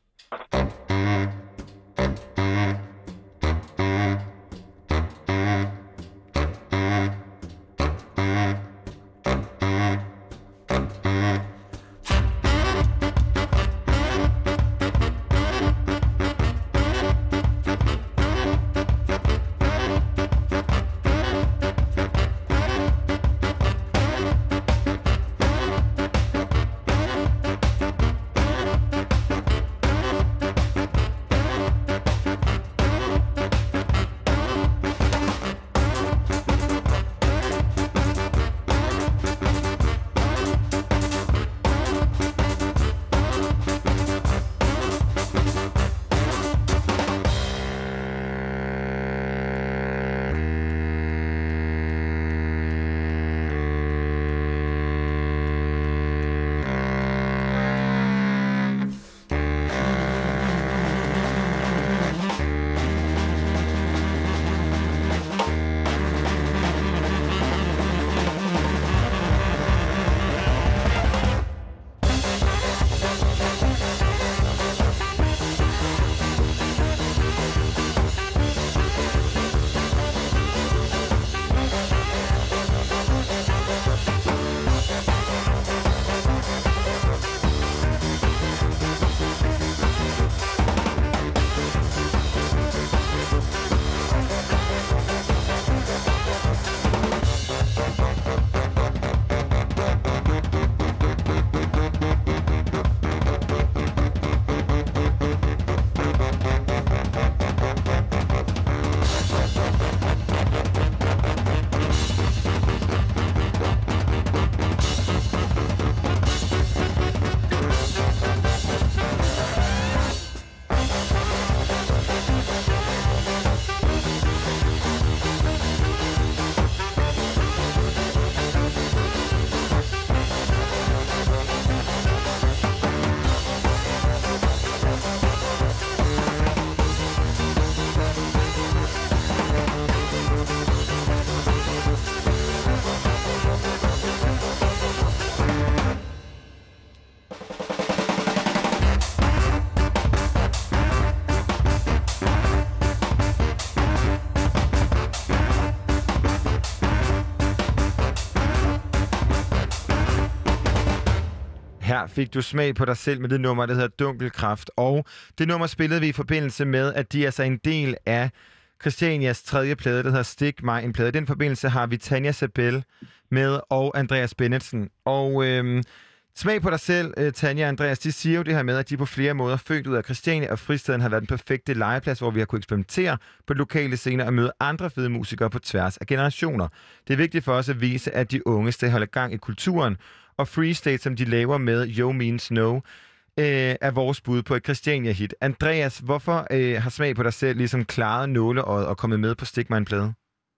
Her fik du smag på dig selv med det nummer, der hedder Dunkelkraft. Og det nummer spillede vi i forbindelse med, at de er så en del af Christianias tredje plade, der hedder Stik mig en plade. I den forbindelse har vi Tanja Sabel med og Andreas Bennetsen. Og øhm, smag på dig selv, Tanja og Andreas, de siger jo det her med, at de på flere måder født ud af Christiania, og Fristaden har været den perfekte legeplads, hvor vi har kunnet eksperimentere på lokale scener og møde andre fede musikere på tværs af generationer. Det er vigtigt for os at vise, at de unge skal holde gang i kulturen, og Free State, som de laver med Yo Means No, øh, er vores bud på et Christiania-hit. Andreas, hvorfor øh, har smag på dig selv ligesom klaret nåleøjet og kommet med på Stik mig en plade?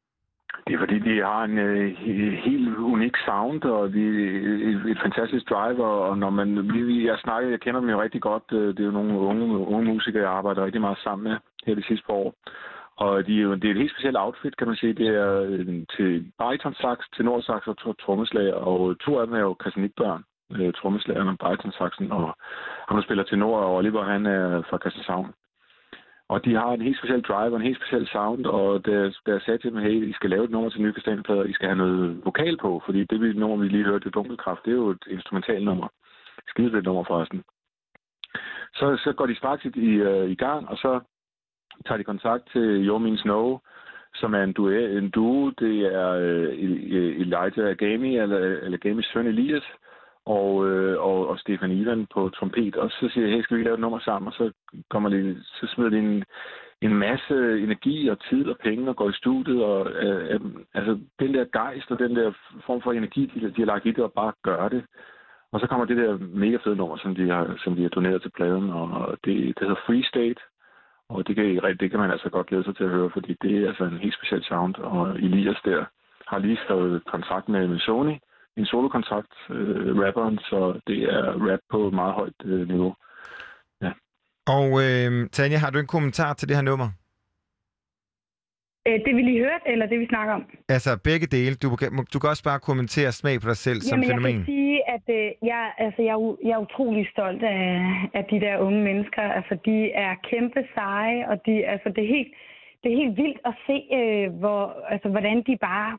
Det er fordi, de har en øh, helt unik sound, og de et, et fantastisk drive, og når man, vi, jeg snakker, jeg kender dem jo rigtig godt, det er jo nogle unge, unge musikere, jeg arbejder rigtig meget sammen med her de sidste par år. Og de, det er et helt specielt outfit, kan man sige. Det er til baritonsax, tenorsax og trommeslager, og to af dem er jo Christian Nick-børn, trommeslageren og baritonsaxen, og han der spiller tenor, og Oliver, han er fra Christianshavn. Og de har en helt speciel drive og en helt speciel sound, og da, da jeg sagde til dem, hey, I skal lave et nummer til nye Christiania-plader, I skal have noget vokal på, fordi det nummer, vi lige hørte, det Dunkelkraft, det er jo et instrumentalt nummer. Skide det nummer forresten. Så, så går de straks i, i gang, og så tager de kontakt til Yo Means No, som er en duo. En duo. Det er uh, Elijah Agami, eller, eller Agamis søn Elias, og, uh, og, og Stefan Ivan på trompet. Og så siger jeg, hey, skal vi lave et nummer sammen? Og så, kommer de, så smider de en, en masse energi og tid og penge og går i studiet. Og, uh, uh, altså, den der gejst og den der form for energi, de, de har lagt i det, og bare gøre det. Og så kommer det der mega fede nummer, som de har, som de har doneret til pladen, og det, det hedder Free State. Og det kan, det kan man altså godt glæde sig til at høre, fordi det er altså en helt speciel sound. Og Elias der har lige skrevet kontrakt med, med Sony, en solokontrakt, øh, rapperen, så det er rap på meget højt øh, niveau. Ja. Og øh, Tanja, har du en kommentar til det her nummer? Det vi lige hørte, eller det vi snakker om? Altså begge dele. Du, du kan også bare kommentere smag på dig selv som Jamen, fænomen. Jeg kan sige, at øh, jeg, altså, jeg, er, jeg er utrolig stolt af, af de der unge mennesker. Altså, de er kæmpe seje, og de, altså, det, er helt, det er helt vildt at se, øh, hvor, altså, hvordan de bare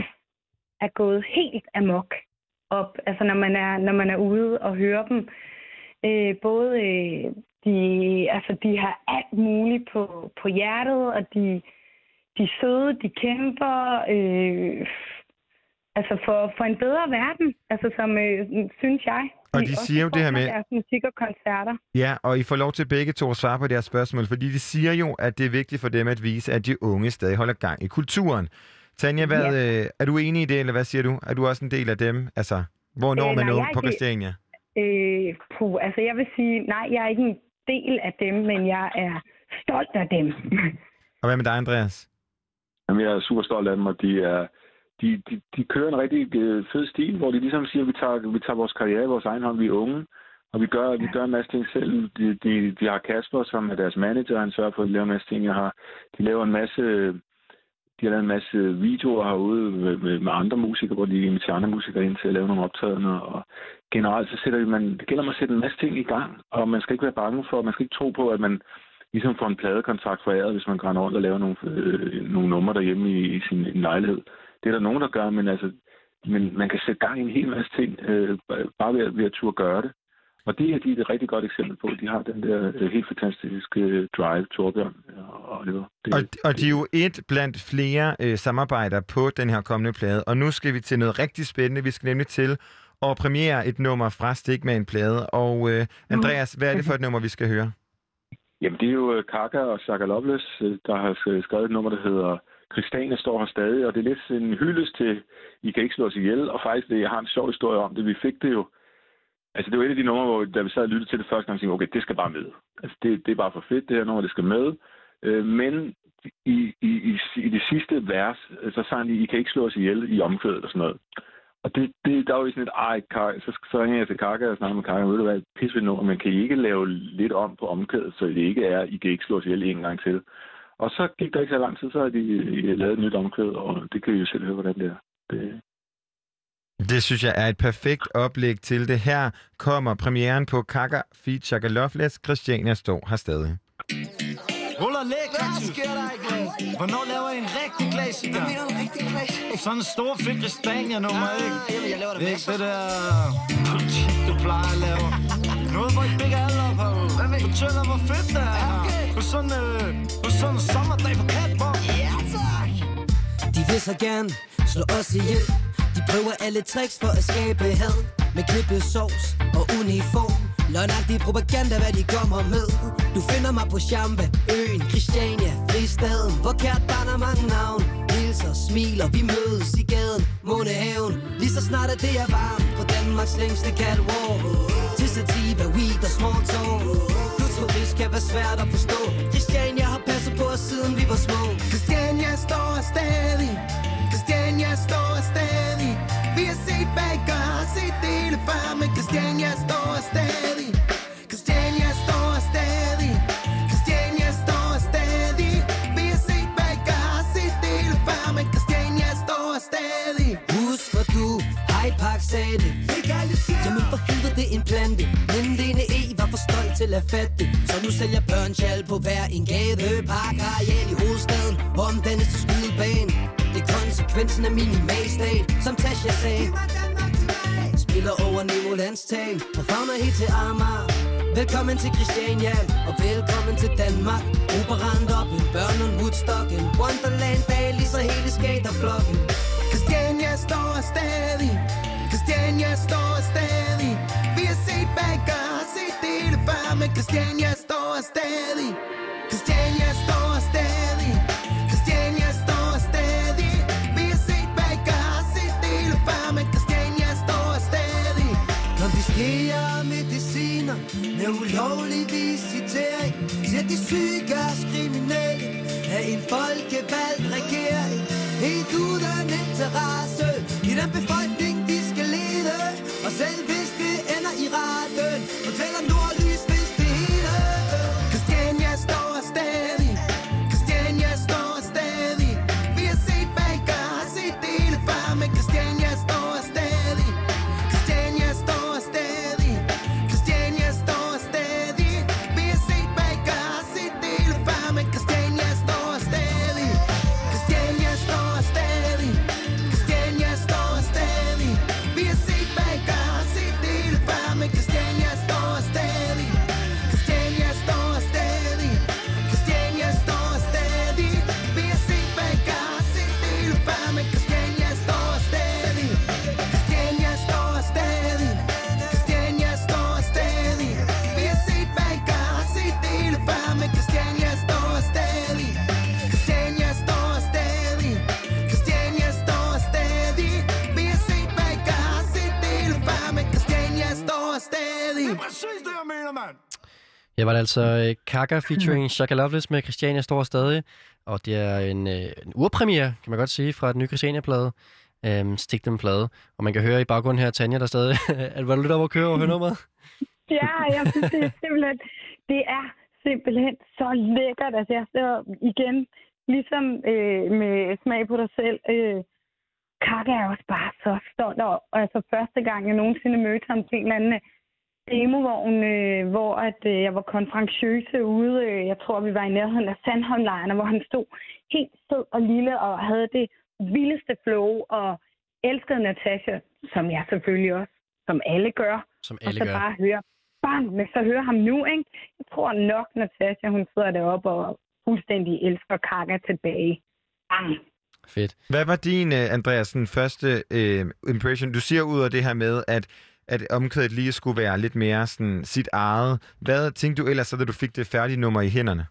er gået helt amok op. Altså, når man er, når man er ude og hører dem. Øh, både øh, de, altså, de har alt muligt på, på hjertet, og de De er søde, de kæmper øh, altså for, for en bedre verden, altså som øh, synes jeg. Og de siger jo det her med deres musik og koncerter. Ja, og I får lov til begge to at svare på deres spørgsmål, fordi de siger jo, at det er vigtigt for dem at vise, at de unge stadig holder gang i kulturen. Tanja, hvad, ja. øh, er du enig i det, eller hvad siger du? Er du også en del af dem? Altså, hvor når øh, man unge på Christiania? Øh, puh, altså jeg vil sige, nej, jeg er ikke en del af dem, men jeg er stolt af dem. Og hvad med dig, Andreas? Jamen, jeg er super stolt af dem, og de, er, de, de, de kører en rigtig fed stil, hvor de ligesom siger, at vi tager, vi tager vores karriere i vores egen hånd, vi er unge, og vi gør, vi gør en masse ting selv. De, de, de har Kasper, som er deres manager, han sørger for at lave en masse ting. Jeg har, de laver en masse, de har lavet en masse videoer herude med, med, med andre musikere, hvor de inviterer andre musikere ind til at lave nogle optrædener, og generelt så sætter man, det gælder om at sætte en masse ting i gang, og man skal ikke være bange for, man skal ikke tro på, at man ligesom får en pladekontrakt foræret, hvis man går rundt og laver nogle, øh, nogle numre derhjemme i, i sin en lejlighed. Det er der nogen, der gør, men, altså, men man kan sætte gang i en hel masse ting, øh, bare ved, ved at turde gøre det. Og det er de et rigtig godt eksempel på. De har den der øh, helt fantastiske øh, drive, Torbjørn og Oliver. Det, og, og de er jo et blandt flere øh, samarbejder på den her kommende plade. Og nu skal vi til noget rigtig spændende. Vi skal nemlig til at premiere et nummer fra Stigma en plade. Og øh, Andreas, hvad er det for et nummer, vi skal høre? Jamen, det er jo Kaka og Shaka Loveless, der har skrevet et nummer, der hedder Christiania står her stadig, og det er lidt en hyldest til I kan ikke slå os ihjel, og faktisk, det, jeg har en sjov historie om det. Vi fik det jo, altså det var et af de numre, hvor da vi sad og lyttede til det første gang, tænkte okay, det skal bare med. Altså det, det er bare for fedt, det her nummer, det skal med. Øh, men i, i, i, i det sidste vers, så sang de, I kan ikke slå os ihjel i omkvædet og sådan noget. Og det, det, der var jo sådan et, ej, Kaka, så, så ringer jeg til Kaka og snakker med Kaka, ved du hvad, pisse ved nummer, man kan ikke lave lidt om på omkvædet, så det ikke er, I kan ikke slå os ihjel en gang til. Og så gik der ikke så lang tid, så har de lavet et nyt omkvæd, og det kan I jo selv høre, hvordan det er. Det... det synes jeg er et perfekt oplæg til det. Her kommer premieren på Kaka feat. Shaka Loveless. Christiania står her stadig. Ruller læg, Hvad sker der ikke, glas? Hvornår laver I en rigtig klassiker? Hvad mener du rigtig klassiker? Sådan en stor fedt Christiania-nummer, ah, ikke? Jamen, jeg laver det ikke det der politik, du plejer at lave. Noget, hvor I bigger alle op herude. Fortæl mig, hvor fedt det er. Okay. På sådan, øh, på sådan en sommerdag på Katborg. Ja, tak! De vil så gerne slå os ihjel. De prøver alle tricks for at skabe had. Med klippet sovs og uniform. Løgnagtig propaganda, hvad de kommer med. Du finder mig på Chambe, øen, Christiania, fristaden, hvor kært barn har mange navn. Hilser, smiler, vi mødes i gaden, Månehaven. Lige så snart er det er varmt på Danmarks længste catwalk. Til sativa, weed og small talk. Du turist kan være svært at forstå. Christiania har passet på os siden vi var små. Christiania står stadig. Christiania står stadig. Vi har set bagger, har set det hele før, men Christiania står stadig. Christiania står stadig. Christiania står stadig. Vi har set bagger, har set det hele før, men Christiania står stadig. Husk hvor du, Hyde Park sagde det. Jamen for helvede det er en plante. Men Lene E var for stolt til at fatte det. Så nu sælger børnchal på hver en gade. Park areal i hovedstaden, omdannes til skydebane. Det er konsekvensen af minimalstat, som Tasha sagde. Spiller over Nemolands tag og fagner helt til Amager. Velkommen til Christiania, og velkommen til Danmark. Operant op, en børn og en Woodstock, en Wonderland dag, lige så hele skaterflokken. Christiania står stadig. Christiania står stadig. Vi har set bagger, har set det hele før, men Christiania står stadig. Christiania står stadig. Christiania står stadig. Vi har set bagger, har set det hele før, men Christiania står stadig. Når vi Maskerer mediciner med ulovlig visitering. Siger de syge gørs kriminelle af en folkevalgt regering. Helt uden interesse i den befolkning, de skal lede. Og selv hvis det ender i retten, fortæller Nordlys, hvis det hele. Christiania står stadig. Christiania står stadig. Vi har set, hvad I gør, har set det hele før, men Christiania står stadig. Christiania står stadig. Christiania står stadig. Vi har set, hvad I gør, har set det hele før, men Christiania står stadig. Christiania står stadig. Christiania står stadig. Vi har set, hvad I gør, har set det hele før, men Christiania står stadig. Christiania står stadig. Christiania står stadig. Vi har set, hvad I gør, har set det hele før, men Christiania står stadig. Christiania står stadig. Christiania står stadig. Vi har set, hvad I gør, har set det hele før, men Christiania står stadig. Christiania står stadig. Christiania står stadig. Vi har set, hvad I gør, har set det hele før, men Christiania står stadig. Det er præcis det, jeg mener, mand. Ja, var det altså uh, Kaka featuring Shaka Loveless med Christiania står stadig. Og det er en, uh, en urpremiere, kan man godt sige, fra den nye Christiania-plade. Um, Stik dem plade. Og man kan høre i baggrunden her, Tanja, der stadig... var du lidt over at køre og høre nummeret? Ja, jeg synes, det er simpelthen, det er simpelthen så lækkert. Altså, jeg står igen, ligesom øh, med Smag på dig selv. Øh, Kaka er også bare så stolt over. Altså, første gang, jeg nogensinde mødte ham til en eller anden demovogn, øh, hvor at, øh, jeg var konferenciøse ude. Øh, jeg tror, vi var i nærheden af Sandholmlejren, hvor han stod helt sød og lille og havde det vildeste flow og elskede Natasha, som jeg selvfølgelig også, som alle gør. Som og alle så gør. bare høre, bang, men så høre ham nu, ikke? Jeg tror nok, Natasha, hun sidder deroppe og fuldstændig elsker Kaka tilbage. Bang. Fedt. Hvad var din, Andreas, den første øh, impression? Du siger ud af det her med, at at omkvædet lige skulle være lidt mere sådan sit eget. Hvad tænkte du ellers, da du fik det færdige nummer i hænderne?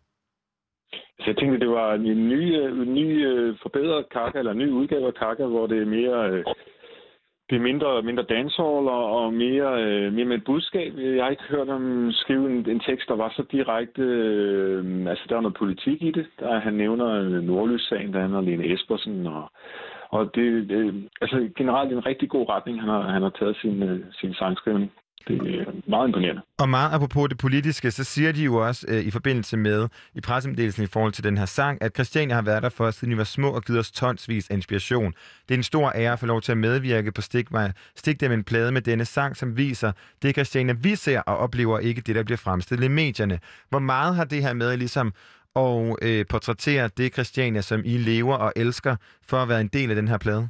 Så jeg tænkte, det var en ny, en ny forbedret Kaka, eller en ny udgave af Kaka, hvor det er mere... Det er mindre, mindre dancehall og mere, mere med et budskab. Jeg har ikke hørt ham skrive en, en tekst, der var så direkte... Øh, altså, der er noget politik i det. Der, han nævner Nordlys-sagen, der handler om Lene Espersen. Og, og det øh, altså generelt en rigtig god retning, han har, han har taget sin, øh, sin sangskrivning. Det er meget imponerende. Og meget apropos det politiske, så siger de jo også øh, i forbindelse med, i pressemeddelelsen i forhold til den her sang, at Christiania har været der for os, siden vi var små og givet os tonsvis af inspiration. Det er en stor ære at få lov til at medvirke på Stik, Stik dem en plade med denne sang, som viser, det er Christiania, vi ser og oplever, ikke det, der bliver fremstillet i medierne. Hvor meget har det her med ligesom at øh, portrættere det Christiania, som I lever og elsker, for at være en del af den her plade?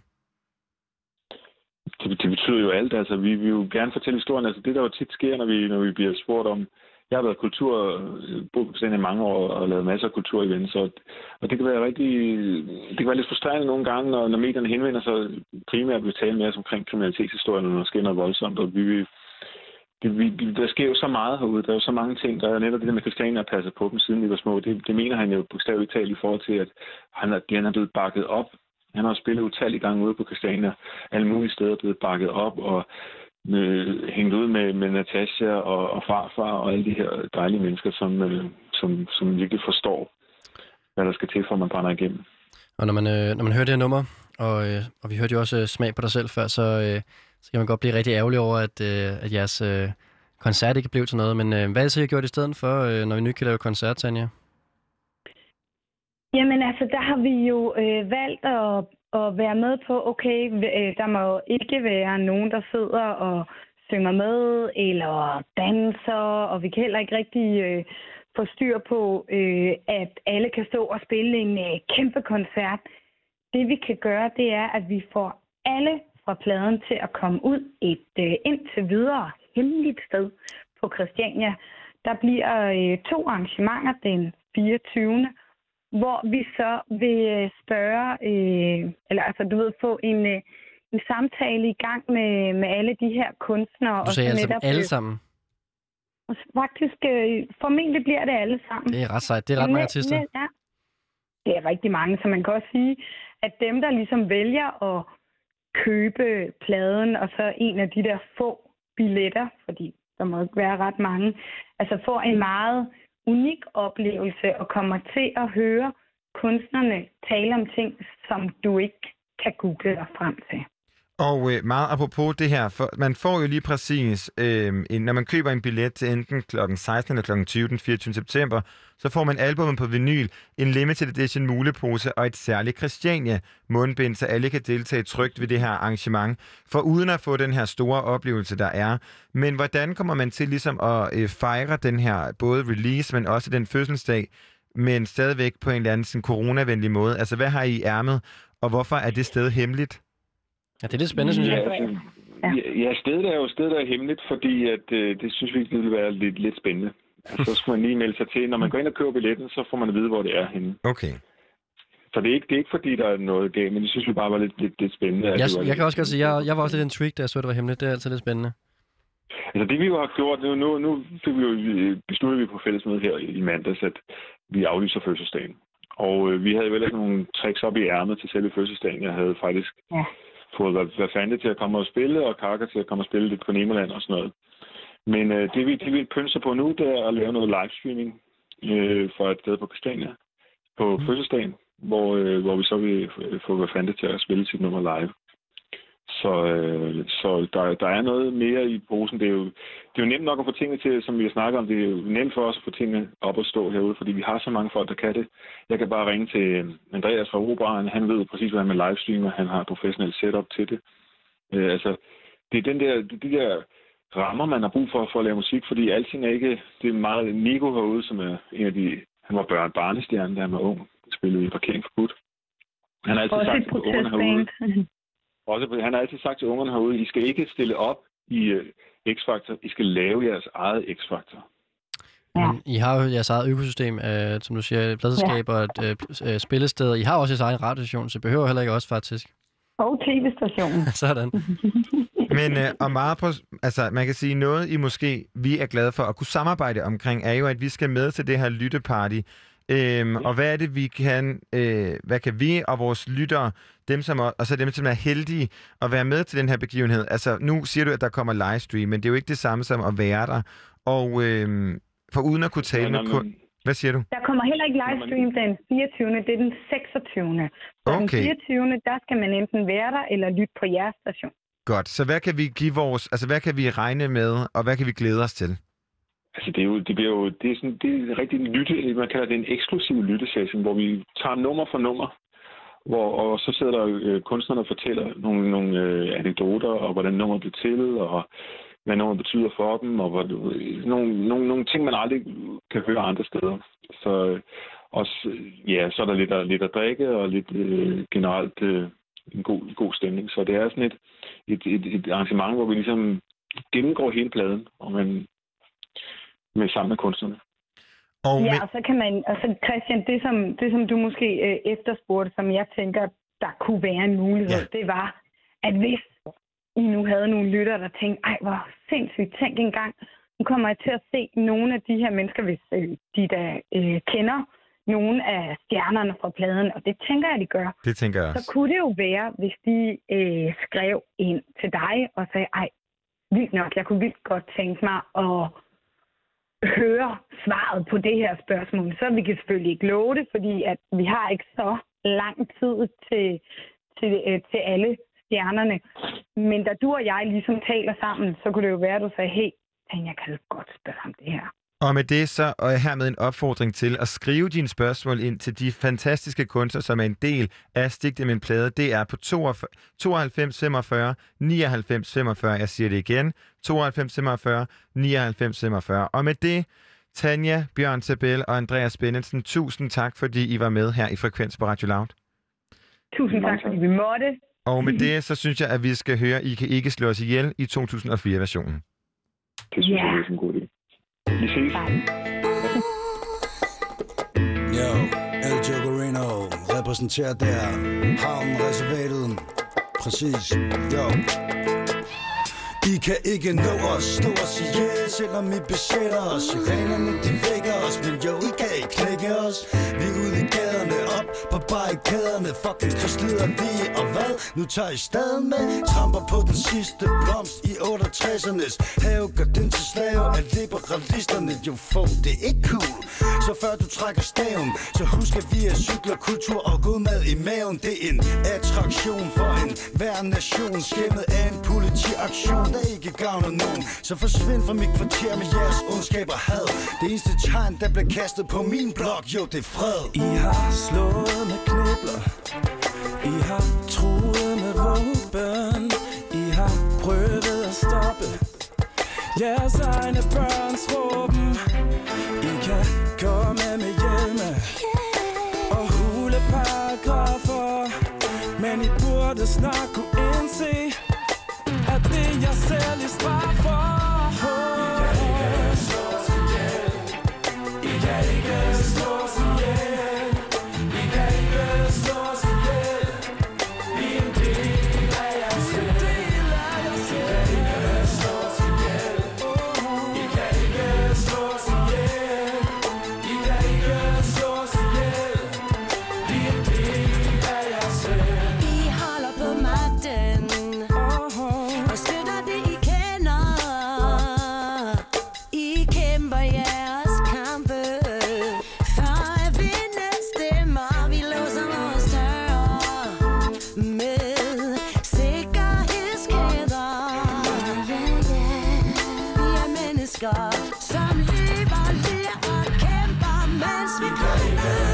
Det, det betyder jo alt. Altså, vi vil jo gerne fortælle historien. Altså, det, der jo tit sker, når vi, når vi bliver spurgt om... Jeg har været kultur, boet i mange år og lavet masser af kulturevents, og, og det kan være rigtig... Det kan være lidt frustrerende nogle gange, når, når medierne henvender sig primært vil tale med os omkring kriminalitetshistorien, når der sker noget voldsomt, og vi vil... Det, vi, der sker jo så meget herude. Der er jo så mange ting. Der er netop det der med Christiania at passe på dem, siden vi var små. Det, det mener han jo bogstaveligt talt i forhold til, at han er, han er blevet bakket op. Han har spillet utallige gange ude på Christiania. Alle mulige steder blevet bakket op og øh, hængt ud med, med Natasha og, og farfar og alle de her dejlige mennesker, som, øh, som, som virkelig forstår, hvad der skal til, for at man brænder igennem. Og når man, øh, når man hører det her nummer, og, øh, og vi hørte jo også øh, Smag på dig selv før, så, øh, så kan man godt blive rigtig ærgerlig over, at, øh, at jeres øh, koncert ikke blev til noget. Men øh, hvad er det så, I har gjort i stedet for, øh, når vi nu kan lave koncert, Tanja? Jamen altså, der har vi jo øh, valgt at, at være med på, okay, øh, der må jo ikke være nogen, der sidder og synger med eller danser, og vi kan heller ikke rigtig øh, få styr på, øh, at alle kan stå og spille en øh, kæmpe koncert. Det vi kan gøre, det er, at vi får alle fra pladen til at komme ud et øh, indtil videre hemmeligt sted på Christiania. Der bliver øh, to arrangementer den fireogtyvende hvor vi så vil spørge, øh, eller altså du ved, få en, øh, en samtale i gang med, med alle de her kunstnere. Du sagde altså netop, alle sammen? Og faktisk, øh, formentlig bliver det alle sammen. Det er ret sejt. Det er ret mange artister. Ja, det er rigtig mange, så man kan også sige, at dem, der ligesom vælger at købe pladen, og så en af de der få billetter, fordi der må ikke være ret mange, altså får en meget unik oplevelse og kommer til at høre kunstnerne tale om ting, som du ikke kan google dig frem til. Og øh, meget apropos det her, for man får jo lige præcis, øh, en, når man køber en billet til enten klokken seksten eller klokken tyve den fireogtyvende september, så får man albumet på vinyl, en limited edition mulepose og et særligt Christiania mundbind, så alle kan deltage trygt ved det her arrangement, for uden at få den her store oplevelse, der er. Men hvordan kommer man til ligesom at øh, fejre den her både release, men også den fødselsdag, men stadigvæk på en eller anden sådan coronavenlig måde? Altså, hvad har I i ærmet, og hvorfor er det sted hemmeligt? Ja, det er lidt spændende, synes jeg. Ja, altså, ja, ja, stedet er jo stedet, der er hemmeligt, fordi at, øh, det synes vi det vil være lidt, lidt spændende. Altså, så skal man lige melde sig til. Når man går ind og køber billetten, så får man at vide, hvor det er henne. Okay. Så det er ikke, det er ikke fordi, der er noget galt, men det synes vi bare var lidt, lidt, lidt spændende. Jeg, jeg jeg kan også godt sige, jeg, jeg var også lidt intrigued, da jeg så, det var hemmeligt. Det er altid lidt spændende. Altså det vi jo har gjort, nu, nu, nu fik vi jo, besluttede vi på fællesmødet her i mandags, at vi aflyser fødselsdagen. Og øh, vi havde jo ellers nogle tricks op i ærmet til selve fødselsdagen. Jeg havde faktisk ja. fået Vafante til at komme og spille, og Kaka til at komme og spille lidt på Nemoland og sådan noget. Men øh, det, vi, det vi pynser på nu, det er at lave noget livestreaming øh, for et sted på Christiania på mm. fødselsdagen, hvor, øh, hvor vi så vil få Vafante til at spille sit nummer live. Så, øh, så der, der er noget mere i posen. Det er, jo, det er jo nemt nok at få tingene til, som vi har snakket om, det er jo nemt for os at få tingene op og stå herude, fordi vi har så mange folk, der kan det. Jeg kan bare ringe til Andreas fra Operaen. Han ved præcis, hvad han med livestreamer. Han har professionelt setup til det. Øh, altså, det er den der, de der rammer, man har brug for for at lave musik, fordi alting er ikke... Det er meget Nico herude, som er en af de... Han var børn barnestjerne, da han var ung. Spillede i Parkering Forbudt. Han har altid sagt, at ungerne herude... Også, han har altid sagt til ungerne herude, I skal ikke stille op i uh, X-Factor, I skal lave jeres eget X-Factor. Ja. I har jo jeres eget økosystem, uh, som du siger, pladselskaber, ja. uh, spillesteder. I har også jeres egen radiostation, så det behøver heller ikke også faktisk. Og tv-stationen. Sådan. Men uh, og meget på, altså man kan sige noget, I måske vi er glade for at kunne samarbejde omkring, er jo, at vi skal med til det her lytteparty. Øhm, og hvad er det, vi kan, øh, hvad kan vi og vores lyttere, dem som er, og så dem, som er heldige at være med til den her begivenhed? Altså, nu siger du, at der kommer livestream, men det er jo ikke det samme som at være der. Og øhm, for uden at kunne tale med kun... Hvad siger du? Der kommer heller ikke livestream den fireogtyvende Det er den seksogtyvende Så okay. Den fireogtyvende der skal man enten være der eller lytte på jeres station. Godt. Så hvad kan vi give vores... Altså, hvad kan vi regne med, og hvad kan vi glæde os til? Altså det er jo, det bliver jo, det er sådan, det er rigtig en lytte, man kalder det en eksklusiv lyttesession, hvor vi tager nummer for nummer, hvor, og så sidder der øh, kunstnerne og fortæller nogle, nogle øh, anekdoter, og hvordan nummeret blev til, og hvad nummeret betyder for dem, og hvor, øh, nogle, nogle, nogle ting, man aldrig kan høre andre steder. Så øh, også, ja, så er der lidt at, lidt at drikke, og lidt øh, generelt øh, en god, god stemning. Så det er sådan et, et, et, et arrangement, hvor vi ligesom gennemgår hele pladen, og man med sammen med kunstnerne. Og ja, med... og så kan man, altså Christian, det som, det som du måske øh, efterspurgte, som jeg tænker, der kunne være en mulighed, ja. Det var, at hvis I nu havde nogle lyttere, der tænkte, ej, hvor sindssygt, tænk engang, nu kommer jeg til at se nogle af de her mennesker, hvis øh, de der øh, kender nogle af stjernerne fra pladen, og det tænker jeg, de gør. Det tænker jeg også. Så kunne det jo være, hvis de øh, skrev ind til dig og sagde, ej, vildt nok, jeg kunne vildt godt tænke mig at høre svaret på det her spørgsmål, så vi kan selvfølgelig ikke love det, fordi at vi har ikke så lang tid til, til, øh, til alle stjernerne. Men da du og jeg ligesom taler sammen, så kunne det jo være, at du sagde, hey, jeg kan godt spørge om det her. Og med det så er jeg hermed en opfordring til at skrive dine spørgsmål ind til de fantastiske kunstnere, som er en del af Stik Dem en Plade. Det er på tooghalvfems femogfyrre nioghalvfems femogfyrre. Jeg siger det igen. tooghalvfems femogfyrre nioghalvfems femogfyrre. Og med det, Tanja, Bjørn Tabel og Andreas Bennetsen, tusind tak, fordi I var med her i Frekvens på Radio Loud. Tusind tak, fordi vi måtte. Og med det, så synes jeg, at vi skal høre I kan ikke slå os ihjel i to tusind og fire-versionen. Det synes jeg er en god idé. Vi ses. Yo, El Jokerino repræsenterer der havnen reservatet. Præcis, yo. I kan ikke nå os, stå os ihjel, selvom I besætter os. Sirenerne de vækker os, men jo, I kan ikke knække os. Vi er ude i gaderne, op på barrikaderne. Fucking krydslider de, og hvad? Nu tager I stadig med. Tramper på den sidste blomst i otteogtressernes have gør den til slave af liberalisterne. Jo, få, det er ikke cool. Så før du trækker staven, så husk at vi er cykler, kultur og god mad i maven. Det er en attraktion for en hver nation, skæmmet af en politiaktion, der ikke gavner nogen. Så forsvind fra mit kvarter med jeres ondskab og had. Det eneste tegn, der bliver kastet på min blok, jo, det er fred. I har slået med knibler, I har truet med våben, I har prøvet at stoppe jeres egne børns råben. I kan komme med hjelme og hule paragrafer, men I burde snart kunne indse, at det er jeg selv i straffer. I kan ikke slås ihjel, I kan ikke slås ihjel, I kan ikke slås ihjel, vi er en del af jer selv. I kan ikke slås ihjel, I kan ikke slås ihjel, I kan ikke slås ihjel, vi er en del af jer selv. I holder på magten og støtter det I kender. I kæmper jeres kampe for at vinde stemmer. Vi låser vores døre med sikkerhedskæder. Vi er mennesker, som lever, ler og kæmper, mens vi brænder.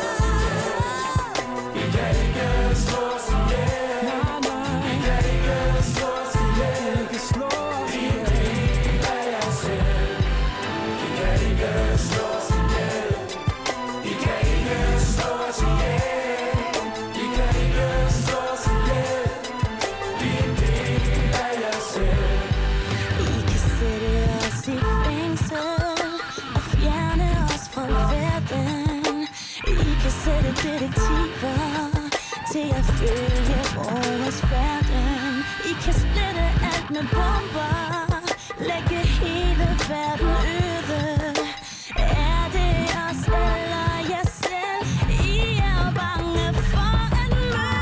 I kan ikke slås ihjel, I kan ikke slås ihjel, I kan slås ihjel, vi er en del af jer selv. I kan ikke slås ihjel, I kan ikke slås ihjel, I kan ikke slås ihjel, vi er en del af jer selv. I kan sætte os i fængsel og fjerne os fra verden. I kan sætte detektiver til at følge vores færden. I kan splitte alt med bomber, lægge hele verden øde. Er det os eller jer selv, I er bange for at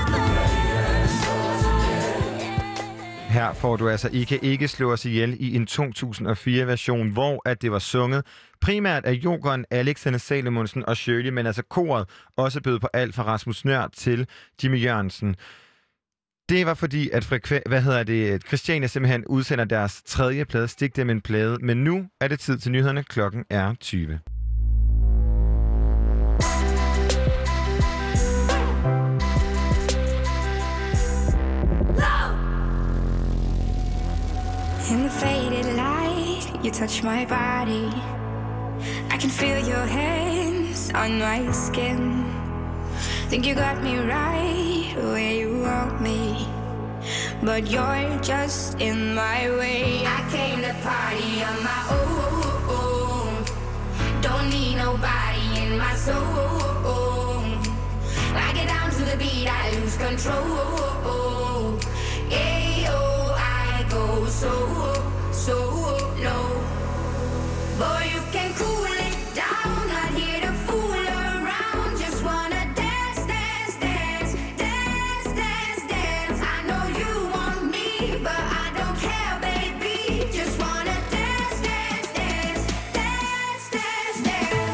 møde? Her får du altså I kan ikke slå os ihjel i en to tusind og fire-version, hvor at det var sunget primært af Jokeren, Alexander Salomonsen og Shirley, men altså koret også bød på alt fra Rasmus Nøhr til Jimmy Jørgensen. Det var fordi, at frekven- hvad hedder det, Christiania simpelthen udsender deres tredje plade, Stik dem en plade, men nu er det tid til nyhederne. Klokken er tyve. In the faded light, you touch my body. I can feel your hands on my skin. Think you got me right where you want me, but you're just in my way. I came to party on my own. Don't need nobody in my soul. I get down to the beat, I lose control. Yeah, oh, I go so, so low. Boy, you can cool it down, not here to fool around. Just wanna dance, dance, dance, dance, dance, dance. I know you want me, but I don't care, baby. Just wanna dance, dance, dance, dance, dance, dance.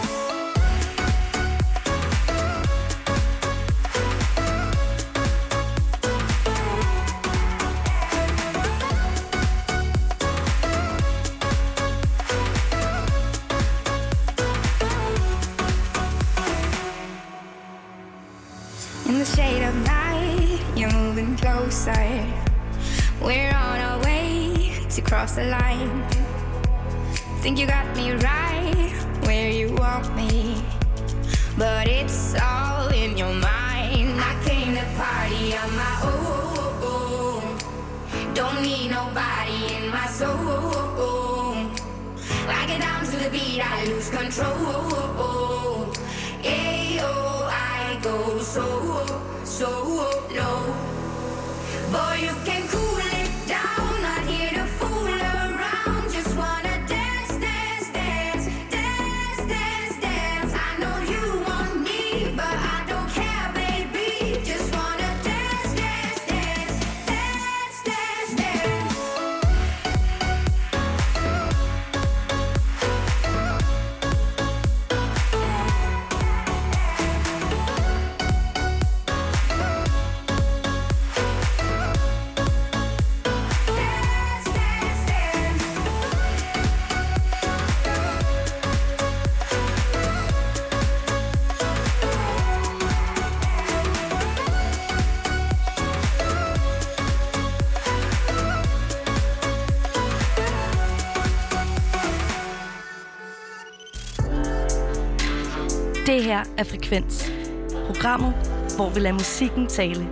In the shade of night, you're moving closer. We're on our way to cross the line. Think you got me right where you want me, but it's all in your mind. I came to party on my own. Don't need nobody in my soul. I get down to the beat, I lose control. Yeah, oh, I go so, so low. Boy, you can cool it down, not here to fool around. Just wanna dance, dance, dance, dance, dance, dance. I know you want me, but I don't care, baby. Just wanna dance, dance, dance, dance, dance, dance. Det her er Frekvens. Programmet, hvor vi lader musikken tale.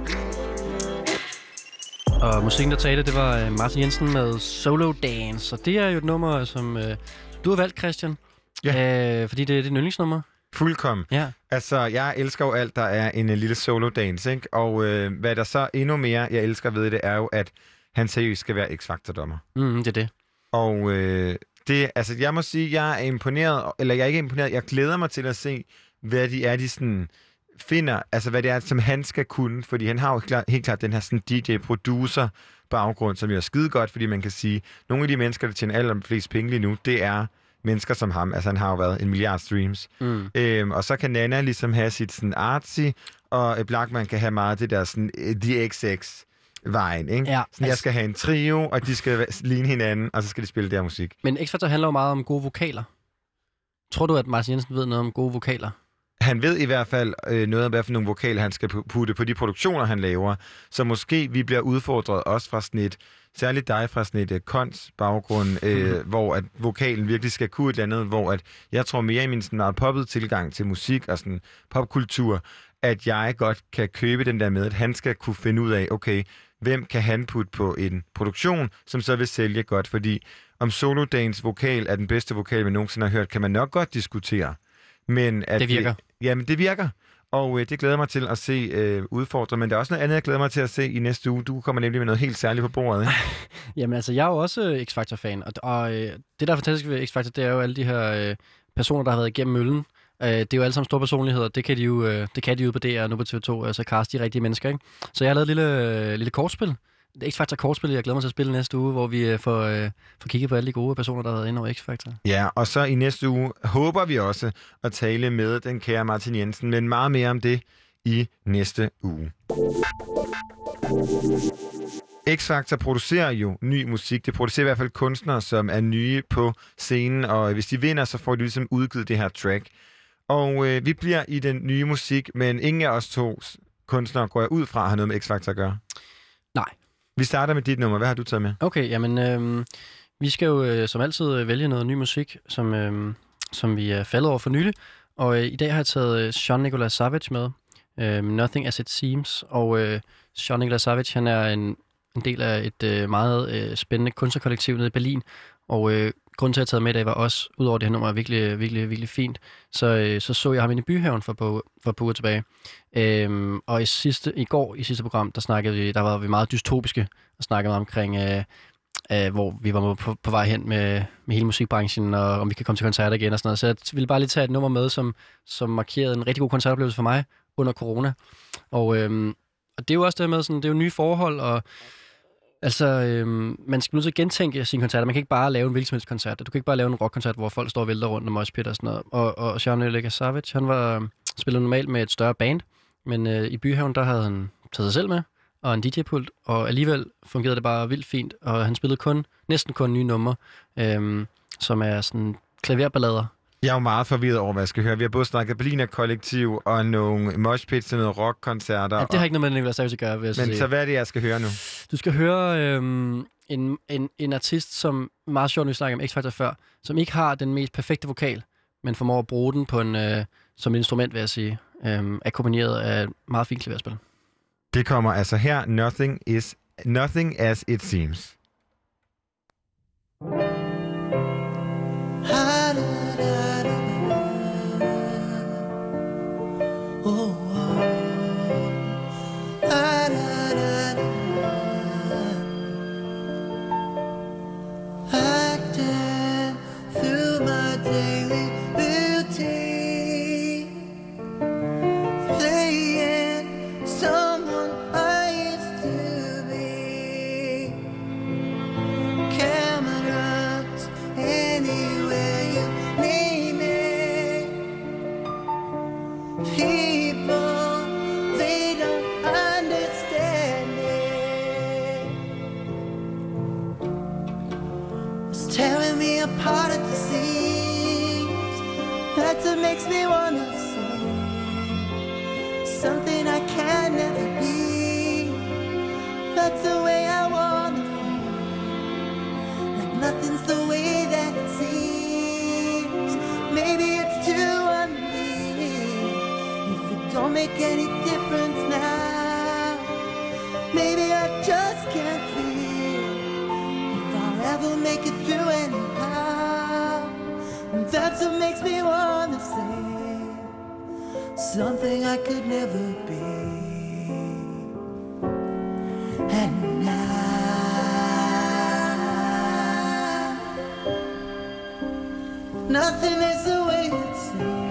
Og musikken, der talte, det var Martin Jensen med Solo Dance. Og det er jo et nummer, som øh, du har valgt, Christian. Ja. Øh, fordi det er dit yndlingsnummer. Fuldkommen. Ja. Altså, jeg elsker jo alt, der er en, en lille solo dance, ikke? Og øh, hvad der så endnu mere, jeg elsker ved det, er jo, at han seriøst skal være X-Factor-dommer. Mm, det er det. Og øh, det, altså, jeg må sige, jeg er imponeret, eller jeg er ikke imponeret, jeg glæder mig til at se, hvad de er, de sådan finder, altså hvad det er, som han skal kunne, fordi han har jo klar, helt klart den her sådan D J-producer baggrund, som jo er skide godt, fordi man kan sige, nogle af de mennesker, der tjener allerflest penge lige nu, det er mennesker som ham. Altså, han har jo været en milliard streams. Mm. Øhm, og så kan Nana ligesom have sit sådan artsy, og Blackman kan have meget det der sådan The X X-vejen, ikke? Ja, sådan, altså... jeg skal have en trio, og de skal ligne hinanden, og så skal de spille der musik. Men X-Factor handler jo meget om gode vokaler. Tror du, at Martin Jensen ved noget om gode vokaler? Han ved i hvert fald øh, noget om, hvad for nogle vokaler han skal putte på de produktioner, han laver. Så måske vi bliver udfordret også fra sådan et, særligt dig fra sådan et uh, kons-baggrund, øh, mm. hvor at vokalen virkelig skal kunne et eller andet, hvor at jeg tror mere i min sådan meget poppet tilgang til musik og sådan popkultur, at jeg godt kan købe den der med, at han skal kunne finde ud af, okay, hvem kan han putte på en produktion, som så vil sælge godt, fordi om Solo Dance vokal er den bedste vokal, man nogensinde har hørt, kan man nok godt diskutere. Men at det virker. Det, jamen, det virker. Og øh, det glæder mig til at se øh, udfordre. Men der er også noget andet, jeg glæder mig til at se i næste uge. Du kommer nemlig med noget helt særligt på bordet, ikke? Jamen altså, jeg er jo også X-Factor-fan. Og, og øh, det, der er fantastisk ved X-Factor, det er jo alle de her øh, personer, der har været igennem møllen. Øh, det er jo alle sammen store personligheder. Det kan de jo øh, det kan de jo på D R nu på T V to. Altså cast de rigtige mennesker, ikke? Så jeg har lavet et lille, øh, lille kortspil. Det er X-Factor kortspil, jeg glæder mig til at spille næste uge, hvor vi øh, får, øh, får kigget på alle de gode personer, der har været inde over X-Factor. Ja, og så i næste uge håber vi også at tale med den kære Martin Jensen, men meget mere om det i næste uge. X-Factor producerer jo ny musik. Det producerer i hvert fald kunstnere, som er nye på scenen, og hvis de vinder, så får de ligesom udgivet det her track. Og øh, vi bliver i den nye musik, men ingen af os to kunstnere går jeg ud fra at have noget med X-Factor at gøre. Nej. Vi starter med dit nummer. Hvad har du taget med? Okay, jamen, øh, vi skal jo øh, som altid vælge noget ny musik, som, øh, som vi er faldet over for nylig. Og øh, i dag har jeg taget øh, Jean-Nicolas Savage med, øh, Nothing As It Seems. Og øh, Jean-Nicolas Savage, han er en, en del af et øh, meget øh, spændende kunstnerkollektiv nede i Berlin. Og øh, grunden til, at jeg taget med i dag, var også, udover det her nummer er virkelig, virkelig, virkelig fint, så, øh, så så jeg ham inde i Byhaven for på, for på uger tilbage. Øhm, og i, sidste, i går, i sidste program, der snakkede vi, der var vi meget dystopiske, og snakkede omkring, øh, øh, hvor vi var på, på vej hen med, med hele musikbranchen, og om vi kan komme til koncerter igen og sådan noget. Så jeg ville bare lige tage et nummer med, som, som markerede en rigtig god koncertoplevelse for mig under corona. Og, øhm, og det er jo også det med, sådan, det er jo nye forhold, og altså, øhm, man skal nødt til at gentænke sine koncerter. Man kan ikke bare lave en hvilken som helst koncert. Du kan ikke bare lave en rockkoncert, hvor folk står og vælter rundt og moshpit og sådan noget. Og, og Jean-Nicolas Savage, han var spillet normalt med et større band, men øh, i Byhaven, der havde han taget sig selv med, og en D J-pult, og alligevel fungerede det bare vildt fint, og han spillede kun, næsten kun nye numre, øhm, som er sådan klaverballader. Jeg er jo meget forvirret over, hvad jeg skal høre. Vi har både snakket Berliner Kollektiv og nogle moshpits til noget rockkoncerter. Ja, det har ikke noget med Nicolas Savage at gøre, vil jeg Men sige. så hvad er det, jeg skal høre nu? Du skal høre øhm, en, en, en artist, som meget sjovt, vi snakker om X-Factor før, som ikke har den mest perfekte vokal, men formår at bruge den på en, øh, som et instrument, vil jeg sige, øhm, akkompagneret af et meget fint klaverspil. Det kommer altså her, Nothing, is, nothing As It Seems. Makes me wanna sing something I can never be. That's the way I wanna feel. Like nothing's the way that it seems. Maybe it's too unreal. make any difference now. Maybe I just can't feel if I'll ever make it through anyhow. And that's what makes me wanna say something I could never be. And now nothing is the way it seems.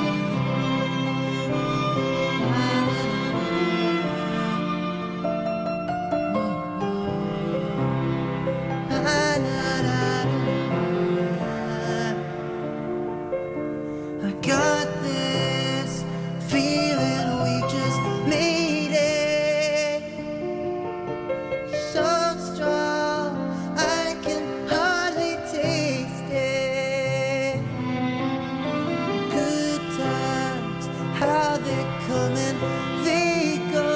I got this feeling we just made it so strong I can hardly taste it. Good times, how they come and they go.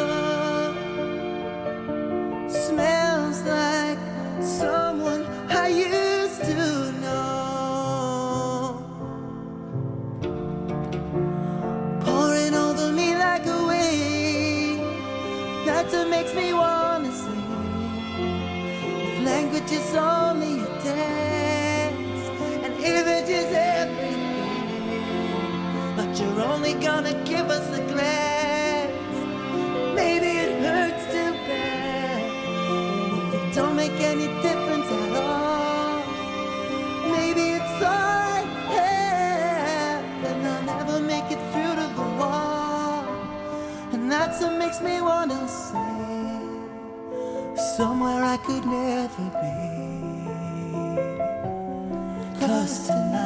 Smells like someone I used to know. Pouring over me like a wave. That's what makes me wanna sing. If language is only a dance and image is everything, but you're only gonna give us a glance. Maybe it hurts too bad. If it don't make any difference at all, maybe it's all I have, then I'll never make it through to the wall. And that's what makes me wanna say somewhere I could never be. 'Cause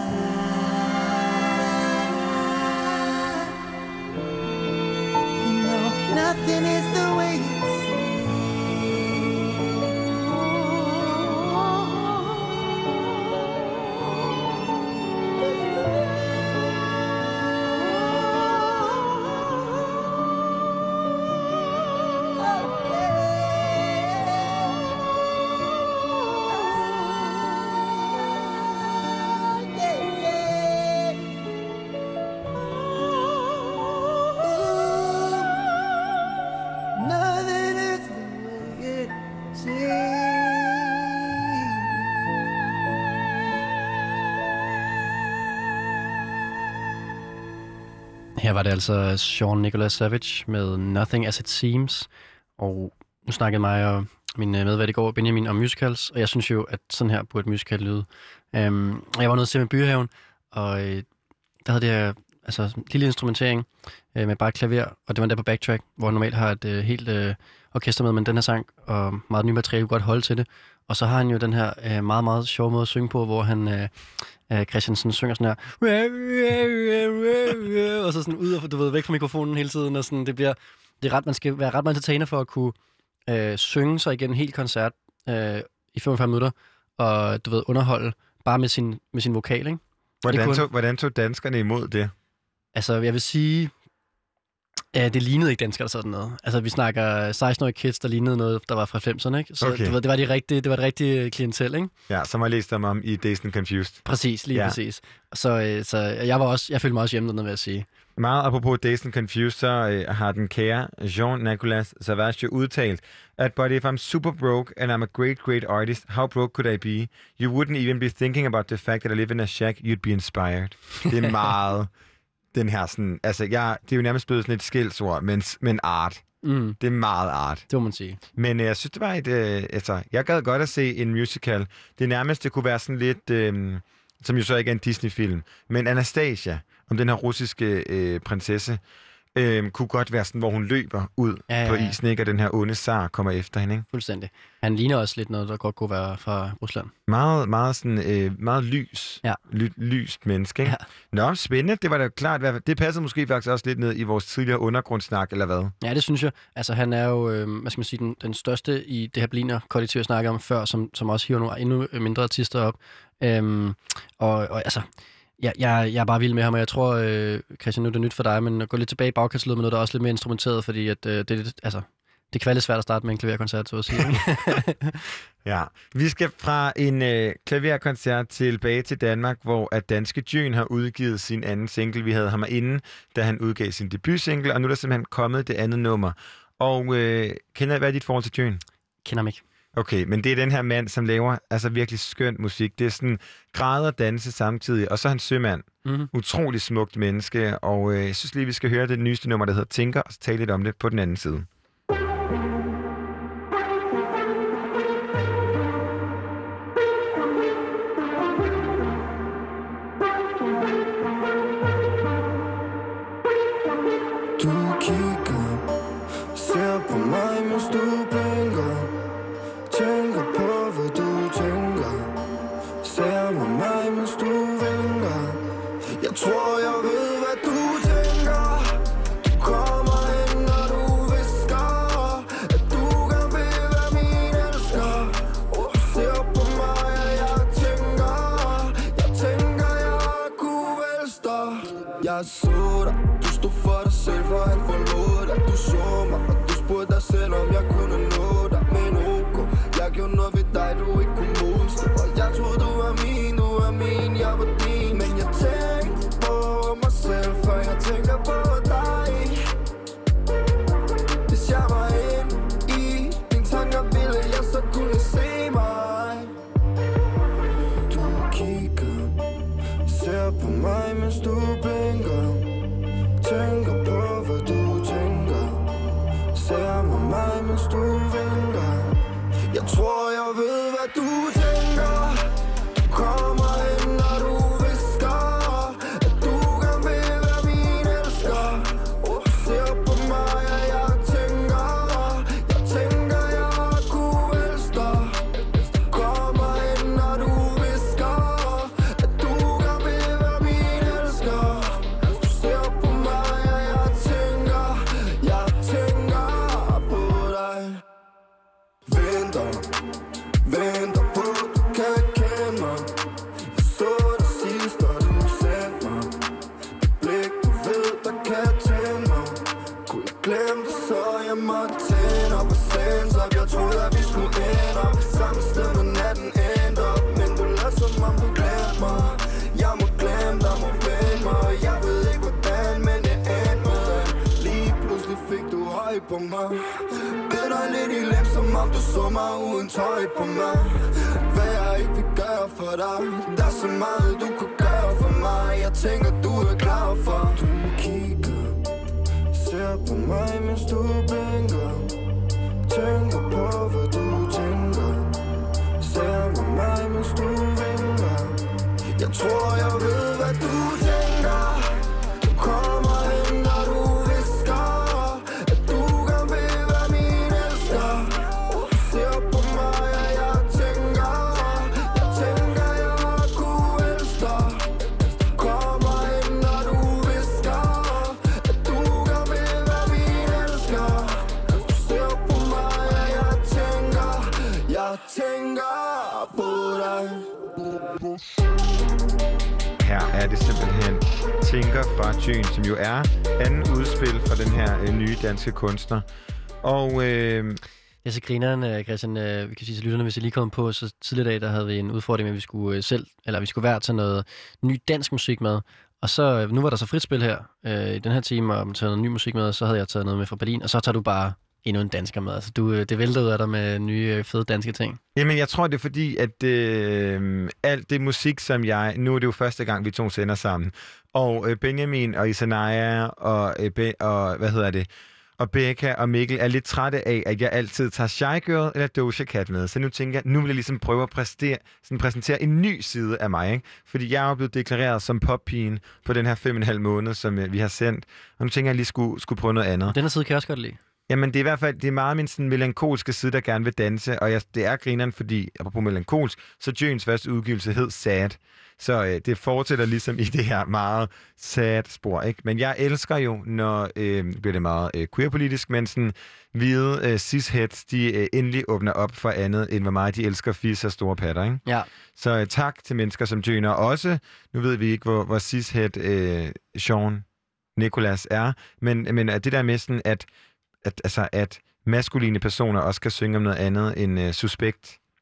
tonight, you know, nothing is the way it nothing is the way it seems. Her var det altså Sean Nicholas Savage med Nothing As It Seems. Og nu snakkede mig og min medvært i går, Benjamin, om musicals, og jeg synes jo, at sådan her burde musical lyde. Um, jeg var nødt til med Byhaven, og øh, der havde det her altså, lille instrumentering øh, med bare klaver, og det var der på backtrack, hvor jeg normalt har et øh, helt øh, orkester med, men den her sang og meget ny materiale kunne godt holde til det. Og så har han jo den her øh, meget, meget sjove måde at synge på, hvor han, øh, øh, Christiansen, synger sådan her, og så sådan ud og du ved, væk fra mikrofonen hele tiden, og sådan, det bliver, det er ret, man skal være ret meget entertainer for at kunne øh, synge sig igen en hel koncert øh, i femogfyrre minutter, og du ved, underholde bare med sin, med sin vokal, ikke? Hvordan kun... tog, hvordan tog danskerne imod det? Altså, jeg vil sige, ja, det lignede ikke danskere, der sådan noget. Altså, vi snakker seksten-årige kids, der lignede noget, der var fra halvfemserne, ikke? Så Okay. det, var, det, var de rigtige, det var et rigtigt klientel, ikke? Ja, som jeg læste dem om i Dazed and Confused. Præcis, lige Ja. præcis. Så, øh, så jeg var også, jeg følte mig også hjemme, vil jeg sige. Meget apropos Dazed and Confused, så øh, har den kære Jean Nicolas Savage udtalt, at but if I'm super broke and I'm a great, great artist, how broke could I be? You wouldn't even be thinking about the fact that I live in a shack, you'd be inspired. Det er meget den her sådan, altså jeg, det er jo nærmest blevet sådan et skældsord, men, men art. Mm. Det er meget art. Det må man sige. Men øh, jeg synes, det var et, øh, altså, jeg gad godt at se en musical. Det nærmeste det kunne være sådan lidt, øh, som jo så ikke er en Disney-film, men Anastasia, om den her russiske øh, prinsesse, øh, kunne godt være sådan, hvor hun løber ud Ja, ja, på ja. isen, ikke? Og den her onde zar kommer efter hende, ikke? Fuldstændig. Han ligner også lidt noget, der godt kunne være fra Rusland. Meget, meget sådan, øh, meget lys. Ja. Ly, lyst menneske, ikke? Ja. Nå, spændende. Det var da klart. hvad- Det passer måske faktisk også lidt ned i vores tidligere undergrundsnak, eller hvad? Ja, det synes jeg. Altså, han er jo, øh, hvad skal man sige, den, den største i det her Berliner-kollektiv, jeg snakker om før, som, som også hiver nogle endnu mindre artister op. Øhm, og, og altså, jeg, jeg, jeg er bare vild med ham, og jeg tror, øh, Christian, nu er det nyt for dig, men at gå lidt tilbage i bagkataloget med noget, der er også lidt mere instrumenteret, fordi at, øh, det, er lidt- altså, det kan være lidt svært at starte med en klaverkoncert, så at sige. Ja, vi skal fra en øh, klaverkoncert tilbage til Danmark, hvor at danske Djøn har udgivet sin anden single. Vi havde ham inde, da han udgav sin debutsingle, og nu er der simpelthen kommet det andet nummer. Og øh, kender hvad er dit forhold til Djøn? Kender mig ikke. Okay, men det er den her mand, som laver altså virkelig skøn musik. Det er sådan græder danse samtidig, og så er han sømand. Mm-hmm. Utrolig smukt menneske, og øh, jeg synes lige, vi skal høre det nyeste nummer, der hedder Tænker, og så tale lidt om det på den anden side. Du kigger, ser på mig, mens du blinker. Tænker på, hvad du tænker. Ser med mig, mens du vinker. Jeg tror, jeg ved, hvad du tænker. Du kommer ind, når du visker, at du gerne vil være min elsker. Og du ser på mig, og jeg tænker, jeg tænker, jeg kunne vælge dig. Jeg så dig, du stod for dig selv, for han forlod dig. Du så mig, og du spurgte dig selv, om jeg kunne nå dig. Men ok, jeg gjorde noget ved dig, du ikke kunne modstå. Og jeg troede, du var min, du var min, jeg var din. Men jeg tænkte på mig selv, før jeg tænker på dig. Hvis jeg var inde i dine tanker, ville jeg så kunne se mig. Du kigger, ser på mig, mens du blinker. Tænker på, hvad du tænker. Ser med mig, mens du vinker. Jeg tror, jeg ved, hvad du tænker. Du kommer ind, når du visker, at du gerne vil være min elsker. Og du ser på mig, og jeg tænker, jeg tænker, jeg kunne elske dig. Du kommer ind, når du visker, at du gerne vil være min elsker. Du ser på mig, og jeg tænker, jeg tænker på dig. Venter, venter på, du kan kende mig. Jeg så dig sidst, og du sendte mig det blik, du ved, der kan tænde mig. Kunne jeg glemme det, så jeg måtte tænde op og sende op. Jeg troede, at vi skulle ende op samme sted, når natten endte op. Men du lader som om du glemte mig. Jeg må glemme dig, må vende mig. Jeg ved ikke hvordan, men det endte med at lige pludselig fik du høj på mig. Det er lidt i lem, som om du så mig uden tøj på mig. Hvad jeg ikke vil gøre for dig. Der er så meget, du kunne gøre for mig. Jeg tænker, du er klar for. Du kigger, ser på mig, mens du blinker. Tænker på, hvad du tænker. Ser med mig, mens du vinker. Jeg tror, jeg ved, hvad du tænker. Du kommer ind, når du visker, at du gerne vil være min elsker. Og du ser på mig, og jeg tænker, jeg tænker, jeg kunne elske dig. Du kommer ind, når du visker, at du gerne vil være min elsker. Du ser på mig, og jeg tænker, jeg tænker på dig. Her er det simpelthen Tænker fra Djøn, som jo er anden udspil fra den her øh, nye danske kunstner. Og øh, Ja, så grineren, Christian, vi kan sige til lytterne, hvis jeg lige kom på, så tidligere dag, der havde vi en udfordring med, at vi skulle selv, eller vi skulle hver tage noget ny dansk musik med. Og så, nu var der så frit spil her øh, i den her time, og taget noget ny musik med, og så havde jeg taget noget med fra Berlin, og så tager du bare endnu en dansker med. Altså, du, det vælter ud af dig med nye, fede danske ting. Jamen, jeg tror, det er fordi, at øh, alt det musik, som jeg... Nu er det jo første gang, vi to sender sammen. Og øh, Benjamin og Isanaya og, øh, Be, og hvad hedder det... og Becca og Mikkel er lidt trætte af, at jeg altid tager Shy Girl eller Doja Cat med. Så nu tænker jeg, nu vil jeg ligesom prøve at præstere, sådan præsentere en ny side af mig, ikke? Fordi jeg er jo blevet deklareret som poppigen på den her fem og en halv måned, som øh, vi har sendt. Og nu tænker jeg, at jeg lige skulle, skulle prøve noget andet. Den her side kan jeg også godt lide. Jamen, det er i hvert fald det er meget min sådan melankolske side, der gerne vil danse. Og jeg, det er grineren, fordi, apropos melankolsk, så Djøns første udgivelse hed Sad. Så øh, det fortsætter ligesom i det her meget sad spor, ikke? Men jeg elsker jo, når øh, bliver det meget øh, queerpolitisk, men sådan hvide øh, cis-heads, de øh, endelig åbner op for andet, end hvor meget de elsker fisse og store patter, ikke? Ja. Så øh, tak til mennesker som Djøn, og også, nu ved vi ikke, hvor, hvor cis-head øh, Sean Nicholas er, men, men det der med sådan, at, at, altså, at maskuline personer også kan synge om noget andet end øh, Suspekt,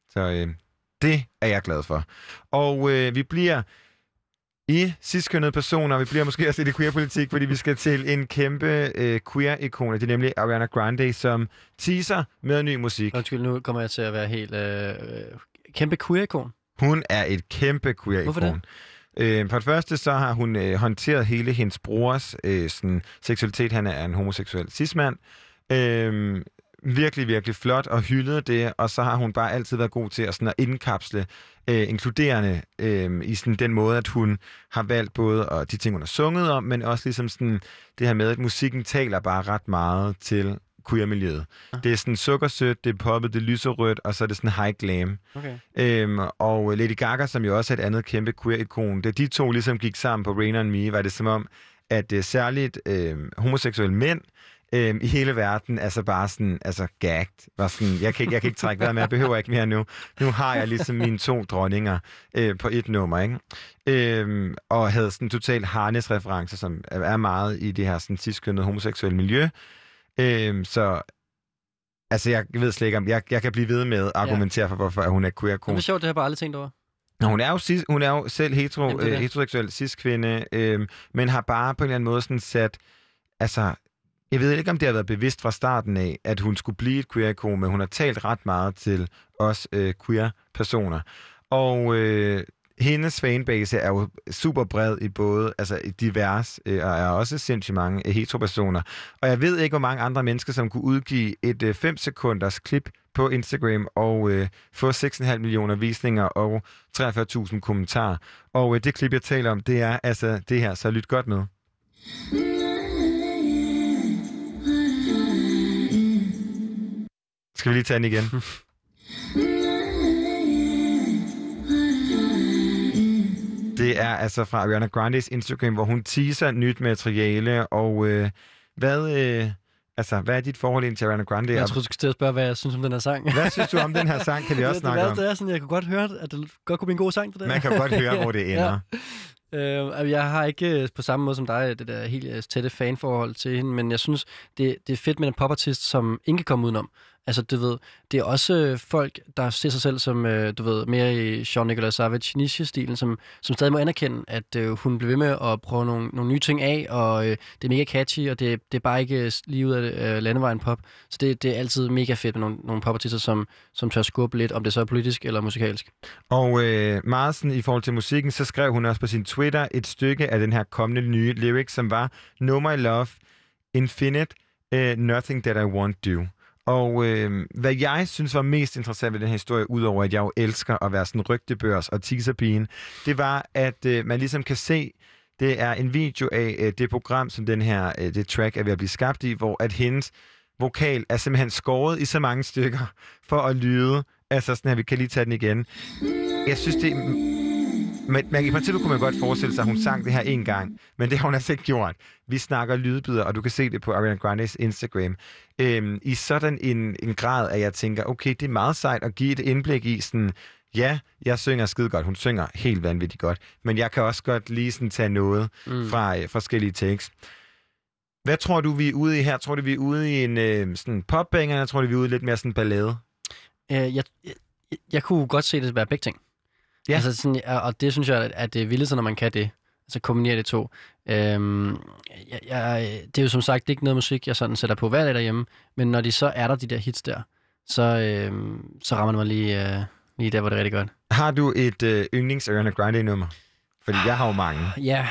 Så øh, det er jeg glad for. Og øh, vi bliver i cis-kønnede personer, vi bliver måske også lidt i queer-politik, fordi vi skal til en kæmpe øh, queer-ikone. Det er nemlig Ariana Grande, som teaser med ny musik. Undskyld, nu kommer jeg til at være helt øh, kæmpe queer-ikon. Hun er et kæmpe queer-ikon. Hvorfor det? Øh, for det første, så har hun øh, håndteret hele hendes brors øh, sådan, seksualitet. Han er en homoseksuel cis-mand. Øh, virkelig, virkelig flot og hyldet det, og så har hun bare altid været god til at, sådan, at indkapsle øh, inkluderende øh, i sådan, den måde, at hun har valgt både og de ting, hun har sunget om, men også ligesom sådan, det her med, at musikken taler bare ret meget til queer-miljøet. Ah. Det er sådan sukkersødt, det er poppet, det er lyserødt, og så er det sådan high glam. Okay. Øhm, og Lady Gaga, som jo også er et andet kæmpe queer-ikon, da de to ligesom gik sammen på Rain on Me, var det som om, at uh, særligt øh, homoseksuelle mænd øh, i hele verden, altså bare sådan, altså gagged, var sådan, jeg kan ikke, jeg kan ikke trække vejret med, jeg behøver ikke mere nu. Nu har jeg ligesom mine to dronninger øh, på et nummer, ikke? Øhm, og havde sådan totalt harness-referencer, som er meget i det her sådan cis-kønnede homoseksuelle miljø. Øhm, så altså, jeg ved slet ikke om, jeg, jeg kan blive ved med at argumentere ja. for, hvorfor hun er queer-ikon. Det er sjovt, det har jeg bare aldrig tænkt over. Nå, hun er jo, cis, hun er jo selv hetero, Jamen, det øh, heteroseksuel cis-kvinde, øh, men har bare på en eller anden måde sådan sat, altså, jeg ved ikke, om det har været bevidst fra starten af, at hun skulle blive et queer-ikon, men hun har talt ret meget til os øh, queer-personer. Og øh, hendes fanbase er jo super bred i både, altså divers, øh, og er også sindssygt mange øh, heteropersoner. Og jeg ved ikke, hvor mange andre mennesker, som kunne udgive et øh, fem sekunders klip på Instagram og øh, få seks komma fem millioner visninger og treogfyrre tusind kommentarer. Og øh, det klip, jeg taler om, det er altså det her, så lyt godt med. Skal vi lige tage den igen? Det er altså fra Ariana Grandes Instagram, hvor hun teaser nyt materiale, og øh, hvad, øh, altså, hvad er dit forhold ind til Ariana Grande? Jeg tror, du skal til at spørge, hvad jeg synes om den her sang. Hvad synes du om den her sang? Kan vi også det snakke det om? Det er sådan, jeg kunne godt høre, at det godt kunne blive en god sang for det. Man kan godt høre, hvor det ender. Ja. Øh, jeg har ikke på samme måde som dig det der helt tætte fanforhold til hende, men jeg synes, det, det er fedt med en popartist, som ingen kan komme udenom. Altså, du ved, det er også folk, der ser sig selv som, du ved, mere i Jean-Nicolas Savage niche-stilen, som, som stadig må anerkende, at øh, hun bliver ved med at prøve nogle, nogle nye ting af, og øh, det er mega catchy, og det, det er bare ikke lige ud af øh, landevejen pop. Så det, det er altid mega fedt med nogle, nogle popartister, som, som tør skubbe lidt, om det så er politisk eller musikalsk. Og øh, meget sådan, i forhold til musikken, så skrev hun også på sin Twitter et stykke af den her kommende nye lyric, som var No My Love, Infinite, uh, Nothing That I Won't Do. Og øh, hvad jeg synes var mest interessant ved den her historie, udover at jeg jo elsker at være sådan rygtebørs og teaserpigen, det var, at øh, man ligesom kan se, det er en video af øh, det program, som den her, øh, det track er ved at blive skabt i, hvor at hendes vokal er simpelthen skåret i så mange stykker for at lyde. Altså sådan her, vi kan lige tage den igen. Jeg synes, det Men, men i princippet kunne man godt forestille sig, at hun sang det her en gang, men det har hun altså ikke gjort. Vi snakker lydbider, og du kan se det på Ariana Grandes Instagram. Øhm, I sådan en, en grad, at jeg tænker, okay, det er meget sejt at give et indblik i sådan, ja, jeg synger skide godt, hun synger helt vanvittigt godt, men jeg kan også godt lige sådan tage noget mm. fra øh, forskellige takes. Hvad tror du, vi er ude i her? Tror du, vi er ude i en øh, sådan popbanger, eller tror du, vi er ude i lidt mere sådan ballade? Uh, jeg, jeg, jeg kunne godt se det være begge ting. Ja. Altså sådan, og det synes jeg, at det er vildt, når man kan det. Altså kombinere de to. Øhm, jeg, jeg, det er jo som sagt ikke noget musik, jeg sådan sætter på hver dag derhjemme, men når de så er der, de der hits der, så, øhm, så rammer det mig lige, øh, lige der, hvor det er rigtig godt. Har du et øh, yndlings Ariana Grande-nummer? Fordi jeg har jo mange. Ja,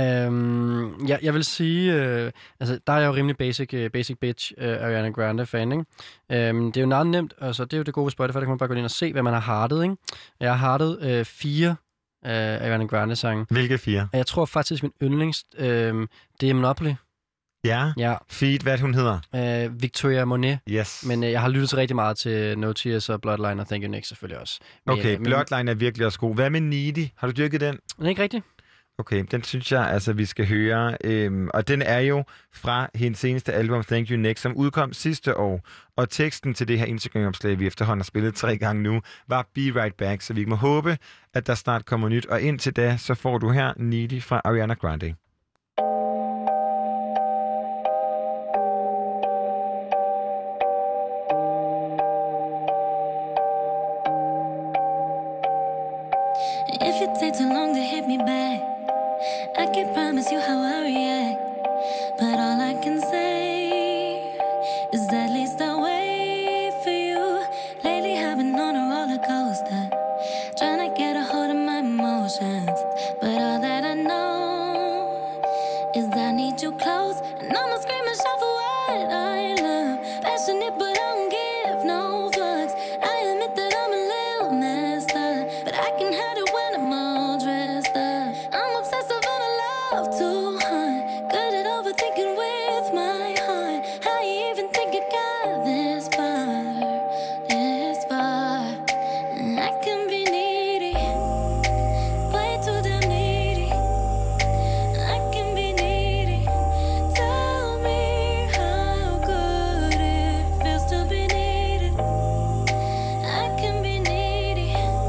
øhm, jeg, jeg vil sige, øh, altså der er jeg jo rimelig basic, uh, basic bitch uh, Ariana Grande-fan, ikke? Øhm, det er jo meget nemt, altså det er jo det gode ved Spotify, der kan man bare gå ind og se, hvad man har hardet, ikke? Jeg har hardet øh, fire øh, Ariana Grande-sange. Hvilke fire? Jeg tror faktisk, min yndlings, øh, det er Monopoly. Ja? Ja. Feed, hvad hun hedder? Øh, Victoria Monet. Yes. Men øh, jeg har lyttet til rigtig meget til No Tears og Bloodline og Thank You Next selvfølgelig også. Men, Okay, men, Bloodline er virkelig også god. Hvad med Needy? Har du dyrket den? Den er ikke rigtig. Okay, den synes jeg, altså, vi skal høre. Øhm, og den er jo fra hendes seneste album, Thank You Next, som udkom sidste år. Og teksten til det her Instagram-opslag, vi efterhånden har spillet tre gange nu, var Be Right Back. Så vi må håbe, at der snart kommer nyt. Og indtil da, så får du her Needy fra Ariana Grande. if you take too long to hit me back, I can't promise you how I react, but all I can say is at least I wait for you. Lately I've been on a roller coaster, trying to get a hold of my emotions, but all that I know is I need you close, and I'ma scream and shout for what I love. Passionate, but I don't give no fucks. I admit that I'm a little messed up, but I can hide it when I'm all dressed up. I'm obsessive and I love to hunt, good at overthinking with my heart. How you even think it got this far, this far? I can be needy, way too damn needy. I can be needy. Tell me how good it feels to be needed. I can be needy,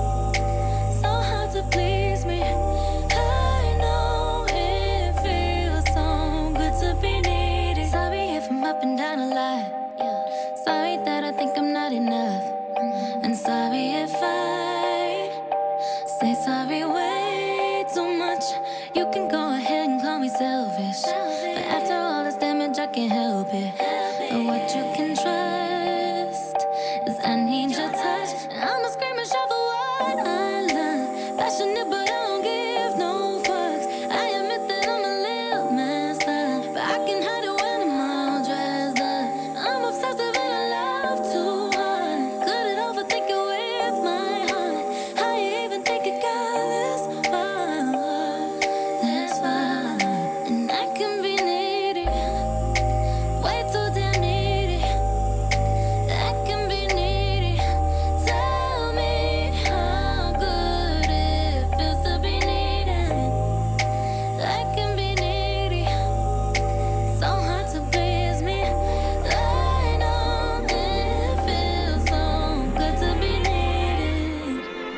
so hard to please me. I know it feels so good to be needed. Sorry if I'm up and down a lot. Sorry that I think I'm not enough. And sorry if I say sorry way too much. You can go ahead and call me selfish, but after all this damage I can't help it. But what you can trust is I need your touch. I'ma scream and shout for what I love. Passionate, but I don't give no fucks. I admit that I'm a little messed up, but I can hide it when I'm all dressed up. I'm obsessive and I love to hunt, good at overthinking with my heart. How you even think it got this far, this far? And I can be needy, way too damn needy. I can be needy. Tell me how good it feels to be needed. I can be needy, so hard to please me. I know it feels so good to be needed.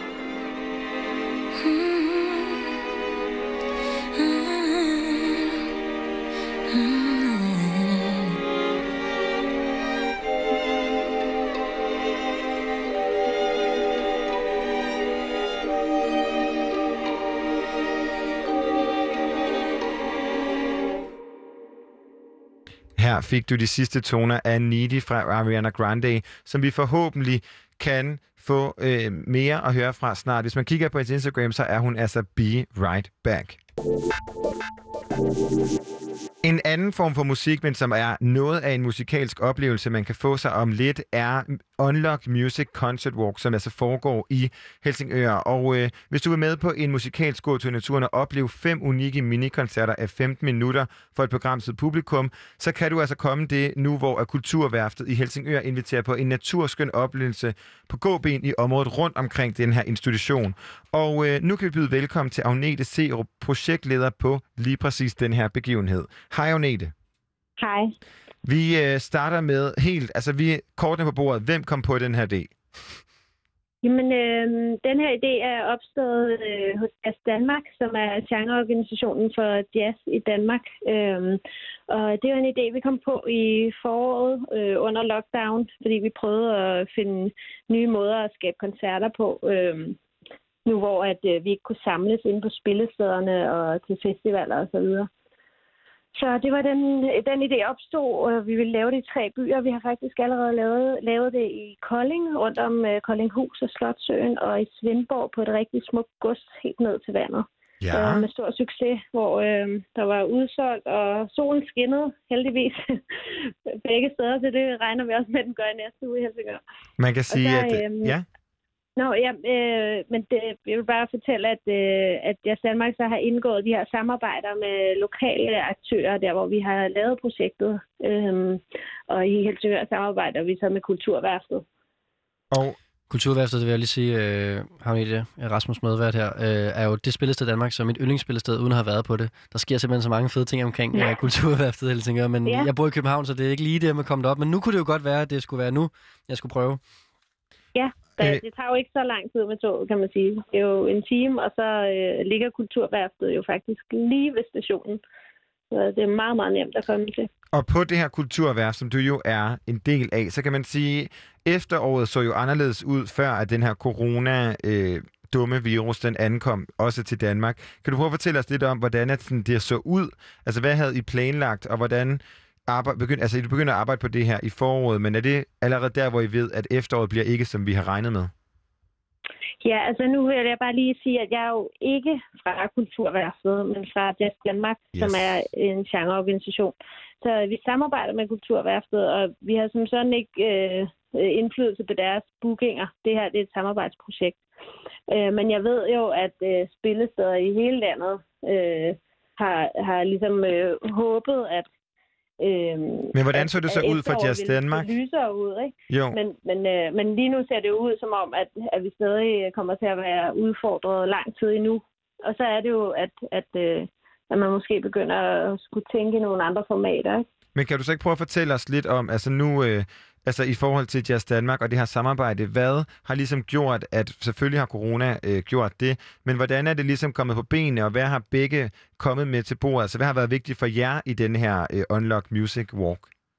Her fik du de sidste toner af Needy fra Ariana Grande, som vi forhåbentlig kan få øh, mere at høre fra snart. Hvis man kigger på hendes Instagram, så er hun altså Be Right Back. En anden form for musik, men som er noget af en musikalsk oplevelse, man kan få sig om lidt, er Unlocked Music Concert Walk, som altså foregår i Helsingør. Og øh, hvis du vil med på en musikalsk gåtur i naturen og opleve fem unikke minikoncerter af femten minutter for et begrænset publikum, så kan du altså komme det nu, hvor Kulturværftet i Helsingør inviterer på en naturskøn oplevelse på gåben i området rundt omkring den her institution. Og øh, nu kan vi byde velkommen til Agnete Serup, projektleder på lige præcis den her begivenhed. Hej Agnete. Hej. Vi øh, starter med helt, altså vi kortene på bordet. Hvem kom på den her idé? Jamen, øh, den her idé er opstået øh, hos Jazz Danmark, som er genreorganisationen for jazz i Danmark. Øh, og det var en idé, vi kom på i foråret øh, under lockdown, fordi vi prøvede at finde nye måder at skabe koncerter på. Øh, nu hvor at, øh, vi ikke kunne samles inde på spillestederne og til festivaler og så videre. Så det var den, den idé opstod, og vi ville lave det i tre byer. Vi har faktisk allerede lavet, lavet det i Kolding, rundt om uh, Koldinghus og Slotssøen, og i Svendborg på et rigtig smukt gods helt ned til vandet. Ja. Uh, med stor succes, hvor uh, der var udsolgt, og solen skinnede heldigvis begge steder, så det regner vi også med, at den gør i næste uge i Helsingør. Man kan sige, der, at... Uh, ja. Nå, ja, øh, men det, jeg vil bare fortælle, at, øh, at Jazz Danmark så har indgået de her samarbejder med lokale aktører, der hvor vi har lavet projektet. Øh, og i Helsingør samarbejder vi så med Kulturværftet. Og Kulturværftet, det vil jeg lige sige, øh, Agnete, Rasmus Medvært her, øh, er jo det spillested i Danmark, som mit yndlingsspillested, uden at have været på det. Der sker simpelthen så mange fede ting omkring ja. uh, Kulturværftet i Helsingør, men ja. Jeg bor i København, så det er ikke lige det, man kommer op. Men nu kunne det jo godt være, at det skulle være nu, jeg skulle prøve. Ja. Det tager jo ikke så lang tid med toget, kan man sige. Det er jo en time, og så øh, ligger Kulturværftet jo faktisk lige ved stationen. Så det er meget, meget nemt at komme til. Og på det her kulturværft, som du jo er en del af, så kan man sige, efteråret så jo anderledes ud, før at den her corona øh, dumme virus, den ankom også til Danmark. Kan du prøve at fortælle os lidt om, hvordan at sådan, det så ud? Altså, hvad havde I planlagt, og hvordan arbejde, begynd, altså, I begynder at arbejde på det her i foråret, men er det allerede der, hvor I ved, at efteråret bliver ikke, som vi har regnet med? Ja, altså nu vil jeg bare lige sige, at jeg er jo ikke fra Kulturværftet, men fra Jazz Danmark, yes. som er en genreorganisation. Så vi samarbejder med Kulturværftet, og vi har som sådan ikke øh, indflydelse på deres bookinger. Det her det er et samarbejdsprojekt. Øh, men jeg ved jo, at øh, spillesteder i hele landet øh, har, har ligesom øh, håbet, at Øhm, men hvordan så det så ud for Jazz Danmark? Det lyser ud, ikke? Jo. Men, men, øh, men lige nu ser det jo ud som om, at, at vi stadig kommer til at være udfordret lang tid endnu. Og så er det jo, at, at, øh, at man måske begynder at skulle tænke i nogle andre formater, ikke? Men kan du så ikke prøve at fortælle os lidt om, altså nu, øh, altså i forhold til Jazz Danmark og det her samarbejde, hvad har ligesom gjort, at selvfølgelig har corona øh, gjort det, men hvordan er det ligesom kommet på benene, og hvad har begge kommet med til bordet? Altså hvad har været vigtigt for jer i den her øh, Unlock Music Walk?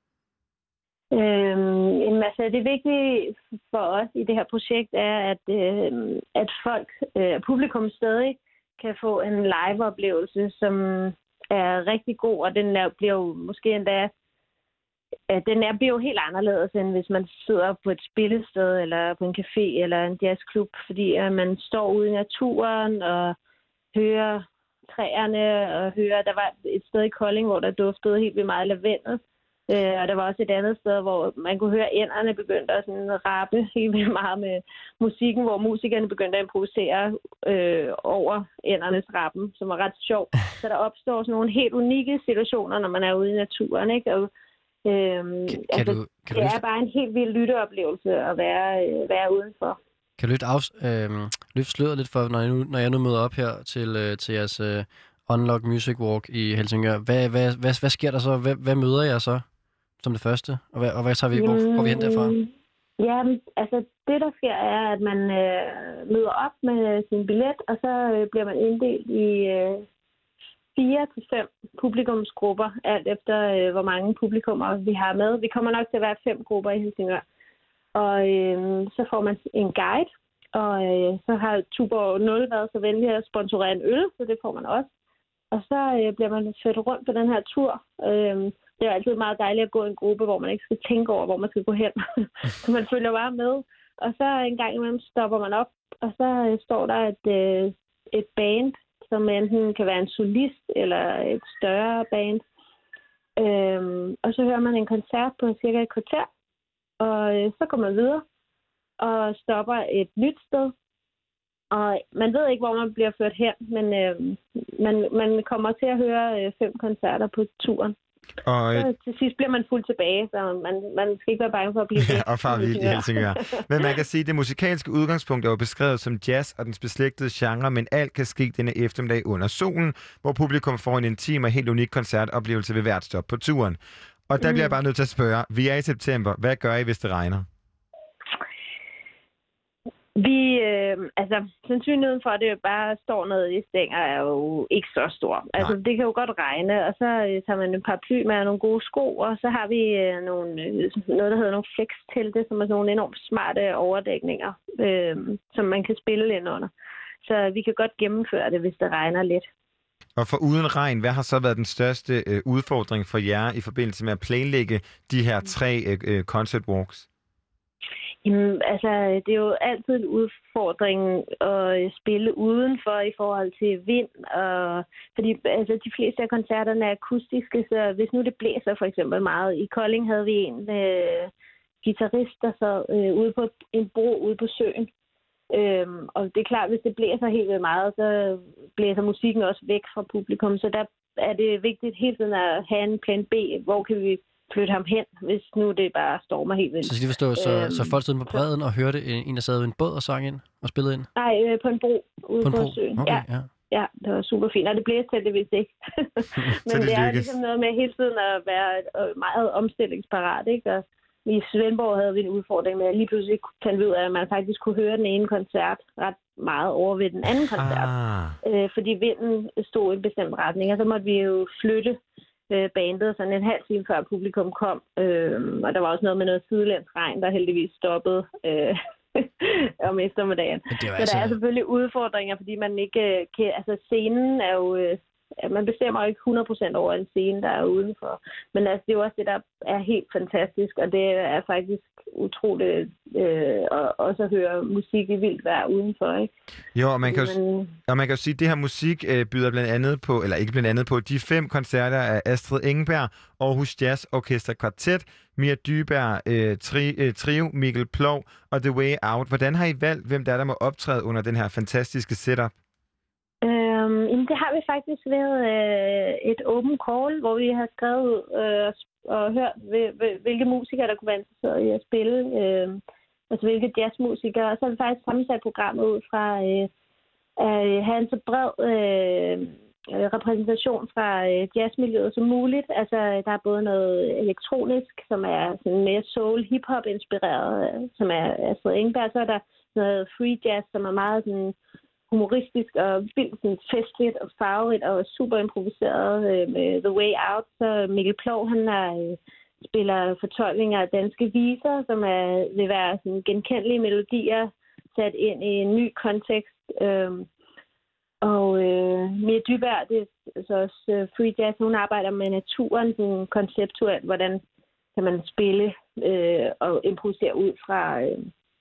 Øhm, altså det vigtige for os i det her projekt er, at, øh, at folk, øh, publikum stadig kan få en live-oplevelse, som er rigtig god, og den er, bliver jo måske endda den er, bliver jo helt anderledes, end hvis man sidder på et spillested, eller på en café, eller en jazzklub, fordi at man står ude i naturen og hører træerne, og hører, der var et sted i Kolding, hvor der duftede helt vildt meget lavendel, øh, og der var også et andet sted, hvor man kunne høre ænderne begyndte at sådan rappe helt vildt meget med musikken, hvor musikerne begyndte at improvisere øh, over ændernes rappen, som var ret sjov. Så der opstår sådan nogle helt unikke situationer, når man er ude i naturen, ikke? Og Øhm, kan, altså, du, kan det du er bare en helt vild lytteoplevelse at være, øh, være udenfor. Kan du lidt af, øh, løfte sløret lidt for, når jeg nu, når jeg nu møder op her til, øh, til jeres øh, Unlock Music Walk i Helsingør? Hvad, hvad, hvad, hvad sker der så? Hvad, hvad møder jeg så som det første? Og hvad, og hvad tager vi, hvor går vi hen derfra? Ja, altså det der sker er, at man øh, møder op med sin billet, og så øh, bliver man inddelt i Øh, fire til fem publikumsgrupper, alt efter øh, hvor mange publikummer vi har med. Vi kommer nok til at være fem grupper i Helsingør. Og øh, så får man en guide, og øh, så har Tuborg nul været så venlig at sponsorere en øl, så det får man også. Og så øh, bliver man ført rundt på den her tur. Øh, det er altid meget dejligt at gå i en gruppe, hvor man ikke skal tænke over, hvor man skal gå hen. Så man følger bare med. Og så en gang imellem stopper man op, og så øh, står der et, øh, et band, som enten kan være en solist eller et større band. Øhm, og så hører man en koncert på cirka et kvarter, og øh, så går man videre og stopper et nyt sted. Og man ved ikke, hvor man bliver ført hen, men øh, man, man kommer til at høre øh, fem koncerter på turen. Og så til sidst bliver man fuldt tilbage, så man, man skal ikke være bange for at blive væk. Og far vild i Helsingør. Men man kan sige, at det musikalske udgangspunkt er jo beskrevet som jazz og dens beslægtede genre, men alt kan ske denne eftermiddag under solen, hvor publikum får en intim og helt unik koncertoplevelse ved hvert stop på turen. Og der mm. bliver jeg bare nødt til at spørge, vi er i september, hvad gør I, hvis det regner? Vi, øh, altså, sandsynligheden for, at det bare står noget i stænger, er jo ikke så stor. Altså, Nej. Det kan jo godt regne, og så øh, tager man en paraply med nogle gode sko, og så har vi øh, nogle, øh, noget, der hedder nogle flex-telte, som er nogle enormt smarte overdækninger, øh, som man kan spille ind under. Så vi kan godt gennemføre det, hvis det regner lidt. Og for uden regn, hvad har så været den største øh, udfordring for jer i forbindelse med at planlægge de her tre øh, concert walks? Jamen, altså, det er jo altid en udfordring at spille udenfor i forhold til vind, og fordi altså, de fleste af koncerterne er akustiske, så hvis nu det blæser for eksempel meget. I Kolding havde vi en øh, guitarist, der sad øh, ude på en bro ude på søen. Øhm, og det er klart, hvis det blæser helt vildt meget, så blæser musikken også væk fra publikum, så der er det vigtigt hele tiden at have en plan B, hvor kan vi flytte ham hen, hvis nu det bare stormer helt vildt. Så skal de forstå, så, øhm, så folk stod på bredden og hørte en, der sad ved en båd og sang ind og spillede ind? Nej, øh, på en bro ude på, på, på søen. Okay, ja. ja. Ja, det var super fint, og det blæste heldigvis ikke. Men det, det er ligesom noget med hele tiden at være meget omstillingsparat, ikke? Og i Svendborg havde vi en udfordring med, at lige pludselig fandt vi ud af, at man faktisk kunne høre den ene koncert ret meget over ved den anden koncert. Ah. Øh, fordi vinden stod i en bestemt retning, og så måtte vi jo flytte øh, bandet sådan en halv time før publikum kom. Øh, og der var også noget med noget sidelæns regn, der heldigvis stoppede øh, om eftermiddagen. Det var så altså... der er selvfølgelig udfordringer, fordi man ikke øh, kan... Altså, scenen er jo... Øh, man bestemmer jo ikke hundrede procent over en scene, der er udenfor. Men altså, det er jo også det, der er helt fantastisk, og det er faktisk utroligt øh, at også at høre musik i vildt vejr udenfor, ikke? Jo, og man kan jo, Men... og man kan jo sige, at det her musik øh, byder blandt andet på, eller ikke blandt andet på, de fem koncerter af Astrid Engberg, Aarhus Jazz Orkester Kvartet, Mia Dyberg, øh, tri, øh, Trio, Mikkel Plov og The Way Out. Hvordan har I valgt, hvem der, er, der må optræde under den her fantastiske setup? Øhm, jamen det har vi faktisk været øh, et open call, hvor vi har skrevet øh, og hørt, hvilke musikere, der kunne være interesseret i at spille. Øh, altså hvilke jazzmusikere. Og så har vi faktisk sammensat programmet ud fra øh, at have en så bred øh, repræsentation fra øh, jazzmiljøet som muligt. Altså der er både noget elektronisk, som er sådan mere soul, hip-hop inspireret, øh, som er Astrid Engberg. Så er der noget free jazz, som er meget sådan humoristisk og vildt sådan festligt og farverigt og super improviseret øh, med The Way Out. Så Mikkel Plov, han er, øh, spiller fortolkninger af danske viser, som er, vil være sådan genkendelige melodier sat ind i en ny kontekst. Øh, og øh, Mia Dyberg, det er så også øh, free jazz, hun arbejder med naturen sådan konceptuelt, hvordan kan man spille øh, og improvisere ud fra, øh,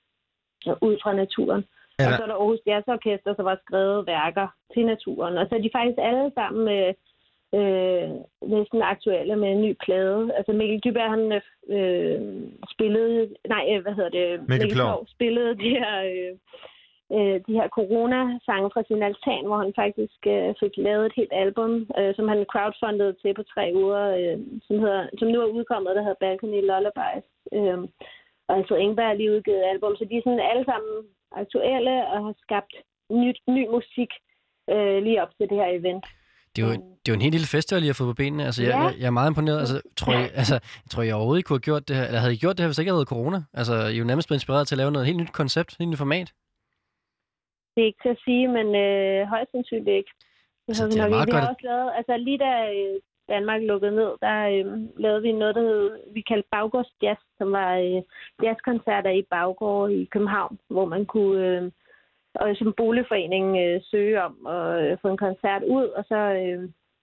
ud fra naturen. Ja. Og så er der Aarhus Jazz Orkester, som har skrevet værker til naturen. Og så er de faktisk alle sammen med, øh, næsten aktuelle med en ny plade. Altså Mikkel Dyberg, han øh, spillede... Nej, hvad hedder det? Mikkel, Mikkel Plov spillede de her, øh, øh, de her corona-sange fra sin altan, hvor han faktisk øh, fik lavet et helt album, øh, som han crowdfundede til på tre uger, øh, som, hedder, som nu er udkommet, der hedder Balcony Lullabies. Øh, og altså Engberg har lige udgivet album, så de er sådan alle sammen aktuelle og har skabt ny, ny musik øh, lige op til det her event. Det er jo, det er jo en helt lille festival, I har fået på benene. Altså, ja. jeg, jeg, jeg er meget imponeret. Altså, tror jeg, altså, jeg tror, jeg overhovedet ikke kunne have gjort det her, eller havde I gjort det her, hvis ikke jeg havde corona? Altså, I er jo nærmest blevet inspireret til at lave noget helt nyt koncept, helt nyt format. Det er ikke til at sige, men øh, højst sandsynligt ikke. Altså, det er meget vi har også lavet, altså lige da øh, Danmark lukkede ned, der øh, lavede vi noget, der hed, vi kaldte Baggårdsjazz, som var øh, jazzkoncerter i Baggård i København, hvor man kunne, øh, og som boligforening, øh, søge om at øh, få en koncert ud, og så øh,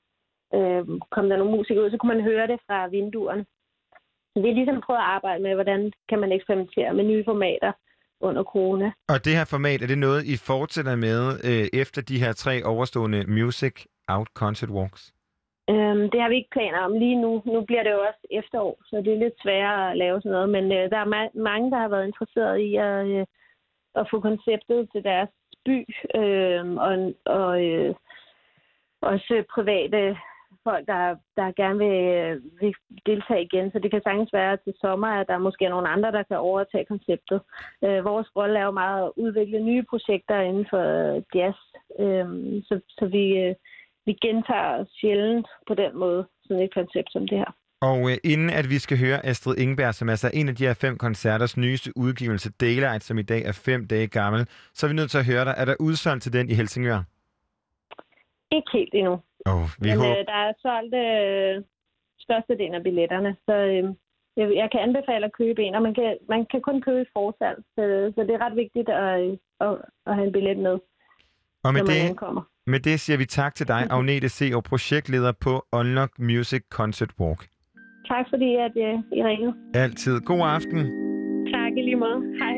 øh, kom der nogle musikere ud, så kunne man høre det fra vinduerne. Så vi har ligesom prøvet at arbejde med, hvordan kan man eksperimentere med nye formater under corona. Og det her format, er det noget, I fortsætter med øh, efter de her tre overstående Music Out Concert Walks? Øhm, det har vi ikke planer om lige nu. Nu bliver det jo også efterår, så det er lidt sværere at lave sådan noget. Men øh, der er ma- mange, der har været interesseret i at, øh, at få konceptet til deres by. Øh, og og øh, også private folk, der, der gerne vil, vil deltage igen. Så det kan sagtens være til sommer, at der måske er nogle andre, der kan overtage konceptet. Øh, vores rolle er jo meget at udvikle nye projekter inden for jazz. Øh, så, så vi... Øh, Vi gentager sjældent på den måde sådan et koncept som det her. Og øh, inden at vi skal høre Astrid Engberg, som er altså en af de her fem koncerters nyeste udgivelse, Daylight, som i dag er fem dage gammel, så er vi nødt til at høre dig. Er der udsolgt til den i Helsingør? Ikke helt endnu. Oh, vi Men håber... øh, der er solgt øh, størstedelen af billetterne, så øh, jeg, jeg kan anbefale at købe en, og man kan, man kan kun købe i forsalg, så, så det er ret vigtigt at, at, at have en billet med, og med når man det... ankommer. Med det siger vi tak til dig, Agnete C. og projektleder på Unlock Music Concert Walk. Tak fordi, at uh, I ringede. Altid. God aften. Tak i lige måde. Hej.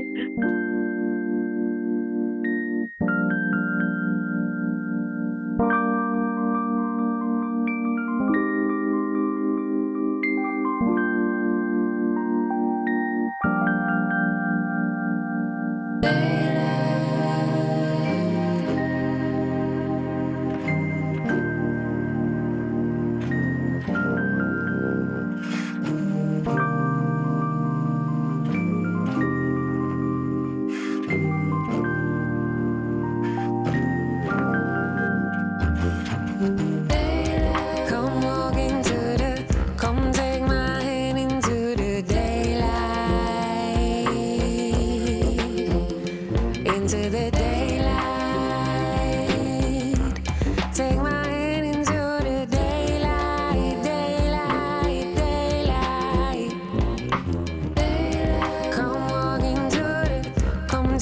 Come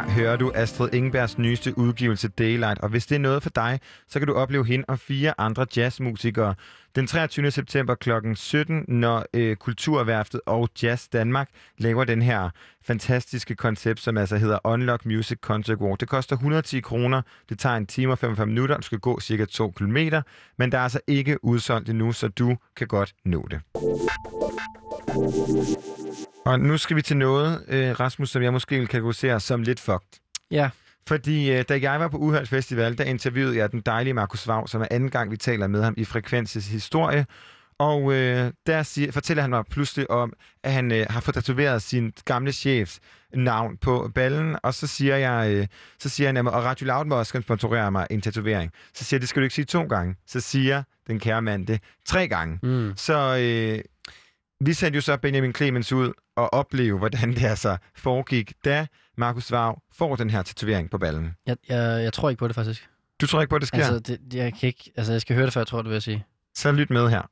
Her hører du Astrid Engbergs nyeste udgivelse Daylight, og hvis det er noget for dig, så kan du opleve hende og fire andre jazzmusikere den treogtyvende september klokken sytten, når øh, Kulturværftet og Jazz Danmark laver den her fantastiske koncept, som altså hedder Unlock Music Concert Walk. Det koster et hundrede og ti kroner, det tager en time og femogfyrre minutter, du skal gå cirka to kilometer, men der er altså ikke udsolgt endnu, så du kan godt nå det. Og nu skal vi til noget, øh, Rasmus, som jeg måske vil kategorisere som lidt fucked. Ja. Fordi øh, da jeg var på Uhørt Festival, der interviewede jeg den dejlige Markus Vav, som er anden gang, vi taler med ham i Frekvenses historie. Og øh, der siger, fortæller han mig pludselig om, at han øh, har fået tatoveret sin gamle chefs navn på ballen. Og så siger jeg, øh, så siger han, og Radio Loud må også skal sponsorere mig en tatovering. Så siger jeg, det skal du ikke sige to gange. Så siger den kære mand det tre gange. Mm. Så øh, vi sendte jo så Benjamin Clemens ud og opleve, hvordan det altså foregik, da Markus Vav får den her tatovering på ballen. Jeg, jeg, jeg tror ikke på det, faktisk. Du tror ikke på, at det sker? Altså, det, jeg kan ikke... Altså, jeg skal høre det, før jeg tror, det vil jeg sige. Så lyt med her.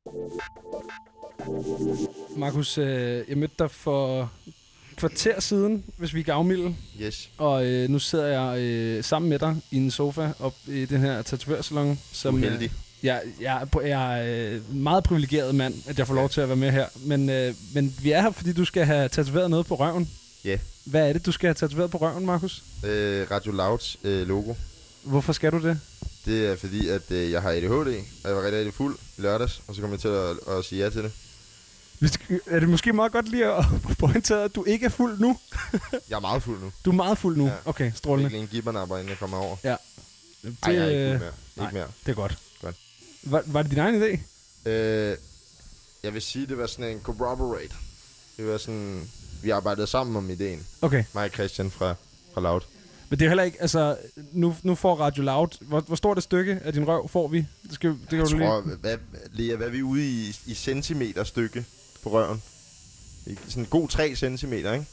Markus, øh, jeg mødte dig for kvarter siden, hvis vi kan afmilde. Yes. Og øh, nu sidder jeg øh, sammen med dig i en sofa op i den her tatovørsalon. Som, Uheldig. Øh, jeg, jeg, jeg er øh, meget privilegeret mand, at jeg får lov til at være med her. Men, øh, men vi er her, fordi du skal have tatoveret noget på røven. Ja. Yeah. Hvad er det, du skal have tatoveret på røven, Markus? Øh, Radio Louds øh, logo. Hvorfor skal du det? Det er fordi, at øh, jeg har A D H D, og jeg var rigtig, rigtig fuld i lørdags, og så kom jeg til at, at sige ja til det. Er det måske meget godt lige at pointere, at du ikke er fuld nu? Jeg er meget fuld nu. Du er meget fuld nu? Ja. Okay, strålende. Jeg fik lige en gibbernapper, inden jeg kommer over. Ja. Det, Ej, jeg er ikke fuld mere. Nej, ikke mere. Det er godt. godt. Var, var det din egen idé? Øh, jeg vil sige, det var sådan en corroborate. Det var sådan... Vi arbejdede sammen om ideen. Okay. Mig og Christian fra, fra Loud. Men det er heller ikke, altså, nu, nu får Radio Loud, hvor, hvor stort et stykke af din røv får vi? Det skal, det kan jeg du tror, lige... hvad, Lea, hvad er vi ude i, i centimeter stykke på røven? Sådan en god tre centimeter, ikke?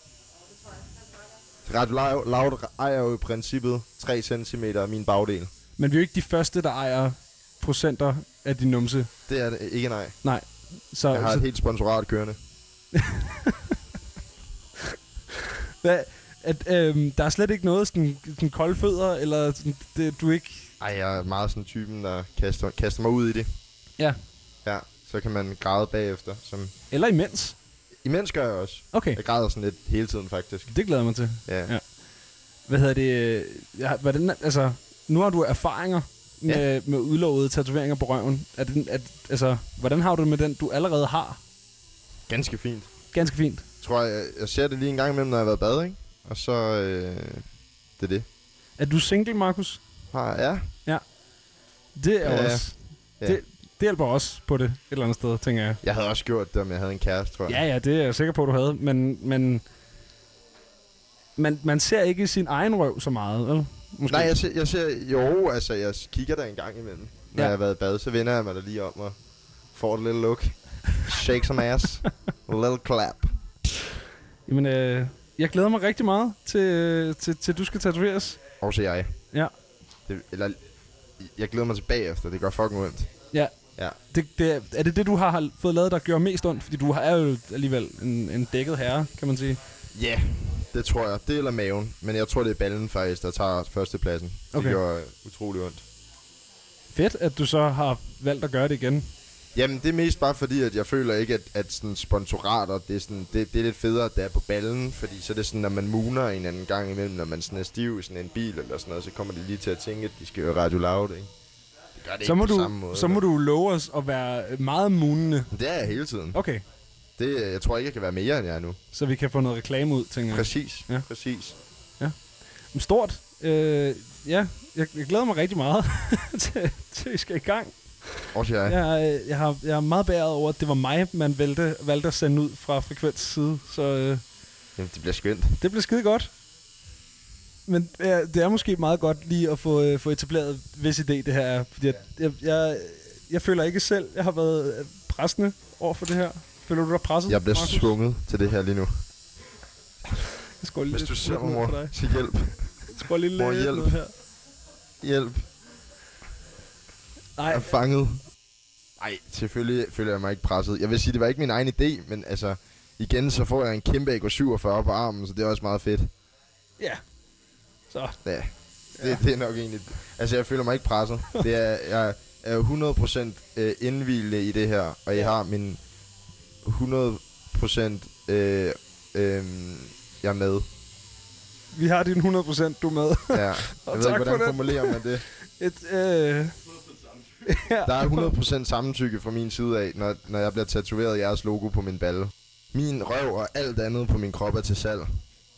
Radio Loud ejer jo i princippet tre centimeter af min bagdel. Men vi er jo ikke de første, der ejer procenter af din numse. Det er det ikke, nej. Nej. Så, jeg har så... et helt sponsorat kørende. Hvad... At, øhm, der er slet ikke noget sådan, sådan kolde fødder, eller sådan, det, du ikke... Ej, jeg er meget sådan typen, der kaster, kaster mig ud i det. Ja. Ja, så kan man græde bagefter. Som eller imens? Imens gør jeg også. Okay. Jeg græder sådan lidt hele tiden, faktisk. Det glæder jeg mig til. Ja. ja. Hvad hedder det? Ja, hvordan, altså, nu har du erfaringer med, ja. med udlovede tatoveringer på røven. Er det, at, altså, hvordan har du det med den, du allerede har? Ganske fint. Ganske fint. Jeg tror, jeg, jeg ser det lige en gang imellem, når jeg har været bad, ikke? Og så, øh, det er det. Er du single, Markus? Ah, ja. Ja. Det er ja, også... Ja. Det, det hjælper også på det et eller andet sted, tænker jeg. Jeg havde også gjort det, om jeg havde en kæreste, tror jeg. Ja, ja, det er jeg sikker på, at du havde. Men, men man, man ser ikke sin egen røv så meget, vel? Måske. Nej, jeg ser, jeg ser... Jo, altså, jeg kigger der en gang imellem. Når ja. jeg har været i bad, så vender jeg mig der lige om og får et lille look. Shake some ass. A little clap. Jamen, øh... jeg glæder mig rigtig meget til, til, til du skal tatoveres. Også jeg. Ja. Det, eller, jeg glæder mig til bagefter. Det gør fucking ondt. Ja. ja. Det, det, er det det, du har fået lavet, der gør mest ondt? Fordi du er jo alligevel en, en dækket herre, kan man sige. Ja, yeah, det tror jeg. Det eller maven. Men jeg tror, det er ballen faktisk, der tager førstepladsen. Det okay. gør utrolig ondt. Fedt, at du så har valgt at gøre det igen. Jamen, det er mest bare fordi, at jeg føler ikke, at, at sådan sponsorater, det er, sådan, det, det er lidt federe, at det er på ballen. Fordi så er det sådan, når man mooner en anden gang imellem, når man sådan er stiv i sådan en bil eller sådan noget, så kommer de lige til at tænke, at de skal høre Radio Loud, ikke? Det gør det så ikke må på du, samme måde. Så må du love os at være meget moonende. Det er jeg hele tiden. Okay. Det, jeg tror ikke, jeg kan være mere, end jeg er nu. Så vi kan få noget reklame ud, tænker jeg. Præcis, ja. Præcis. Ja. Men stort. Øh, ja, jeg, jeg glæder mig rigtig meget til, til, vi skal i gang. Også jeg. Jeg, jeg, har, jeg er meget beæret over, at det var mig, man valgte, valgte at sende ud fra Frekvens side. Så, øh, Jamen, det bliver skønt. Det bliver skide godt. Men øh, det er måske meget godt lige at få, øh, få etableret, hvis idé det her er. Fordi jeg, jeg, jeg, jeg føler ikke selv, jeg har været pressende over for det her. Føler du dig presset, Jeg bliver Markus? svunget til det her lige nu. Jeg hvis du ser mig, mor, så hjælp. Jeg skal lige mor, hjælp. Noget her. Hjælp. Nej. Jeg er fanget. Nej, selvfølgelig føler jeg mig ikke presset. Jeg vil sige, det var ikke min egen idé, men altså, igen, så får jeg en kæmpe A K syvogfyrre på armen, så det er også meget fedt. Ja. Så. Ja. Det, det er nok egentlig... Altså, jeg føler mig ikke presset. Det er, jeg er hundrede procent øh, indvilende i det her, og jeg har min hundrede procent øh, øh, jeg er med. Vi har din hundrede procent, du er med. Ja. Jeg ved ikke, hvordan formulerer man det. Et, øh... Der er hundrede procent samtykke fra min side af, når, når jeg bliver tatoveret jeres logo på min balle. Min røv og alt andet på min krop er til salg.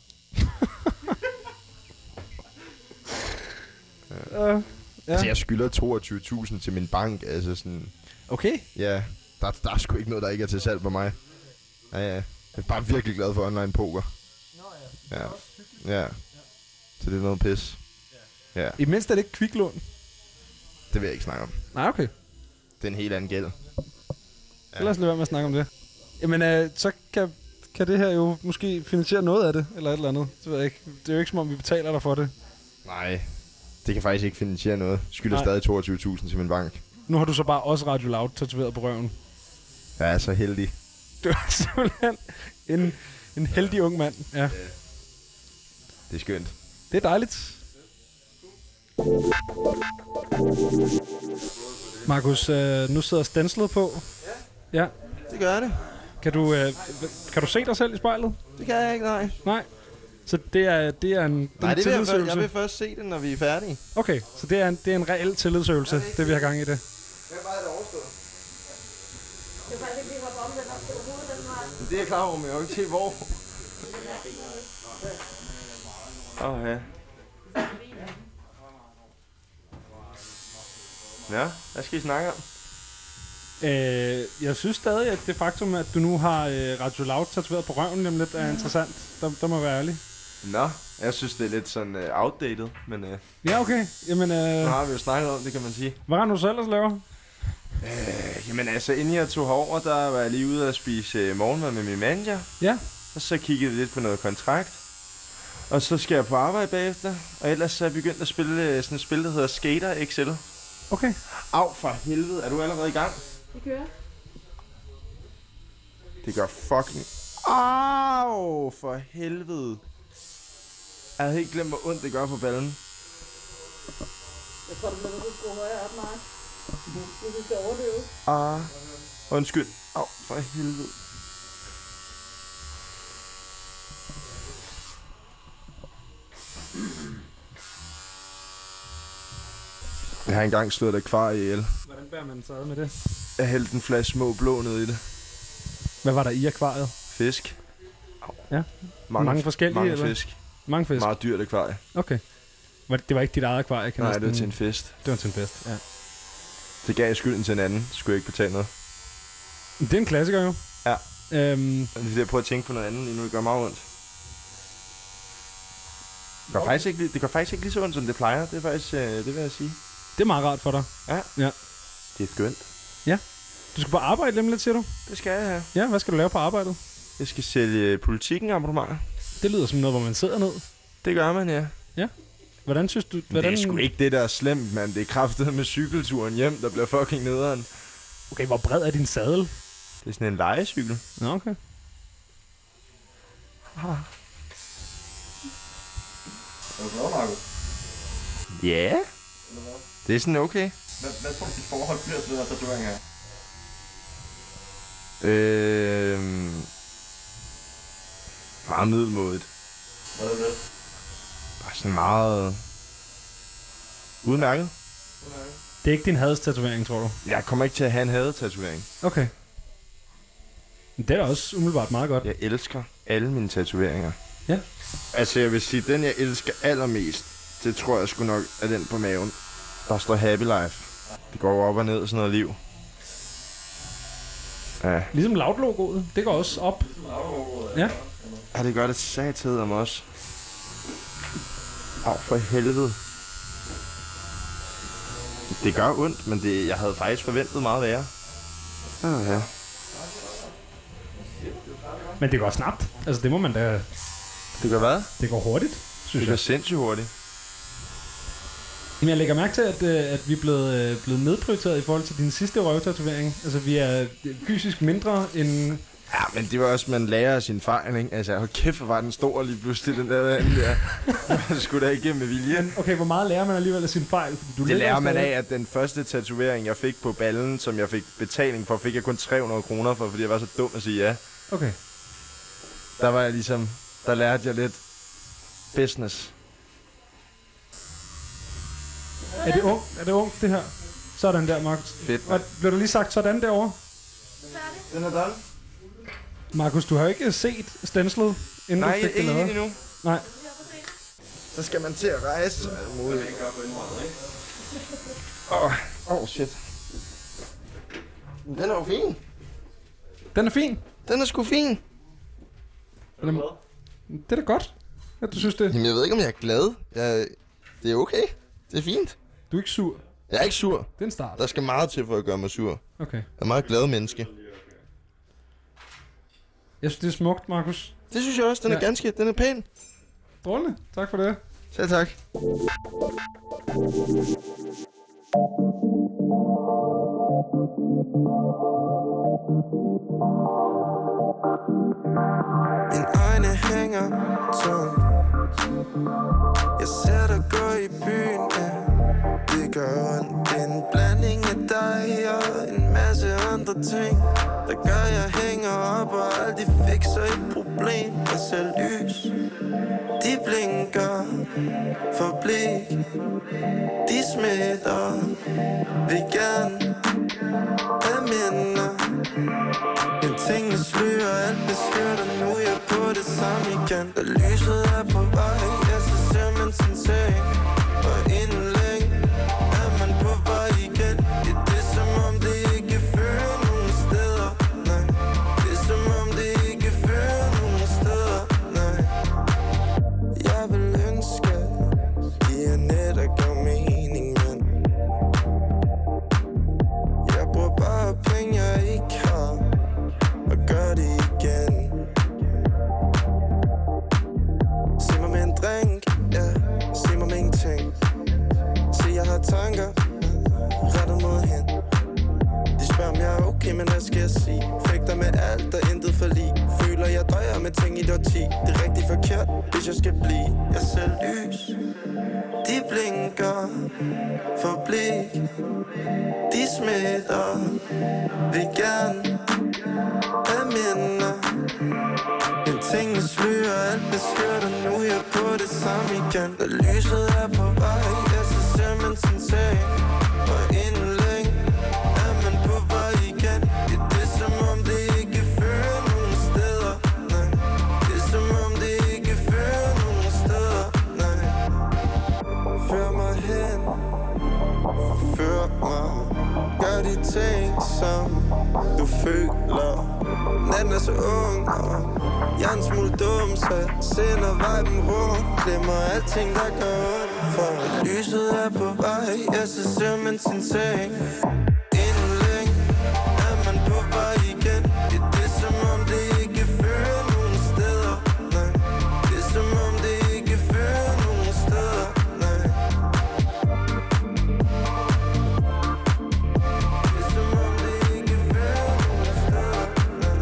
ja. Uh, ja. Altså, jeg skylder toogtyve tusind til min bank, altså sådan... Okay. Ja, der, der er sgu ikke noget, der ikke er til salg på mig. Ja, ja. Jeg er bare virkelig glad for online poker. Ja. Ja. Så det er noget pis. Ja. I mindst er det ikke kviklån. Det vil jeg ikke snakke om. Nej, okay. Det er en helt anden gæld. Ja. Så lad os lade være med at snakke om det. Jamen, øh, så kan, kan det her jo måske finansiere noget af det, eller et eller andet. Det ved jeg ikke. Det er jo ikke som om, vi betaler dig for det. Nej, det kan faktisk ikke finansiere noget. Skylder stadig toogtyve tusind til min bank. Nu har du så bare også Radio Loud tatoveret på røven. Jeg er så heldig. Du er simpelthen en, en heldig ung mand. Ja. Det er skønt. Det er dejligt. Markus, øh, nu sidder stencilet på. Ja. Ja. Det gør det. Kan du, øh, kan du se dig selv i spejlet? Det kan jeg ikke, nej. Nej. Så det er, det er en, nej, en det vil jeg, tillidsøvelse? jeg vil først se det, når vi er færdige. Okay, så det er en, det er en reel tillidsøvelse, ja, det, det vi har gang i det. Hvad var det overstået? Det var faktisk ikke lige hoppe om, den op på hovedet, den var... Det er jeg klar over, men jeg har ikke se hvor. Åh, oh, ja. Ja, hvad skal I snakke om? Øh, jeg synes stadig, at det faktum, at du nu har øh, Radio Loud tatoveret på røven, jamen lidt er interessant. Der, der må være ærlig. Nå, jeg synes, det er lidt sådan uh, outdated, men... Uh, ja, okay. Jamen, øh, nu har vi jo snakket om det, kan man sige. Hvad har du selv at lave? Øh, jamen altså, inden jeg tog herover, der var jeg lige ude at spise uh, morgenmad med min manager. Ja. Og så kiggede vi lidt på noget kontrakt. Og så skal jeg på arbejde bagefter. Og ellers så er jeg begyndt at spille uh, sådan et spil, der hedder Skater X L. Okay. Au, for helvede. Er du allerede i gang? Det kører. Det gør fucking... Au, for helvede. Jeg havde helt glemt, hvor ondt det gør på ballen. Jeg tror, du bliver nødt til at skrue højere op, Mark. Hvis du skal overleve. Ah, undskyld. Au, for helvede. Jeg har engang slået et akvarie ihjel. Hvordan bærer man sig ad med det? Jeg hældte en flaske små blå ned i det. Hvad var der i akvariet? Fisk. Au. Ja. Mange, mange forskellige? Mange eller? fisk. Mange fisk? Meget dyrt akvarie. Okay. Det var ikke dit eget akvarie? Kan Nej, næsten... det var til en fest. Det var til en fest, ja. Det gav jeg skylden til en anden. Skulle jeg ikke betale noget. Det er en klassiker jo. Ja. Øhm... Jeg prøver at tænke på noget andet, nu det gør meget ondt. Det gør, faktisk ikke, det gør faktisk ikke lige så ondt, som det plejer. Det er faktisk, øh, det vil jeg sige. Det er meget rart for dig. Ja. Ja. Det er skønt. Ja. Du skal på arbejde lige lidt, siger du? Det skal jeg have. Ja, hvad skal du lave på arbejdet? Jeg skal sælge Politikken abonnementer. Det lyder som noget, hvor man sidder ned. Det gør man, ja. Ja. Hvordan synes du... Hvordan... Det er sgu ikke det, der er slemt, mand. Det er kraftet med cykelturen hjem, der bliver fucking nederen. Okay, hvor bred er din sadel? Det er sådan en lejecykel. Nå, okay. Ah. Er du glad, Marco? Ja. Det er sådan okay. Hvad, hvad tror du, dit forhold bliver til den her tatovering her? Øhm... Meget middelmådigt. Hvad er det? Bare sådan meget... Udmærket. Det er ikke din hadestatovering, tror du? Jeg kommer ikke til at have en hadetatovering. Okay. Det er da også umiddelbart meget godt. Jeg elsker alle mine tatoveringer. Ja. Altså, jeg vil sige, den jeg elsker allermest, det tror jeg sgu nok er den på maven. Der står Happy Life. Det går op og ned, sådan noget liv. Ja. Ligesom Loud-logoet. Det går også op. Ja. Ja, det gør det satid om os. Au, for helvede. Det gør ondt, men det, jeg havde faktisk forventet meget værre. Ja, ja. Men det går snabbt. Altså, det må man da... Det går hvad? Det går hurtigt, synes det jeg. Det går sindssygt hurtigt. Men jeg lægger mærke til, at, at vi er blevet, blevet nedprioriteret i forhold til din sidste røvtatovering. Altså, vi er fysisk mindre end Ja, men det var også, man lærer af sin fejl, ikke? Altså, hold kæft, hvor var den stor lige pludselig, den der anden der. Man skulle da igennem med viljen. Okay, hvor meget lærer man alligevel af sin fejl? Du det lærer man af, at den første tatovering, jeg fik på ballen, som jeg fik betaling for, fik jeg kun tre hundrede kroner for, fordi jeg var så dum at sige ja. Okay. Der var jeg ligesom, der lærte jeg lidt business. Er det ungt, er det ungt det her? Sådan der, Markus. Fedt, man. Blev der lige sagt sådan derovre? Den er done. Markus, du har jo ikke set stenclet, inden Nej, du fik det ikke lavet? endnu. Nej. Så skal man til at rejse. Åh, oh, oh, shit. Den er jo fin. Den er fin? Den er sgu fin. Den er, det er da godt, at du synes det. Jamen, jeg ved ikke, om jeg er glad. Jeg, det er okay. Det er fint. Du er ikke sur? Jeg er ikke sur. Det er en start. Der skal meget til for at gøre mig sur. Okay. Jeg er et meget glad menneske. Jeg synes, det er smukt, Markus. Det synes jeg også. Den er ja. ganske, den er pæn. Strålende. Tak for det. Selv tak. Mine øjne hænger tungt. Jeg ser dig gå i byen, ja. Det gør ondt. En blanding af dig og en masse andre ting, der gør, jeg hænger op, og alt de fikser et problem. Jeg ser lys, de blinker for blik, de smitter, vil gerne have minder. Men tingene slører, alt beskytter, nu er jeg på det samme igen. Da lyset er på vej, ja, så ser man sin seng, og inden længe er man på vej igen. Ja, det er som om det ikke fører nogen steder, nej. Det er som om det ikke fører nogen steder, nej. Jeg vil ønske, de her nætter gav mening, men jeg bruger bare penge, jeg ikke har, og gør det igen. Sig mig med en drink, ja, sig mig med ingenting. Sig jeg har tanker, rettet mod hende. De spørger om jeg er okay, men hvad skal jeg sige? Fægter med alt, der intet for lige. Føler jeg døjer med ting i et årti. Det er rigtig forkert, hvis jeg skal blive. Jeg ser lys, de blinker for blik, de smitter, vil gerne have minder. Men tingene slører, alt beskytter, nu er jeg på det samme igen. Når lyset er på vej, ja, så ser man sin sag, og inden længe er man på vej igen. Ja, det er som om det ikke fører nogen steder, nej. Det er som om det ikke fører nogen steder, nej. Før mig hen, før mig, gør de ting, som du føler. Natten er så ung, og jeg er en smule dum, så jeg sender viben rundt. Glemmer alting, der gør ondt. For lyset er på vej, ja, så ser man sin seng. Inden længe er man på vej igen. Ja, det er som om det ikke fører nogen steder, nej. Det er som om det ikke fører nogen steder, nej. Det er som om det ikke fører nogen steder, nej.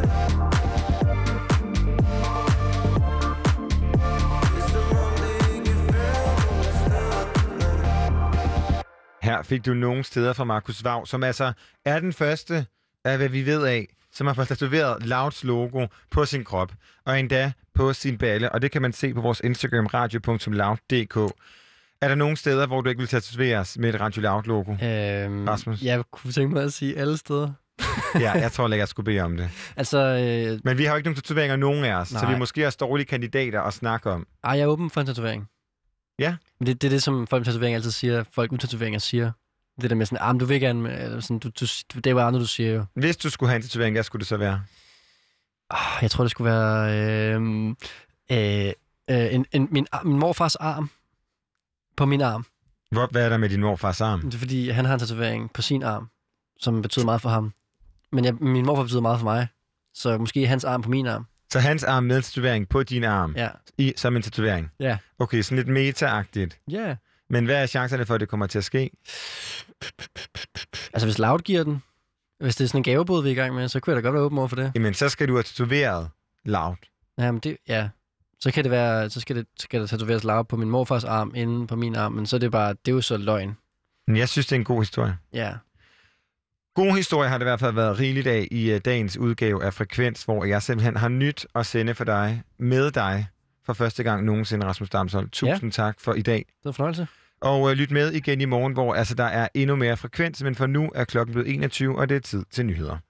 Her fik du nogle steder fra Markus Vav, som altså er den første af, hvad vi ved af, som har fået tatoveret Louds logo på sin krop, og endda på sin balle, og det kan man se på vores Instagram, radio punktum loud punktum d k. Er der nogle steder, hvor du ikke vil tatoveres med et Radio Loud-logo, øhm, Rasmus? Jeg kunne tænke mig at sige alle steder. Ja, jeg tror ikke, jeg skulle bede om det. Altså, øh... Men vi har jo ikke nogen tatoveringer, nogen af os, nej. Så vi måske har dårlige kandidater at snakke om. Ej, jeg er åben for en tatovering. Ja? Men det, det er det, som folk med tatoveringer altid siger, folk uden tatoveringer siger. Det der med sådan, ah, men du vil gerne, eller sådan, du, du, det er jo andet, du siger jo. Hvis du skulle have en tatovering, hvad skulle det så være? Oh, jeg tror, det skulle være øh, øh, øh, en, en, min, min morfars arm på min arm. Hvor, hvad er der med din morfars arm? Det er fordi, han har en tatovering på sin arm, som betyder meget for ham. Men jeg, min morfar betyder meget for mig, så måske hans arm på min arm. Så hans arm med en tatovering på din arm? Ja. I, som en tatovering? Ja. Okay, sådan lidt meta-agtigt. Ja. Yeah. Men hvad er chancerne for, at det kommer til at ske? Altså, hvis Loud giver den, Hvis det er sådan en gavebod, vi er i gang med, så kunne jeg da godt være åben over for det. Jamen, så skal du have tatoveret loud. Jamen, det, ja. Så kan det være, så skal det, så skal det tatoveres loud på min morfars arm, inden på min arm, men så er det bare, det er jo så løgn. Men jeg synes, det er en god historie. Ja. God historie har det i hvert fald været rigeligt af i uh, dagens udgave af Frekvens, hvor jeg simpelthen har nyt at sende for dig, med dig, for første gang nogensinde, Rasmus Damsholdt. Tusind ja. tak for i dag. Det var en fornøjelse. Og uh, lyt med igen i morgen, hvor altså, der er endnu mere Frekvens, men for nu er klokken blevet enogtyve, og det er tid til nyheder.